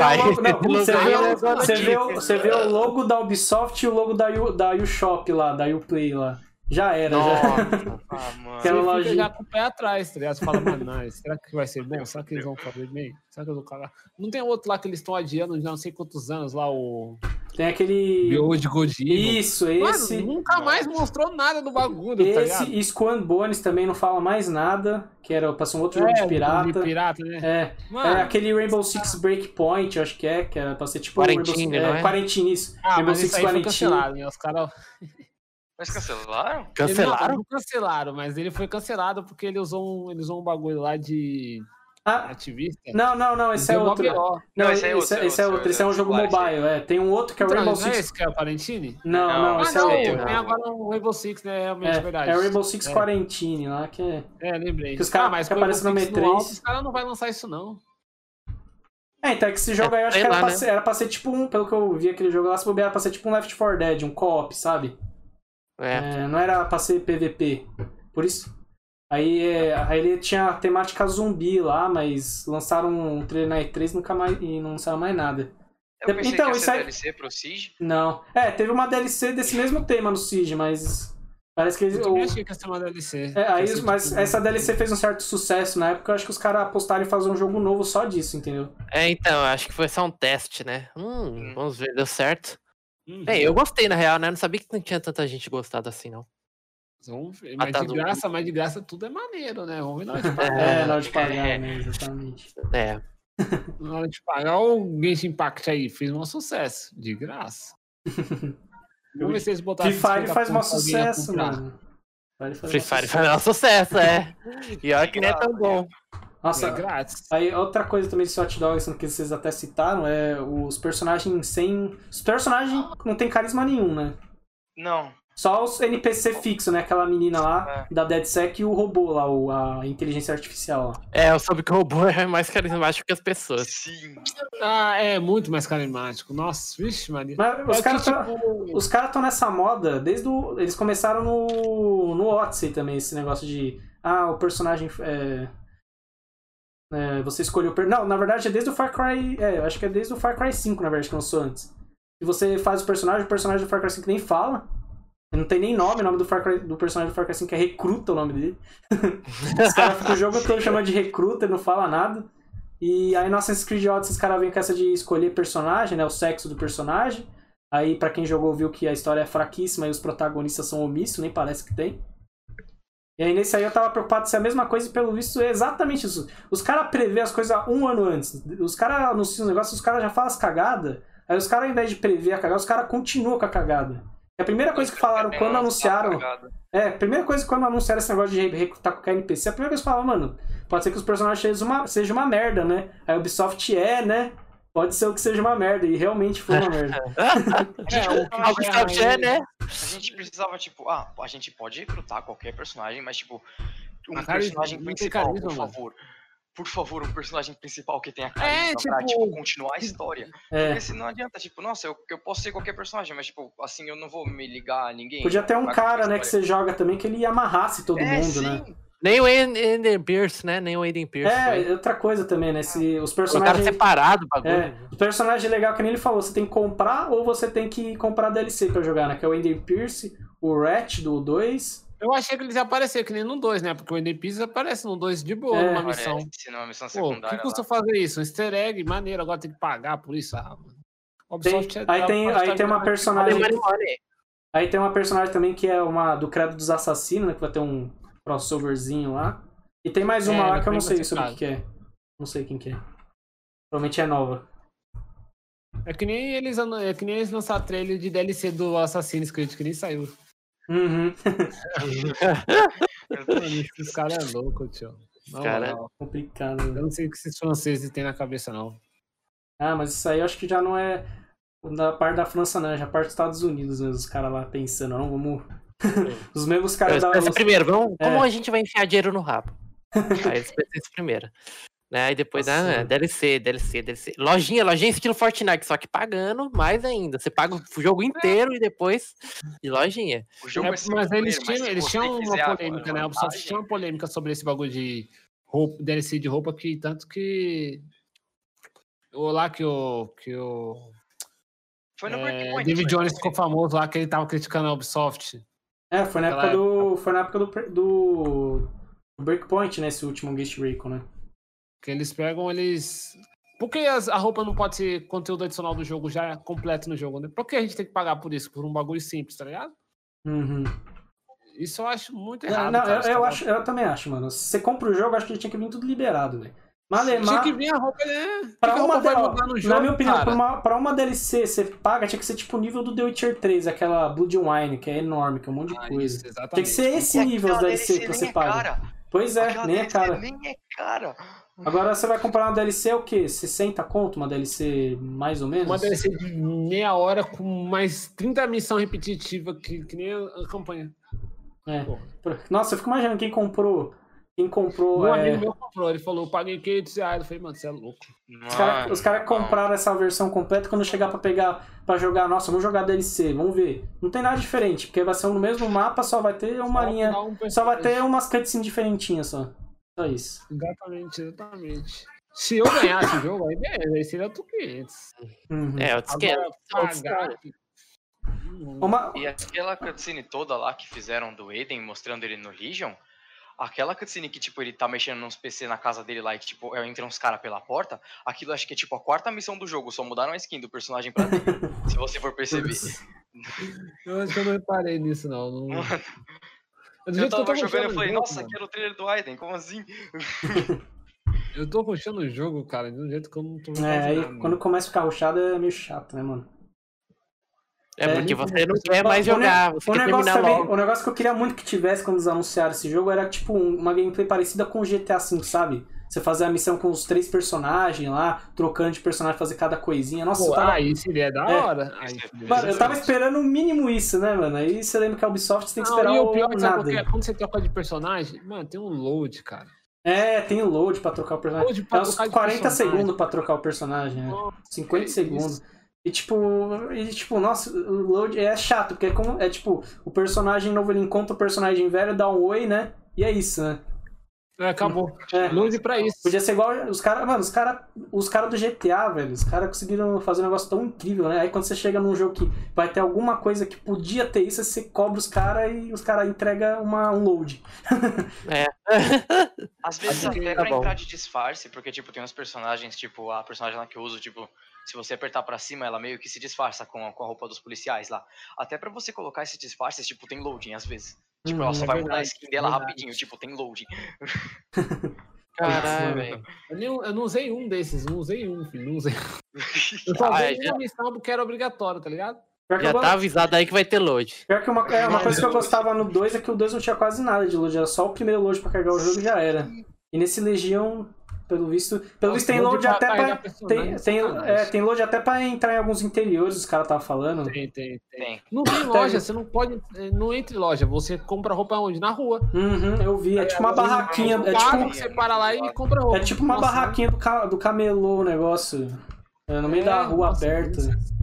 A: Você vê o logo da Ubisoft e o logo da Ushop lá, da Uplay lá. Já era,
D: mano.
C: Você fica já com o pé atrás, tá ligado? Você fala, mano, será que vai ser bom? Será que eles vão fazer bem? Será que eu vou cagar? Não tem outro lá que eles estão adiando já não sei quantos anos lá, o...
A: Tem aquele...
C: Biold Gojira.
A: Isso, esse...
C: Mano, nunca mais mostrou nada do bagulho, tá ligado?
A: Esse Squan Bones também não fala mais nada, que era pra ser um outro jogo de pirata.
C: De pirata, né?
A: Aquele Rainbow Six Breakpoint, acho que era pra ser tipo...
B: Quarantine, não é?
A: Quarantine, isso.
C: Rainbow Six Quarantine. Foi cancelado, né? Os caras...
D: Mas cancelaram?
C: Não cancelaram, mas ele foi cancelado porque ele usou um bagulho lá de ativista.
A: Não, esse é outro. Esse é outro. Esse é um jogo mobile, Tem um outro que é o Rainbow Six.
C: Não é esse que é o Quarantine?
A: Não, esse é outro.
C: Tem agora um Rainbow Six, né? Realmente, verdade.
A: É o Rainbow Six Quarantine lá, que é...
C: lembrei.
A: Que os caras que aparecem no M3.
C: Os caras não vão lançar isso, não.
A: Então é que esse jogo aí, eu acho que era pra ser tipo pelo que eu vi aquele jogo lá, se bobear, era pra ser tipo um Left 4 Dead, um co-op, sabe? Não era pra ser PVP. Por isso. Aí ele tinha a temática zumbi lá, mas lançaram um trailer na E3 e não lançaram mais nada.
D: Eu pensei que ia ser DLC pro Siege?
A: Não. Teve uma DLC desse mesmo tema no Siege, mas parece que eles...
C: Eu também achei que ia ser uma DLC.
A: Mas essa DLC fez um certo sucesso na época, eu acho que os caras apostaram em fazer um jogo novo só disso, entendeu?
B: Então, acho que foi só um teste, né? Vamos ver, deu certo. Eu gostei, na real, né? Não sabia que não tinha tanta gente gostado assim, não.
C: Mas de graça tudo é maneiro, né? Vamos ver na hora de
A: pagar. Na hora de pagar, né? Exatamente.
C: Na hora de pagar, o Genshin Impact aí fez um sucesso, de graça. Vamos ver se eles botaram...
A: Free Fire faz um sucesso, mano.
B: Free Fire faz um sucesso, E olha que não é tão bom.
A: Nossa,
C: grátis.
A: Aí outra coisa também de Hot Dogs que vocês até citaram é os personagens sem... Os personagens não tem carisma nenhum, né?
D: Não.
A: Só os NPC fixos, né? Aquela menina lá da DeadSec e o robô lá, a inteligência artificial lá.
B: Eu soube que o robô é mais carismático que as pessoas.
D: Sim.
C: É muito mais carismático. Nossa, vixe, Maria.
A: Mas os caras estão nessa moda desde eles começaram no Odyssey também, esse negócio de... o personagem... você escolheu... Não, na verdade é desde o Far Cry... eu acho que é desde o Far Cry 5, na verdade, que lançou antes. E você faz o personagem do Far Cry 5 nem fala. Não tem nem nome, o nome do personagem do Far Cry 5 é Recruta, o nome dele. Os caras ficam o jogo todo chamando de Recruta, ele não fala nada. E aí no Assassin's Creed Odyssey, os caras vêm com essa de escolher personagem, né? O sexo do personagem. Aí pra quem jogou viu que a história é fraquíssima e os protagonistas são omissos, nem parece que tem. E aí nesse aí eu tava preocupado se é a mesma coisa e pelo visto é exatamente isso. Os caras prevê as coisas um ano antes. Os caras anunciam os negócios, os caras já fazem as cagadas. Aí os caras, ao invés de prever a cagada, os caras continuam com a cagada. A primeira coisa que falaram quando anunciaram... a primeira coisa que quando anunciaram esse negócio de recrutar qualquer NPC, a primeira coisa que falaram, mano, pode ser que os personagens sejam uma merda, né? Aí a Ubisoft né? Pode ser o que seja uma merda, e realmente foi uma merda.
B: A Ubisoft né?
D: A gente precisava, tipo, a gente pode recrutar qualquer personagem, mas, tipo, um personagem principal, por favor, um personagem principal que tenha carisma pra, tipo, continuar a história. Porque senão não adianta, tipo, nossa, eu posso ser qualquer personagem, mas, tipo, assim, eu não vou me ligar a ninguém.
A: Podia ter um cara, né, que você joga também, que ele amarrasse todo mundo,
D: sim.
A: né?
B: Nem o Aiden Pierce, né? Nem o Aiden Pierce.
A: Outra coisa também, né? Os personagens...
B: separado o bagulho.
A: O personagem legal, que nem ele falou, você tem que comprar ou você tem que comprar DLC pra jogar, né? Que é o Aiden Pierce, o Ratch do 2...
C: Eu achei que eles apareceram, que nem no 2, né? Porque o Aiden Pierce aparece no 2 de boa, numa missão.
D: Numa missão secundária.
C: O que custa fazer isso? Um easter egg, maneiro, agora tem que pagar por isso. Mano.
A: Aí tem uma personagem... Aí tem uma personagem também que é uma do Credo dos Assassinos, né? Que vai ter um crossoverzinho lá. E tem mais uma lá que eu não sei sobre o que é. Não sei quem que é. Provavelmente é nova.
C: É que nem eles lançaram trailer de DLC do Assassin's Creed, que nem saiu.
A: Uhum.
C: Esses caras é louco, tio.
B: Cara, é
A: complicado.
C: Eu não sei o que esses franceses têm na cabeça, não.
A: Mas isso aí eu acho que já não é da parte da França, não. Já parte dos Estados Unidos, né? Os caras lá pensando, não, vamos... Os mesmos caras da...
B: Primeiro, como a gente vai enfiar dinheiro no rabo? Aí eles pensam isso primeiro. Né? Aí depois, DLC. Lojinha estilo Fortnite, só que pagando mais ainda. Você paga o jogo inteiro e depois de lojinha.
D: O jogo
C: mas eles tinham uma polêmica, né? A Ubisoft tinha uma polêmica sobre esse bagulho de roupa, DLC de roupa, que tanto que...
D: Foi no Breakpoint.
C: David Jones ficou famoso lá, que ele tava criticando a Ubisoft.
A: Foi na época do Breakpoint, né? Esse último Ghost Recon, né?
C: Que eles pegam, Por que a roupa não pode ser conteúdo adicional do jogo já completo no jogo, né? Por que a gente tem que pagar por isso? Por um bagulho simples, tá ligado?
A: Uhum.
C: Isso eu acho muito errado.
A: Eu também acho, mano. Se você compra o jogo, acho que tinha que vir tudo liberado, velho.
C: Tinha que vir a roupa, né?
A: Pra uma
C: vai mudar no jogo,
A: na minha opinião, pra uma DLC você paga, tinha que ser tipo o nível do The Witcher 3, aquela Blood and Wine, que é enorme, que é um monte de coisa.
C: Isso, exatamente.
A: Tinha que ser esse nível da DLC que você paga. Pois é, nem é cara.
D: Nem é cara.
A: Agora você vai comprar uma DLC o quê? 60 conto? Uma DLC mais ou menos?
C: Uma DLC de meia hora com mais 30 missão repetitiva que nem a campanha.
A: Nossa, eu fico imaginando quem comprou.
C: Um amigo meu comprou, ele falou, paguei R$500. Eu falei, mano, você é louco.
A: Os caras compraram essa versão completa, quando chegar pra jogar, nossa, vamos jogar DLC, vamos ver. Não tem nada diferente, porque vai ser no mesmo mapa, só vai ter uma linha. Só vai ter umas cutscenes diferentinhas só. Só isso.
C: Exatamente. Se eu ganhasse o jogo, aí beleza, aí seria outro 500.
D: E aquela cutscene toda lá que fizeram do Aiden, mostrando ele no Legion, aquela cutscene que, tipo, ele tá mexendo nos PC na casa dele lá e, tipo, entram uns caras pela porta, aquilo acho que é, tipo, a 4ª missão do jogo, só mudaram a skin do personagem pra dentro, se você for perceber.
C: Eu acho que eu não reparei nisso, não.
D: Eu tava jogando e falei, nossa, aqui era o trailer do Aiden, como assim?
C: Eu tô rushando o jogo, cara, de um jeito que eu não tô
A: aí nada, quando começa a ficar rushado é meio chato, né, mano?
B: Porque você não quer mais jogar, você quer terminar logo.
A: O negócio que eu queria muito que tivesse quando eles anunciaram esse jogo era tipo uma gameplay parecida com o GTA V, sabe? Você fazer a missão com os 3 personagens lá, trocando de personagem, fazer cada coisinha. Nossa,
C: isso seria da hora.
A: Mano, eu tava esperando o mínimo isso, né, mano? Aí você lembra que a Ubisoft tem que esperar
C: o pior
A: nada.
C: Quando você troca de personagem, mano, tem um load, cara.
A: Tem o load pra trocar o personagem. É uns 40 segundos pra trocar o personagem, né? 50 segundos. E tipo, nossa, o load é chato, porque é tipo, o personagem novo ele encontra o personagem velho, dá um oi, né? E é isso, né?
C: Acabou.
A: É.
C: Pra isso.
A: Podia ser igual os caras. Mano, os cara do GTA, velho. Os caras conseguiram fazer um negócio tão incrível, né? Aí quando você chega num jogo que vai ter alguma coisa que podia ter isso, você cobra os caras e os caras entregam um load.
D: Às vezes até pra entrar de disfarce, porque, tipo, tem uns personagens, tipo, a personagem lá que eu uso, tipo, se você apertar pra cima, ela meio que se disfarça com a roupa dos policiais lá. Até pra você colocar esse disfarce, tipo, tem loading às vezes. Tipo, ela só vai mudar a skin dela rapidinho, tipo, tem loading.
B: Caralho, velho.
C: Eu não usei um desses, não usei um, filho. Não usei. Eu só usei uma missão porque era obrigatório, tá ligado?
B: Já tá avisado aí que vai ter load.
A: Pior que uma coisa que eu gostava no 2 é que o 2 não tinha quase nada de load, era só o primeiro load pra carregar o jogo e já era. E nesse Legião, pelo visto tem load até pra. Tem load até pra entrar em alguns interiores, os caras estavam falando.
C: Tem. Não tem loja, você não pode. Não entra em loja, você compra roupa onde? Na rua.
A: Eu vi, é tipo uma barraquinha.
C: Você para lá e compra roupa.
A: É tipo uma barraquinha do camelô, o negócio. No meio da rua aberta.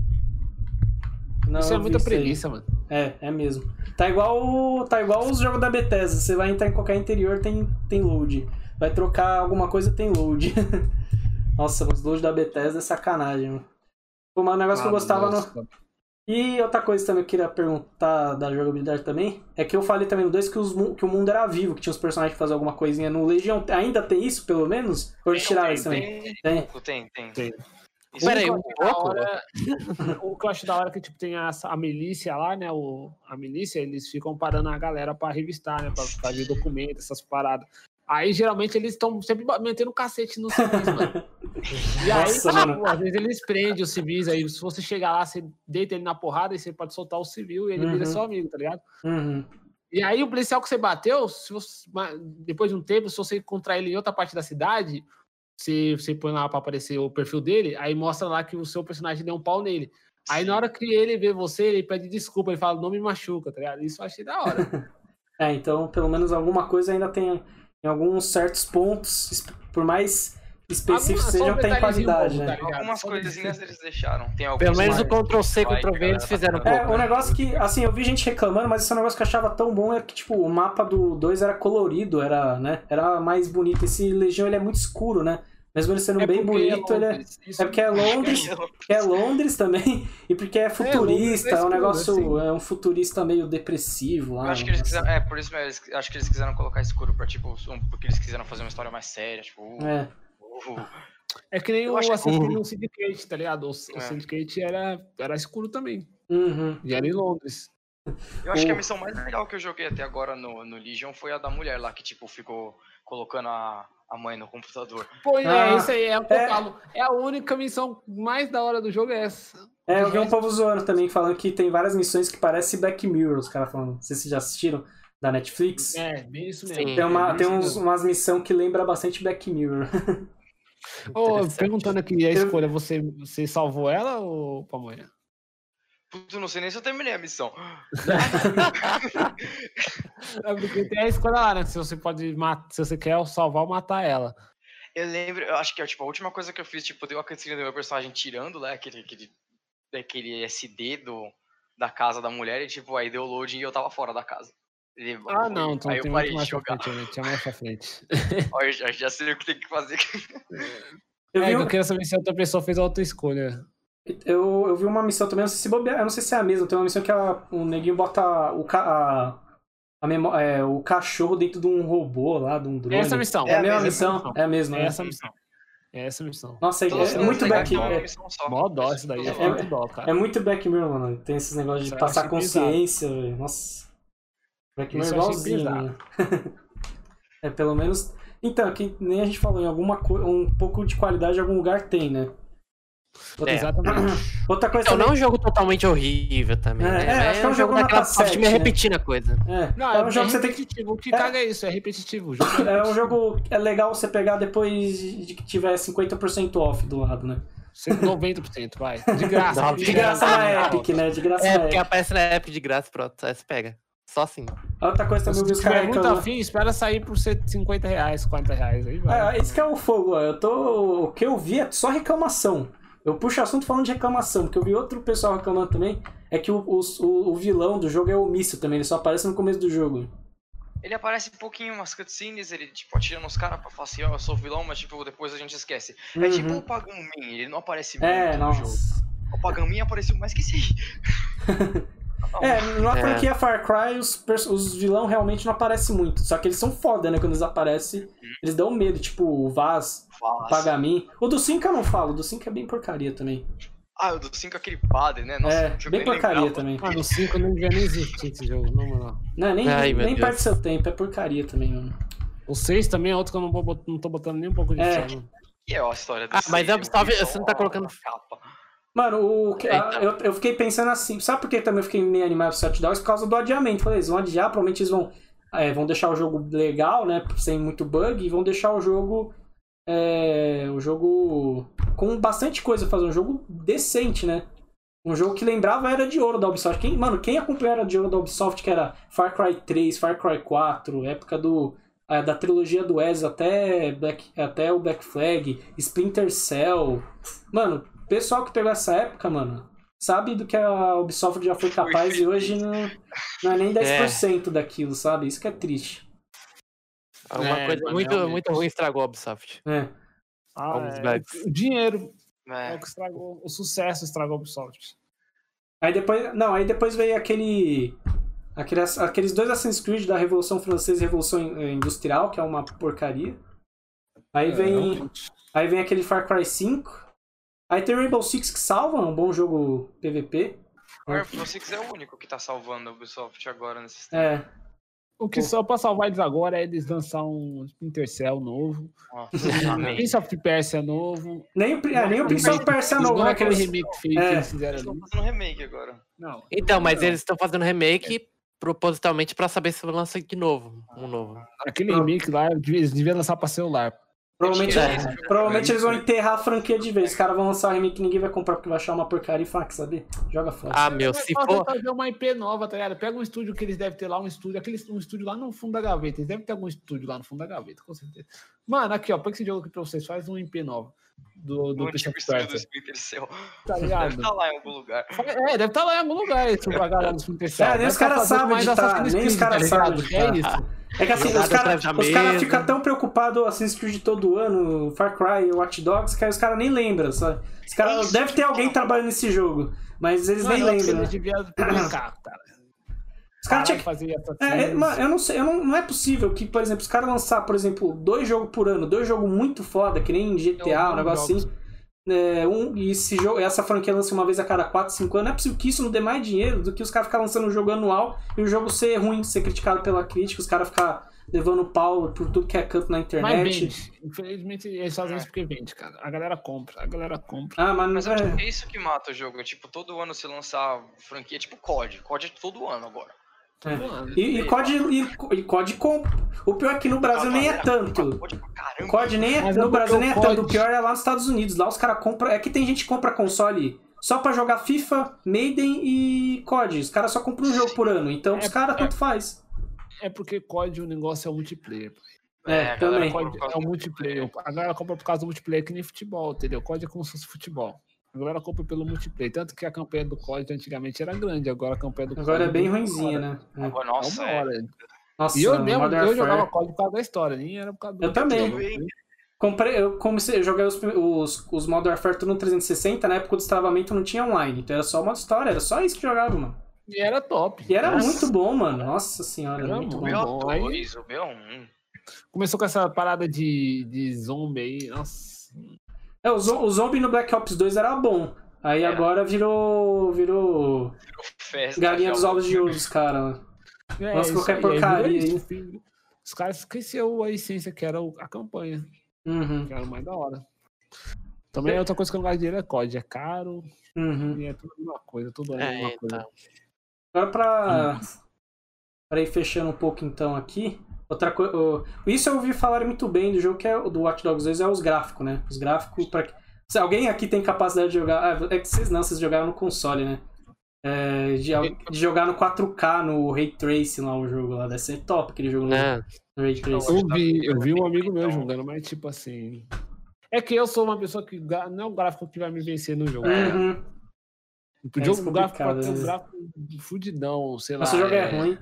A: Não,
C: isso é muita preguiça, mano.
A: É mesmo. Tá igual os jogos da Bethesda. Você vai entrar em qualquer interior, tem load. Vai trocar alguma coisa, tem load. Nossa, os load da Bethesda é sacanagem, mano. Um negócio que eu gostava no... E outra coisa também que eu queria perguntar da jogabilidade também, é que eu falei também no 2 que o mundo era vivo, que tinha os personagens que faziam alguma coisinha. No Legião ainda tem isso, pelo menos? Ou eles tiraram isso também?
D: Tem.
B: Peraí,
C: o que eu acho da hora é que tipo, tem a milícia lá, né? A milícia, eles ficam parando a galera pra revistar, né? Pra fazer documento, essas paradas. Aí, geralmente, eles estão sempre metendo cacete nos civis, mano. E aí, às vezes, eles prendem os civis. Aí, se você chegar lá, você deita ele na porrada e você pode soltar o civil e ele vira seu amigo, tá ligado? E aí, o policial que você bateu, depois de um tempo, se você encontrar ele em outra parte da cidade, você põe lá pra aparecer o perfil dele, aí mostra lá que o seu personagem deu um pau nele. Aí, na hora que ele vê você, ele pede desculpa, ele fala, não me machuca, tá ligado? Isso eu achei da hora.
A: Então, pelo menos alguma coisa ainda tem... Em alguns certos pontos, por mais específicos sejam, tem qualidade, né?
D: Algumas coisinhas eles deixaram.
B: Pelo menos o Ctrl-C, Ctrl-V eles fizeram um pouco.
A: Um negócio que, assim, eu vi gente reclamando, mas esse é um negócio que eu achava tão bom, é que, tipo, o mapa do 2 era colorido, era mais bonito. Esse Legião, ele é muito escuro, né? Mesmo ele sendo bem bonito, ele é porque é Londres também, e porque é futurista, é um negócio, assim. É um futurista meio depressivo lá.
D: Eu acho que eles quiseram, por isso mesmo, acho que eles quiseram colocar escuro pra, tipo, porque eles quiseram fazer uma história mais séria, tipo...
C: É que nem o Assassin's Creed Syndicate, tá ligado? O Syndicate era escuro também. E era em Londres.
D: Eu acho que a missão mais legal que eu joguei até agora no Legion foi a da mulher lá, que, tipo, ficou colocando a mãe no computador.
C: Pô, isso aí é o que eu falo. É a única missão mais da hora do jogo, é essa.
A: Eu vi um povo zoando também, falando que tem várias missões que parecem Black Mirror, os caras falando. Não sei se vocês já assistiram, da Netflix.
C: Bem isso mesmo.
A: Tem umas missões que lembram bastante Black Mirror.
C: Perguntando aqui a escolha, você salvou ela ou Pamonha?
D: Puta, não sei nem se eu terminei a missão.
C: Porque tem a escolha lá, né? Se você se você quer salvar ou matar ela.
D: Eu acho que tipo, a última coisa que eu fiz, tipo, deu a cutscene do meu personagem tirando lá aquele SD da casa da mulher e, tipo, aí deu loading e eu tava fora da casa.
C: Não, então
D: aí
C: tem
D: eu parei
C: muito mais
D: de jogar.
C: pra frente, tinha mais pra frente.
D: Eu já sei o que tem que fazer.
C: Eu queria saber se a outra pessoa fez a outra escolha.
A: Eu vi uma missão também, não sei se bobear, eu não sei se é a mesma, tem uma missão que o neguinho bota o cachorro dentro de um robô lá, de um drone.
C: Essa missão.
A: É a mesma missão? É a mesma, né?
C: É essa missão.
A: Nossa, é muito Black
C: Mirror. Mó dó isso daí, é muito dó, cara.
A: É muito Black Mirror, mano. Tem esses negócios de passar consciência, velho. Nossa. Black Mirror é igualzinho, né? Pelo menos... Então, que nem a gente falou, em um pouco de qualidade em algum lugar tem, né?
C: Exatamente.
A: Outra coisa
B: então, não é um jogo totalmente horrível também, né?
A: Acho que é um jogo daquela
B: sorte meio repetindo a coisa.
C: Não, é um jogo que você tem que... O que caga é isso, é repetitivo.
A: É um jogo... É legal você pegar depois de que tiver 50% off do lado, né?
C: 90%, vai. De graça.
A: De graça na Epic, né? De graça na Epic.
B: Porque aparece na Epic de graça, pronto. Aí você pega. Só assim.
A: Outra coisa também,
C: se tiver muito afim, espera sair por R$50, R$40. Aí vai.
A: Isso que é o fogo. O que eu vi é só reclamação. Eu puxo assunto falando de reclamação, porque eu vi outro pessoal reclamando também, é que o vilão do jogo é omisso também, ele só aparece no começo do jogo.
D: Ele aparece um pouquinho umas cutscenes, ele, tipo, atira nos caras pra falar assim, ó, eu sou vilão, mas, tipo, depois a gente esquece. É tipo o Pagan Min, ele não aparece muito no jogo. O Pagan Min apareceu mais que esse aí.
A: Na franquia Far Cry, os vilão realmente não aparecem muito. Só que eles são foda, né? Quando eles aparecem, eles dão medo. Tipo, o Vaz, o Pagamin. O do 5 eu não falo, o do 5 é bem porcaria também.
D: Ah, o do 5 é aquele padre, né? Nossa,
A: bem porcaria também.
C: Ah, no 5 não devia nem existir esse jogo, não, mano.
A: Não, nem perde seu tempo, é porcaria também, mano.
C: O 6 também é outro que eu não tô botando nem um pouco de fé, mano.
D: Que é a história do 6?
B: Mas a Ubisoft, você não tá colocando
D: capa.
A: Mano, eu fiquei pensando assim, sabe por que também eu fiquei meio animado pro Watch Dogs? Por causa do adiamento. Falei, eles vão adiar, provavelmente eles vão deixar o jogo legal, né? Sem muito bug, e vão deixar o jogo com bastante coisa, fazer um jogo decente, né? Um jogo que lembrava a Era de Ouro da Ubisoft. Quem acompanhou a Era de Ouro da Ubisoft, que era Far Cry 3, Far Cry 4, época da trilogia do Wes até o Black Flag, Splinter Cell. Mano, o pessoal que pegou essa época, mano, sabe do que a Ubisoft já foi capaz e hoje não é nem 10% daquilo, sabe? Isso que é triste.
B: Uma coisa muito ruim estragou a Ubisoft.
C: O dinheiro é o que estragou. O sucesso estragou a Ubisoft.
A: Aí depois veio aqueles dois Assassin's Creed da Revolução Francesa e Revolução Industrial, que é uma porcaria. Aí vem aquele Far Cry 5. Aí tem Rainbow Six que salva, um bom jogo PVP.
D: O Rainbow Six é o único que tá salvando a Ubisoft agora nesse sistema.
C: O que só pra salvar eles agora é eles lançar um Splinter Cell novo. Prince of Persia novo.
A: Nem o Prince of Persia novo, né?
C: Aquele remake que eles fizeram.
D: Eles estão fazendo remake agora.
C: Não.
B: Então, mas eles estão fazendo remake propositalmente pra saber se lança de novo. Um novo.
C: Aquele remake lá, eles deviam lançar pra celular.
A: Provavelmente eles vão enterrar a franquia de vez. Os caras vão lançar um remake que ninguém vai comprar porque vai achar uma porcaria e falar, que saber? Joga fora.
B: Se for
C: fazer uma IP nova, tá ligado? Pega um estúdio que eles devem ter lá, um estúdio lá no fundo da gaveta. Eles devem ter algum estúdio lá no fundo da gaveta, com certeza. Mano, aqui, ó, pega esse jogo aqui pra vocês, faz um IP nova. Do
D: Prince of Persia.
C: Tá ligado?
D: Deve estar lá em algum lugar.
C: Deve estar lá em algum lugar esse galera do Splinter Cell.
A: Nem os caras sabem editar, nem os caras sabem editar.
C: É isso.
A: É que assim, os caras ficam tão preocupados Assassin's Creed todo ano, Far Cry, Watch Dogs, que aí os caras nem lembram, sabe? Os caras deve ter alguém trabalhando nesse jogo, mas eles nem lembram.
C: Eles deviam publicar, cara.
A: Os caras tinham que fazer eu não sei, não é possível que, por exemplo, os caras lançar, por exemplo, 2 jogos por ano, 2 jogos muito foda, que nem GTA, um negócio assim. E essa franquia lança uma vez a cada 4, 5 anos, não é possível que isso não dê mais dinheiro do que os caras ficarem lançando um jogo anual e o jogo ser ruim, ser criticado pela crítica, os caras ficarem levando pau por tudo que é canto na internet.
C: Mas vende. Infelizmente eles fazem isso porque vende, cara. A galera compra.
A: Mas
D: eu acho que é isso que mata o jogo. É tipo, todo ano você lançar franquia, tipo COD. COD é todo ano agora.
A: E COD compra. O pior é que no Brasil nem é tanto. O COD no Brasil nem é tanto. O pior é lá nos Estados Unidos. Lá os caras compram. É que tem gente que compra console só pra jogar FIFA, Maiden e COD. Os caras só compram um jogo por ano. Então os caras tanto faz.
C: É porque COD o negócio é o multiplayer.
A: Também.
C: COD é o multiplayer. A galera compra por causa do multiplayer, que nem futebol, entendeu? COD é como se fosse futebol. A galera compra pelo multiplayer. Tanto que a campanha do COD antigamente era grande, agora a campanha do COD
A: é bem ruinzinha, né?
D: Nossa,
A: Nossa,
C: e eu mesmo, eu jogava COD por causa da história, nem era por causa do...
A: Eu também. Eu joguei os Modern Warfare tudo no 360, na época do destravamento não tinha online, então era só modo história, era só isso que jogava, mano.
C: E era top.
A: E era muito bom, mano. Nossa senhora, era muito bom.
D: O BO1.
C: Começou com essa parada de zombie aí, nossa...
A: O zombie no Black Ops 2 era bom. Aí agora virou
D: festa,
A: galinha dos ovos de ouro dos caras. Nossa, qualquer porcaria aí.
C: Os caras esqueceram a essência que era a campanha. Que era o mais da hora. Também outra coisa que eu não gosto de dinheiro é COD. É caro. E é tudo a mesma coisa. Tudo a mesma coisa.
A: Agora pra ir fechando um pouco então aqui. Outra coisa, isso eu ouvi falar muito bem do jogo, que é do Watch Dogs 2, é os gráficos, né? Os gráficos, se alguém aqui tem capacidade de jogar... É que vocês jogaram no console, né? De jogar no 4K, no Ray Tracing lá, o jogo lá. Deve ser top aquele jogo no Ray Tracing.
C: Eu vi um amigo meu jogando, mas tipo assim... É que eu sou uma pessoa que não é o gráfico que vai me vencer no jogo. O jogo, o gráfico pode ser um gráfico fudidão, sei lá.
A: Mas o jogo é ruim.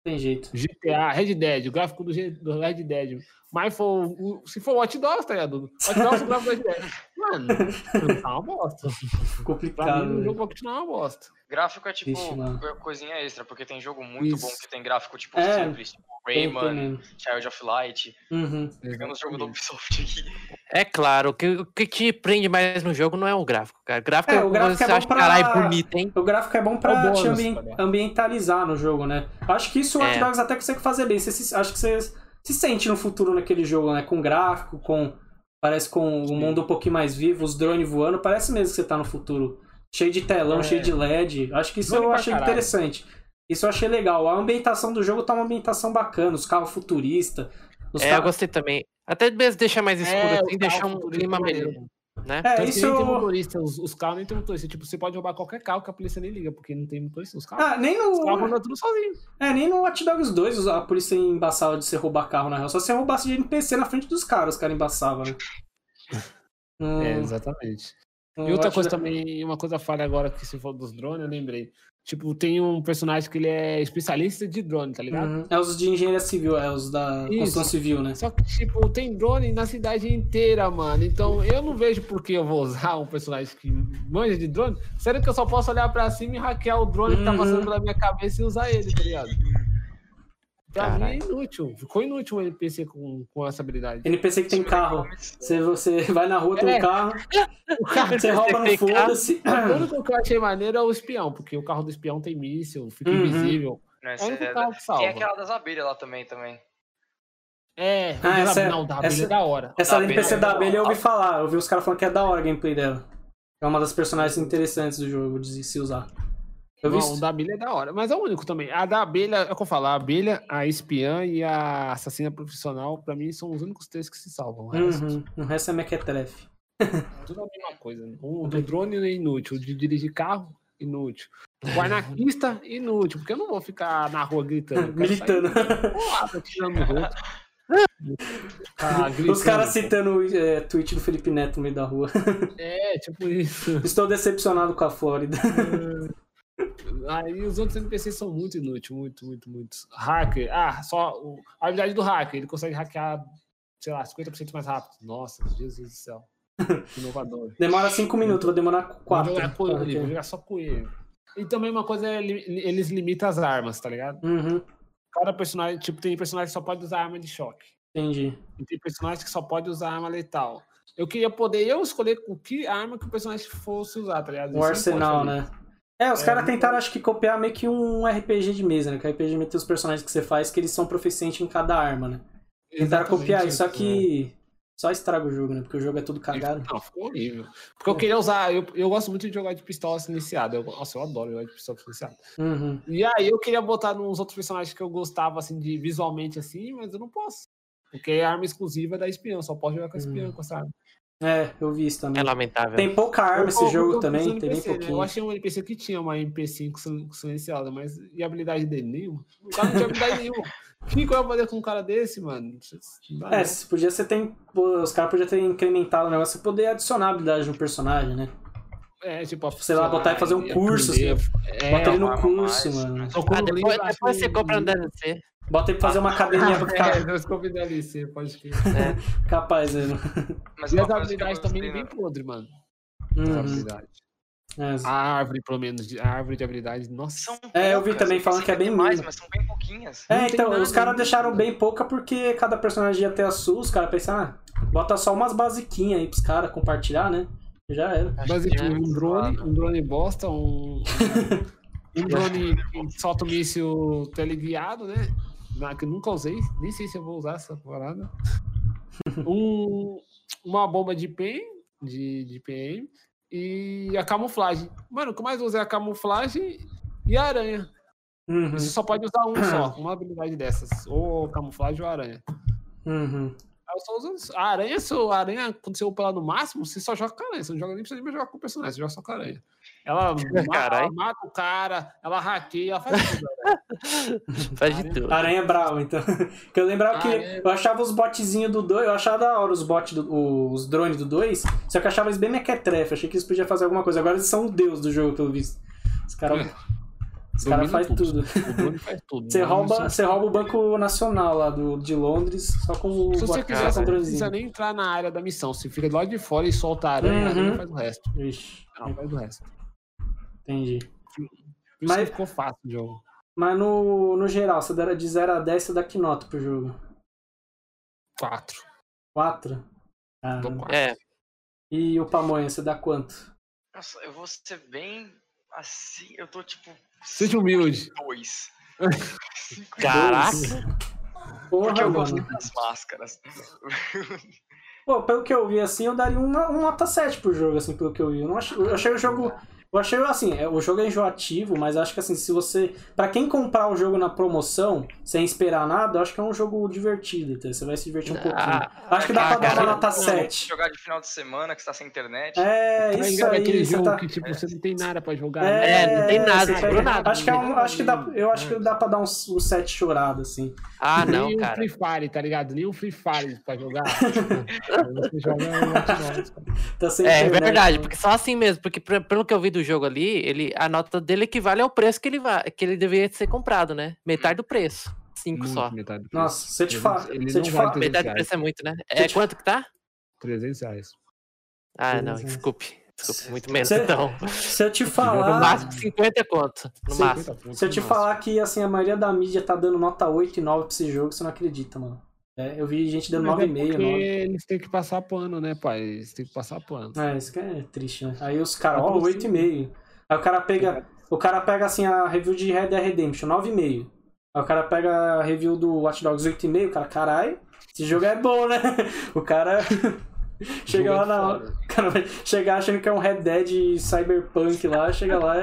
A: Tem jeito.
C: GTA, Red Dead, o gráfico do Red Dead. Mas se for Watch Dogs, tá ligado? Watch Dogs, o gráfico do Red Dead. Mano, tá uma bosta.
A: Complicado.
C: Pra mim, o
A: né?
C: jogo vai continuar uma bosta.
D: Gráfico é tipo
A: Vixe, mano.
D: coisinha extra, porque tem jogo muito
C: Isso.
D: bom que tem gráfico tipo
A: É,
D: simples, tipo
A: Tem
D: Rayman,
A: mesmo.
D: Child of Light.
A: Uhum.
D: Pegando o jogo do Ubisoft aqui.
B: É claro, o que te prende mais no jogo não é o gráfico, cara. Gráfico
A: É, o gráfico
B: você
A: é bom
B: acha,
A: pra-
B: caralho, bonito, hein?
A: O gráfico é bom
C: É o
A: pra te
C: bônus, tá ligado?
A: ambientalizar no jogo, né? Acho que isso o Watch
B: É.
A: Dogs até consegue fazer bem. Acho que você se sente no futuro naquele jogo, né? Com gráfico, parece com um mundo um pouquinho mais vivo, os drones voando. Parece mesmo que você tá no futuro. Cheio de telão, cheio de LED. Acho que isso
C: Drone
A: eu
C: pra
A: achei
C: caralho.
A: interessante. Isso eu achei legal. A ambientação do jogo tá uma ambientação bacana. Os carros futuristas.
B: Eu gostei também. Até mesmo deixar mais escuro assim,
C: os
B: deixar
C: carros
B: um
C: futuristas
B: clima
C: maneiro.
B: melhor, né?
A: É,
C: Tanto que
A: isso.
C: nem tem motorista, os carros nem tem motorista. Tipo, você pode roubar qualquer carro que a polícia nem liga, porque não tem motorista. Os carros
A: Nem
C: andam
A: no.
C: tudo sozinho.
A: Nem no Watch Dogs 2 a polícia embaçava de você roubar carro, na real. Só se você roubasse de NPC na frente dos caras, os caras embaçavam, né?
C: Exatamente. E outra coisa também, uma coisa falha agora que se for dos drones, eu lembrei. Tipo, tem um personagem que ele é especialista de drone, tá ligado?
A: É os de engenharia civil, os da
C: Isso.
A: construção civil, né?
C: Só que, tipo, tem drone na cidade inteira, mano. Então, eu não vejo por que eu vou usar um personagem que manja de drone, sendo que eu só posso olhar pra cima e hackear o drone que tá passando pela minha cabeça e usar ele, tá ligado? Pra mim é inútil. Ficou inútil um NPC com essa habilidade.
A: NPC que tem carro. Você vai na rua, tem um carro,
C: O carro
A: você rouba no foda-se.
C: O único que eu achei maneiro é o espião, porque o carro do espião tem míssil, fica invisível.
D: Né,
C: É o único carro que salva.
D: Tem aquela das abelhas lá também.
C: Não, da abelha é da hora.
A: Essa
D: Da
A: NPC
D: abelha
A: da
D: é
A: abelha eu
D: da
A: ouvi falar. Eu ouvi os caras falando que é da hora a gameplay dela. É uma das personagens interessantes do jogo de se usar. Eu vi
C: Não, o da abelha é da hora, mas é o único também. A da abelha, é o que eu falo, a abelha, a espiã e a assassina profissional, pra mim, são os únicos três que se salvam.
A: O resto é mequetrefe.
C: Tudo a mesma coisa. Né? O do drone é inútil, o de dirigir carro, inútil. O anarquista, inútil, porque eu não vou ficar na rua gritando.
A: Militando.
C: Tirando o rosto.
A: Os caras citando o tweet do Felipe Neto no meio da rua.
C: Tipo isso.
A: Estou decepcionado com a Flórida.
C: Aí os outros NPCs são muito inúteis, muito. Hacker. A habilidade do hacker, ele consegue hackear, sei lá, 50% mais rápido. Nossa, Jesus do céu. Inovador.
A: Demora 5 minutos, vai demorar 4.
C: Vou jogar só com ele. E também uma coisa é eles limitam as armas, tá ligado? Cada personagem, tipo, tem personagem que só pode usar arma de choque.
A: Entendi.
C: E tem personagem que só pode usar arma letal. Eu queria poder escolher com que arma que o personagem fosse usar, tá ligado?
A: O arsenal, né? Os caras tentaram, acho que, copiar meio que um RPG de mesa, né? Que o RPG tem os personagens que você faz que eles são proficientes em cada arma, né? Tentaram copiar isso, só que só estraga o jogo, né? Porque o jogo é tudo cagado.
C: Não, ficou horrível. Porque eu queria usar... Eu gosto muito de jogar de pistola silenciada. Eu adoro jogar de pistola silenciada. E aí eu queria botar nos outros personagens que eu gostava, assim, de visualmente, assim, mas eu não posso. Porque é arma exclusiva da espiã. Só posso jogar com a espiã, com essa arma.
A: Eu vi isso também.
B: É lamentável.
A: Tem pouca arma esse jogo também, tem bem
C: NPC, né?
A: pouquinho.
C: Eu achei um NPC que tinha uma MP5 silenciada, mas e a habilidade dele? Nenhuma. O cara não tinha habilidade nenhuma. O que eu ia fazer com um cara desse, mano?
A: Podia ser os caras podiam ter incrementado o negócio, você poder adicionar habilidade no personagem, né?
C: Tipo,
A: sei lá, botar e fazer um curso, assim. Bota ele no curso, mano.
B: Depois você compra no DLC.
A: Bota ele pra fazer uma academia pra ficar.
C: Deus compra DLC, pode crer.
A: Capaz, né?
D: Mas
C: E
D: uma
C: as
D: coisa que eu
C: habilidades também
D: gostei,
C: bem
D: né?
C: podre, mano.
A: Uhum.
C: As habilidades. A árvore, pelo menos, a árvore de habilidades, nossa.
D: São
A: eu vi
D: poucas,
A: também falando que é bem
D: mais,
A: mínimo.
D: mas são bem pouquinhas.
A: Então,
C: tem
A: os
C: nada,
A: caras
C: não
A: deixaram
C: tem
A: bem pouca porque cada personagem ia ter a sua, os caras pensaram, bota só umas basiquinhas aí pros caras compartilhar, né? Já era.
C: Basicamente, um drone bosta, um drone que solta o míssil teleguiado, né? Que eu nunca usei, nem sei se eu vou usar essa parada. Uma bomba de PM, de PM e a camuflagem. Mano, o que eu mais uso é a camuflagem e a aranha. Você só pode usar uma habilidade dessas, ou camuflagem ou aranha. Eu só uso a aranha, quando você upa ela no máximo, você só joga com a aranha. Você não joga nem precisa nem jogar com o personagem, você joga só com a aranha. Ela mata o cara, ela hackeia, ela faz tudo.
B: Faz de tudo.
A: Aranha é bravo, então. Porque eu lembrava que eu achava os botzinhos do 2, eu achava da hora os bots, os drones do 2, só que eu achava eles bem mequetrefe, achei que eles podiam fazer alguma coisa. Agora eles são o deus do jogo, pelo visto. Os caras Os caras fazem tudo.
C: O drone faz tudo.
A: Você rouba o Banco Nacional lá de Londres só com o
C: Se você quiser, você não precisa
A: dronezinho.
C: nem entrar na área da missão. Você fica do lado de fora e solta a aranha,
A: Uhum.
C: não faz o resto.
A: Ixi,
C: Não, faz o resto.
A: entendi.
C: Por isso
A: Mas-
C: que ficou fácil o jogo.
A: Mas no geral, você dá de 0 a 10, você dá que nota pro jogo?
C: 4.
A: 4? Ah,
C: Dou 4.
B: É,
A: e o Pamonha, você dá quanto?
D: Nossa, eu vou ser bem assim, eu tô tipo.
C: Seja humilde.
D: 2.
B: caraca.
A: Porra,
D: Porque eu
A: mano.
D: gosto das máscaras.
A: Pô, pelo que eu vi, assim, eu daria uma nota 7 pro jogo, assim, pelo que eu vi. Eu achei o jogo... Eu achei, assim, o jogo é enjoativo, mas acho que, assim, se você... Pra quem comprar o jogo na promoção, sem esperar nada, eu acho que é um jogo divertido, então você vai se divertir um pouquinho. Acho que dá pra dar uma nota 7.
D: Jogar de final de semana, que você tá sem internet.
A: É,
C: Mas
A: isso
C: é aquele
A: aí,
C: jogo
A: você tá...
C: que tipo, você não tem nada pra jogar.
B: não tem nada,
A: você
B: não
A: pega-
B: tem nada.
A: Acho que eu acho que dá pra dar um 7 chorado, assim.
B: Ah, não,
C: Nem o
B: cara.
C: Free Fire, tá ligado? Nem o Free Fire pra jogar. Você joga o Watch Dogs, cara.
A: Tá sem
B: É
A: internet,
B: verdade,
A: né?
B: porque só assim mesmo, porque pelo que eu vi do jogo ali, a nota dele equivale ao preço que ele deveria ser comprado, né? Metade do preço. 5
C: Muito
B: só.
C: metade do preço.
A: Nossa, se eu te
C: Ele-
A: falar...
C: ele
A: Se eu
C: não
A: te
C: vale
A: falar...
C: 300
B: Metade do
C: reais.
B: preço é muito, né? É quanto que tá?
C: 300 reais.
B: Ah, não,
A: 300.
B: desculpe, muito menos
A: Cê-
B: então.
A: Se eu te
B: No
A: falar...
B: máximo 50 conto, no
A: Sim.
B: máximo.
A: Se eu te falar que, assim, a maioria da mídia tá dando nota 8 e 9 pra esse jogo, você não acredita, mano. Eu vi gente dando
C: Mas é
A: 9,5,
C: porque
A: 9.
C: eles têm que passar pano, né, pai? Eles têm que passar pano.
A: Isso que é triste, né? Aí os caras, ó, 8,5. Aí o cara pega, assim, a review de Red Dead Redemption, 9,5. Aí o cara pega a review do Watch Dogs 8,5, o cara, caralho, esse jogo é bom, né? O cara chega lá na hora. O cara vai chegar achando que é um Red Dead Cyberpunk lá, chega lá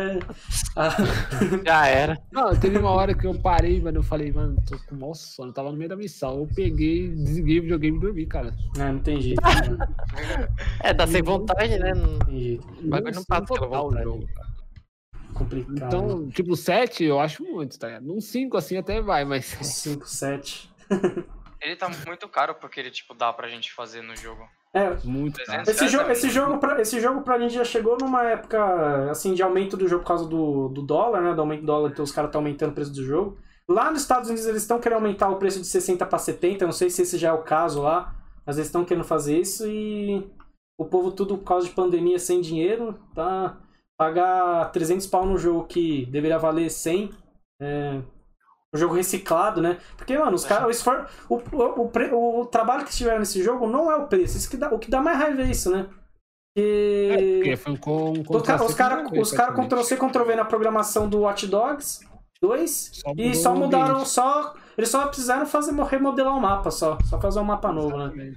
B: Já era.
C: Não, teve uma hora que eu parei, mano. Eu falei, mano, tô com mau sono. Tava no meio da missão. Eu peguei, desliguei o videogame e dormi, cara.
A: Não tem jeito, né?
B: Tá sem vontade, né?
A: Não tem jeito.
B: O bagulho não passa pela
C: total o
B: vontade.
C: jogo, cara.
A: Complicado.
C: Então, tipo, 7 eu acho muito, tá ligado? Num 5 assim até vai, mas
A: 5, 7.
D: Ele tá muito caro porque ele, tipo, dá pra gente fazer no jogo.
C: muito, cara.
D: 300.
A: Esse jogo pra gente já chegou numa época assim de aumento do jogo por causa do dólar, né? Do aumento do dólar, então os caras estão aumentando o preço do jogo. Lá nos Estados Unidos eles estão querendo aumentar o preço de 60 para 70, não sei se esse já é o caso lá, mas eles estão querendo fazer isso e o povo tudo por causa de pandemia sem dinheiro, tá? Pagar 300 pau no jogo que deveria valer 100, o jogo reciclado, né? Porque, mano, os caras, o trabalho que tiveram nesse jogo não é o preço. Isso que dá, o que dá mais raiva é isso, né?
C: Porque foi
A: Os caras Ctrl-C, Ctrl-V na programação do Watch Dogs 2 e só mudaram, eles só precisaram remodelar o mapa, só fazer um mapa novo, né?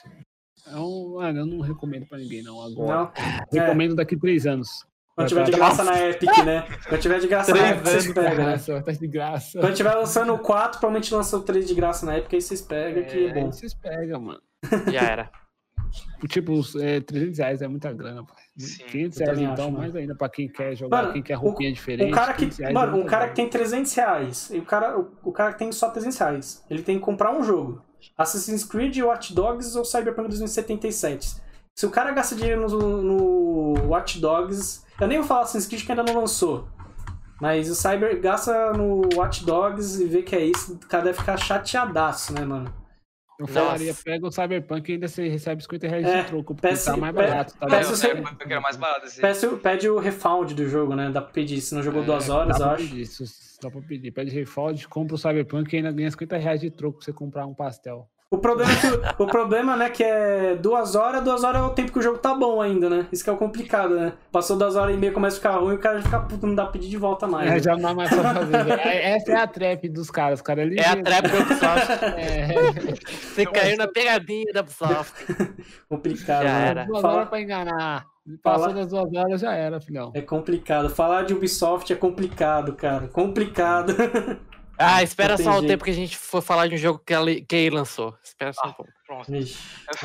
C: Mano, eu não recomendo pra ninguém, não, agora.
A: Não,
C: Recomendo daqui 3 anos.
A: quando tiver de graça na Epic, né? Quando tiver de graça na Epic, vocês pegam, né?
C: Tá de graça.
A: Quando tiver lançando o 4, provavelmente lança o 3 de graça na Epic, aí vocês pegam, que é bom.
C: Vocês pegam, mano.
B: Já era.
C: Tipo, 300 reais é muita grana, pai.
D: Sim,
C: 500
A: eu
C: reais,
A: também
C: então,
A: acho,
C: mais ainda pra quem quer jogar,
A: Mano,
C: quem quer roupinha diferente.
A: Um cara que,
C: 500 reais
A: mano,
C: é
A: um
C: muito
A: cara
C: bom.
A: que tem 300 reais, e o cara que tem só 300 reais, ele tem que comprar um jogo. Assassin's Creed, Watch Dogs ou Cyberpunk 2077. Se o cara gasta dinheiro no Watch Dogs, eu nem vou falar Assassin's Creed que ainda não lançou, mas o Cyber gasta no Watch Dogs e vê que é isso, o cara deve ficar chateadaço, né, mano?
C: Eu falaria, pega o Cyberpunk e ainda você recebe 50 reais de troco, porque
A: peça-
C: tá mais barato, tá
A: peça-
C: ligado?
A: você-
D: Eu quero mais barato esse.
A: Pede o refund do jogo, né? Dá pra pedir, se não jogou 2 horas,
C: dá
A: eu
C: pra
A: acho.
C: pedir, isso dá pra pedir. Pede refund, compra o Cyberpunk e ainda ganha 50 reais de troco pra você comprar um pastel.
A: O problema, né, que é 2 horas é o tempo que o jogo tá bom ainda, né? Isso que é o complicado, né? Passou 2 horas e meia, começa a ficar ruim, o cara já fica puto, não dá pra pedir de volta mais. né?
C: Já não dá mais pra fazer. Essa é a trap dos caras, os caras
B: É a trap do Ubisoft.
C: É,
B: Você caiu na pegadinha da Ubisoft.
A: Complicado,
B: Já
A: né?
B: era.
C: 2
A: Falar-
C: horas pra enganar. Passou
A: Fala-
C: das 2 horas, já era, filhão.
A: É complicado. Falar de Ubisoft é complicado, cara. Complicado.
B: Ah, espera
A: Não tem
B: só o
A: jeito.
B: tempo que a gente for falar de um jogo que ele lançou. Espera só um pouco.
D: Pronto.
A: Vixe.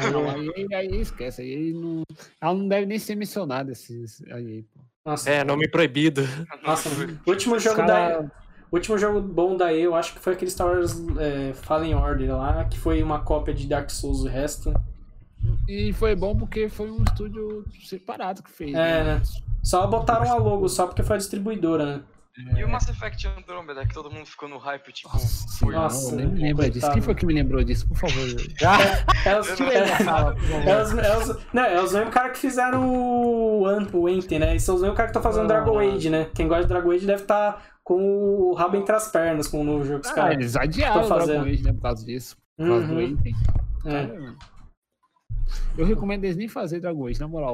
C: Aí esquece, aí não, ela não deve nem ser mencionada aí, pô.
A: Nossa,
B: Nome proibido.
A: nossa, o último jogo O último jogo bom da EA, eu acho que foi aquele Star Wars Fallen Order lá, que foi uma cópia de Dark Souls, o resto.
C: E foi bom porque foi um estúdio separado que fez.
A: Né? Só botaram a logo, só porque foi a distribuidora, né?
D: E o Mass Effect Andromeda, que todo mundo ficou no hype, tipo...
A: Nossa,
C: eu nem me lembro disso. Quem foi que me lembrou disso, por favor?
A: É os mesmos caras que fizeram o Anthem, né? E são os mesmos caras que estão fazendo Dragon Age, né? Quem gosta de Dragon Age deve estar com o rabo entre as pernas com o novo jogo que os caras
C: eles adiaram o Dragon Age, né? Por causa disso. Por causa do Anthem. Eu recomendo eles nem fazer Dragon Age, na moral.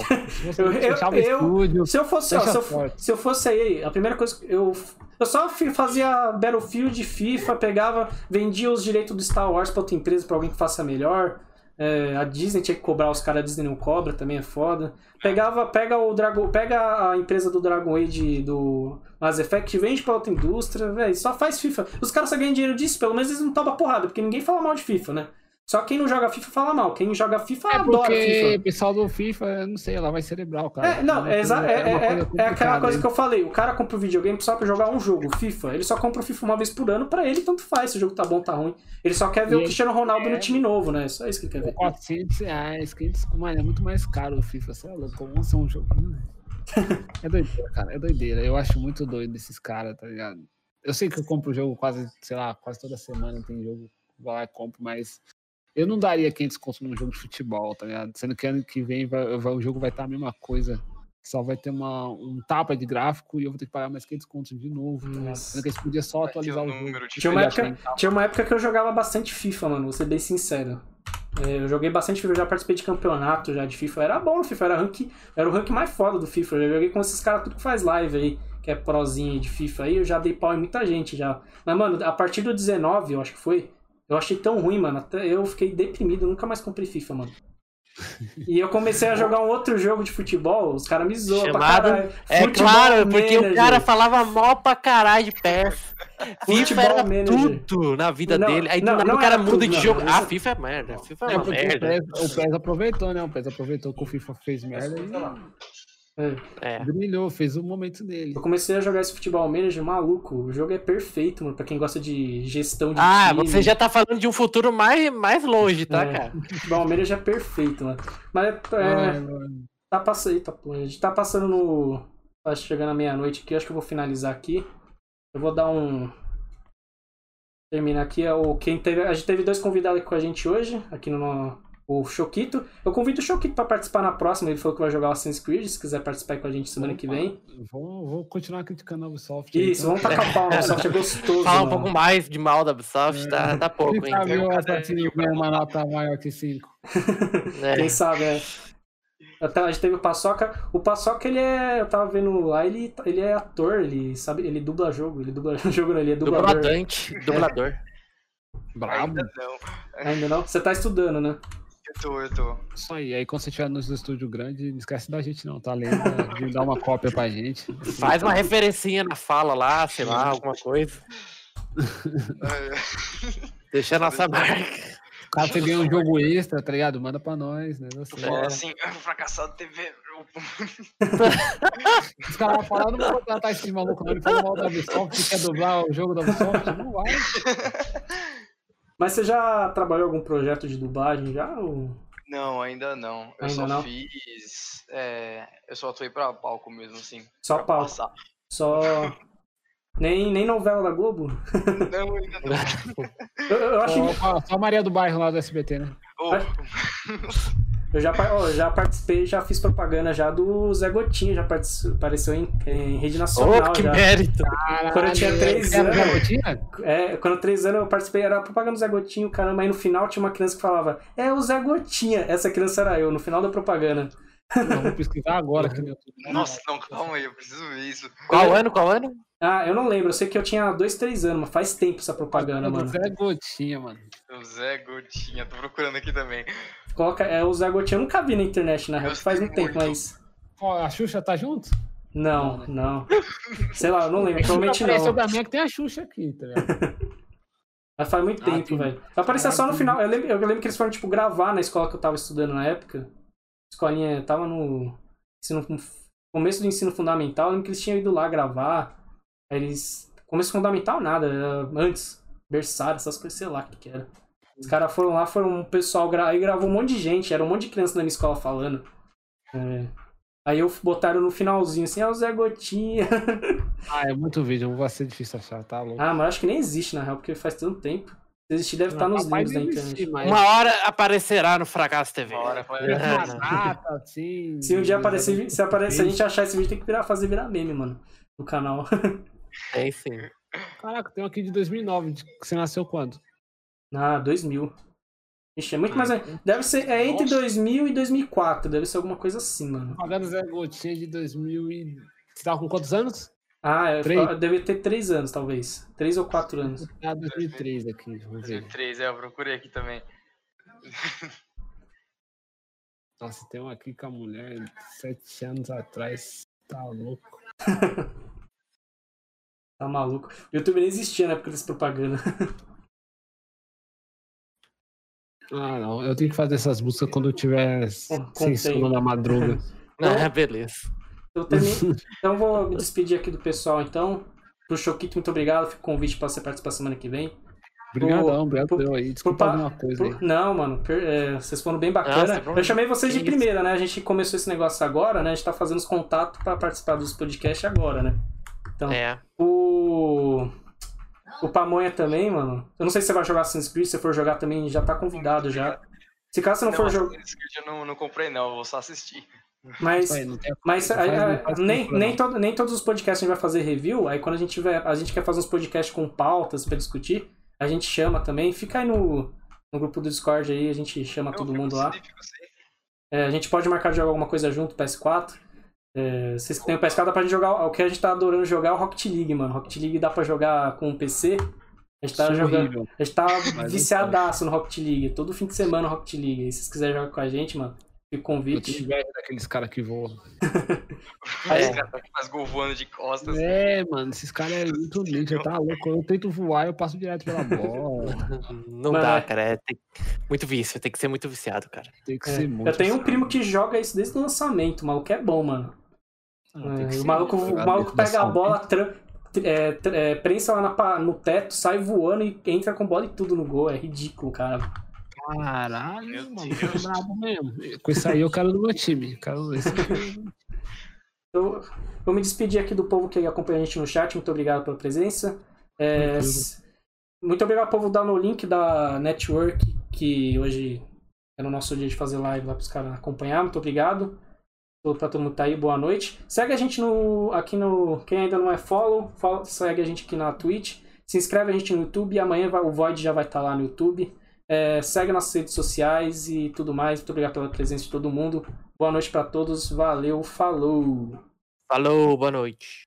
C: Se
A: eu fosse aí, a primeira coisa eu só fazia Battlefield, FIFA, pegava, vendia os direitos do Star Wars pra outra empresa, pra alguém que faça melhor. A Disney tinha que cobrar, os caras, a Disney não cobra, também é foda. Pega a empresa do Dragon Age do Mass Effect, vende pra outra indústria, velho, só faz FIFA. Os caras só ganham dinheiro disso, pelo menos eles não tomam porrada, porque ninguém fala mal de FIFA, né? Só quem não joga FIFA fala mal. Quem joga FIFA adora FIFA.
C: O pessoal do FIFA, não sei, ela vai cerebral, cara.
A: É aquela coisa que eu falei. O cara compra o videogame só pra jogar um jogo, FIFA. Ele só compra o FIFA uma vez por ano, pra ele tanto faz se o jogo tá bom ou tá ruim. Ele só quer ver o Cristiano Ronaldo no time novo, né? Só isso que ele quer ver.
C: R$400, mano, é muito mais caro o FIFA. Sei lá, como é um jogo. É doideira, cara. É doideira. Eu acho muito doido esses caras, tá ligado? Eu sei que eu compro o jogo quase toda semana tem jogo. Vou lá e compro, mas... Eu não daria 500 conto num jogo de futebol, tá ligado? Sendo que ano que vem o jogo vai estar a mesma coisa. Só vai ter um tapa de gráfico e eu vou ter que pagar mais 500 contos de novo, tá ligado? Sendo que eles podiam só atualizar o jogo.
A: Tinha uma época que eu jogava bastante FIFA, mano, vou ser bem sincero. Eu joguei bastante FIFA, eu já participei de campeonato já de FIFA. Era bom no FIFA, era o rank mais foda do FIFA. Eu já joguei com esses caras tudo que faz live aí, que é prozinho de FIFA aí. Eu já dei pau em muita gente já. Mas, mano, a partir do 19, eu acho que foi... Eu achei tão ruim, mano. Até eu fiquei deprimido, eu nunca mais comprei FIFA, mano. E eu comecei a jogar um outro jogo de futebol, os caras me zoam pra caralho.
B: Claro, porque o cara falava mal pra caralho de PES. FIFA era tudo na vida dele. Aí do nada o cara muda de jogo. FIFA é merda. FIFA é uma merda.
C: O PES aproveitou, né? O PES aproveitou que o FIFA fez merda e brilhou, fez o momento dele.
A: Eu comecei a jogar esse Futebol Manager, maluco. O jogo é perfeito, mano, pra quem gosta de gestão de time.
B: Você já tá falando de um futuro mais longe, tá, cara?
A: O Futebol Manager é perfeito, mano. Mas tá passando, a gente tá passando no... Tá chegando à meia-noite aqui, acho que eu vou finalizar aqui. Eu vou dar terminar aqui. A gente teve 2 convidados aqui com a gente hoje, aqui o Choquito. Eu convido o Choquito pra participar na próxima. Ele falou que vai jogar o Assassin's Creed. Se quiser participar com a gente semana que vem.
C: Vou continuar criticando a Ubisoft.
A: Isso, vamos tacar o pau na Ubisoft. É gostoso.
B: Fala um pouco mais de mal da Ubisoft. Tá pouco, hein?
C: Quem sabe uma nota maior que 5.
A: Quem sabe, Até a gente teve o Paçoca. O Paçoca, eu tava vendo lá, ele é ator, ele dubla jogo. Ele dubla jogo, não, ele é dublador.
B: Dublador.
C: Brabo.
A: Ainda não? Você tá estudando, né?
D: Eu tô.
C: Isso aí quando você estiver no estúdio grande, não esquece da gente não, tá? Lembra de dar uma cópia pra gente.
B: Faz uma referencinha na fala lá, sei lá, alguma coisa. Deixa a nossa marca.
C: Caso você ganhe um jogo extra, tá ligado? Manda pra nós, né?
D: Assim, fracassado TV.
C: Os caras falaram, não vou contratar esse maluco, não. Ele falou mal da Ubisoft, que quer dublar o jogo da Ubisoft. Não vai.
A: Mas você já trabalhou em algum projeto de dublagem já? Ou...
D: Não, ainda não. Eu só fiz... eu só atuei pra palco mesmo, assim.
A: Só palco? Passar. Só... Nem novela da Globo?
D: Não, ainda não.
A: Eu acho
C: Só a Maria do Bairro lá do SBT, né?
A: Eu já participei, já fiz propaganda já do Zé Gotinha, já apareceu em rede nacional.
B: Que
A: já.
B: Mérito!
A: Quando eu tinha 3 anos.
C: Zé Gotinha?
A: Quando eu 3 anos eu participei, era propaganda do Zé Gotinho, caramba. Aí no final tinha uma criança que falava, o Zé Gotinha. Essa criança era eu, no final da propaganda.
C: Eu vou pesquisar agora.
D: Nossa, não, calma aí, eu preciso ver isso.
B: Qual ano?
A: Eu não lembro, eu sei que eu tinha 2, 3 anos, mas faz tempo essa propaganda, mano.
C: O Zé Gotinha, mano.
D: O Zé Gotinha, tô procurando aqui também.
A: O Zé Gotinha eu nunca vi na internet, na real, faz muito tempo, mas...
C: A Xuxa tá junto?
A: Não. Sei lá, eu não lembro, provavelmente não.
C: Apareceu pra mim que tem a Xuxa aqui, tá ligado?
A: Mas faz muito tempo, velho. Aparecia só no final, eu lembro que eles foram, tipo, gravar na escola que eu tava estudando na época. Escolinha, tava no começo do ensino fundamental, eu lembro que eles tinham ido lá gravar. Aí eles... Começo fundamental nada, antes, berçário, essas coisas, sei lá o que era. Os caras foram lá, um pessoal, aí gravou um monte de gente, era um monte de criança na minha escola falando. Aí botaram no finalzinho assim, o Zé Gotinha.
C: É muito vídeo, vai ser difícil achar, tá louco.
A: Ah, mas acho que nem existe, na real, porque faz tanto tempo. Se existir, deve estar nos livros da internet.
B: Uma hora aparecerá no Fracasso TV.
D: Uma hora foi.
C: Assim,
A: Se um dia aparecer, se a gente achar esse vídeo, tem que fazer virar meme, mano, no canal.
B: Tem sim.
C: Caraca, tem um aqui de 2009. Você nasceu quando?
A: 2000. Ixi, é muito mais... Deve ser... É entre 2000 e 2004. Deve ser alguma coisa assim, mano.
C: Pagando Zé Gotinha de 2000 e... Você tava com quantos anos?
A: Deve ter 3 anos, talvez. 3 ou 4 anos.
C: 2003 aqui.
D: 2003, eu procurei aqui também.
C: Nossa, tem um aqui com a mulher 7 anos atrás. Tá louco.
A: Tá maluco. O YouTube nem existia na época dessa propaganda.
C: Não. Eu tenho que fazer essas buscas quando eu tiver sem sono na madruga.
B: Beleza.
A: Então vou me despedir aqui do pessoal, então. Pro Choquito, muito obrigado. Fica o convite pra você participar semana que vem.
C: Obrigado aí. Desculpa alguma coisa aí.
A: Não, mano. Vocês foram bem bacana. Eu chamei vocês de primeira, né? A gente começou esse negócio agora, né? A gente tá fazendo os contatos pra participar dos podcasts agora, né? Então, o Pamonha também, mano. Eu não sei se você vai jogar Assassin's Creed. Se você for jogar também, já tá convidado já. Se caso você não for jogar...
D: Assassin's Creed eu não comprei, não. Eu vou só assistir.
A: Mas nem todos os podcasts a gente vai fazer review. Aí quando a gente quer fazer uns podcasts com pautas pra discutir, a gente chama também. Fica aí no grupo do Discord aí, a gente chama todo mundo lá. A gente pode marcar de jogar alguma coisa junto, PS4. Vocês têm o PS4, dá pra gente jogar. O que a gente tá adorando jogar é o Rocket League, mano. Rocket League dá pra jogar com o PC. A gente tá jogando. A gente tá viciadaço no Rocket League. Todo fim de semana Rocket League. E se vocês quiserem jogar com a gente, mano, fica o convite.
C: Eu tenho inveja daqueles caras que voam.
D: Os caras que faz gol voando de costas.
C: Mano, esses caras é muito ninja, tá louco. Eu tento voar, eu passo direto pela bola.
B: Não dá, cara. Muito vício, tem que ser muito viciado, cara.
C: Tem que ser muito.
A: Eu tenho um primo que joga isso desde o lançamento, o maluco é bom, mano. O maluco pega a bola, prensa lá no teto, sai voando e entra com bola e tudo no gol. É ridículo, cara.
C: Caralho, mano, é brabo mesmo. Com isso aí eu quero no meu time.
A: Eu vou me despedir aqui do povo que acompanha a gente no chat. Muito obrigado pela presença. Muito obrigado, povo, dar no link da Network, que hoje é no nosso dia de fazer live lá para os caras acompanhar. Muito obrigado. Pra todo mundo que tá aí, boa noite. Segue a gente aqui no... Quem ainda não é follow, segue a gente aqui na Twitch. Se inscreve a gente no YouTube e amanhã o Void já vai estar lá no YouTube. Segue nossas redes sociais e tudo mais. Muito obrigado pela presença de todo mundo. Boa noite pra todos. Valeu, falou!
B: Falou, boa noite.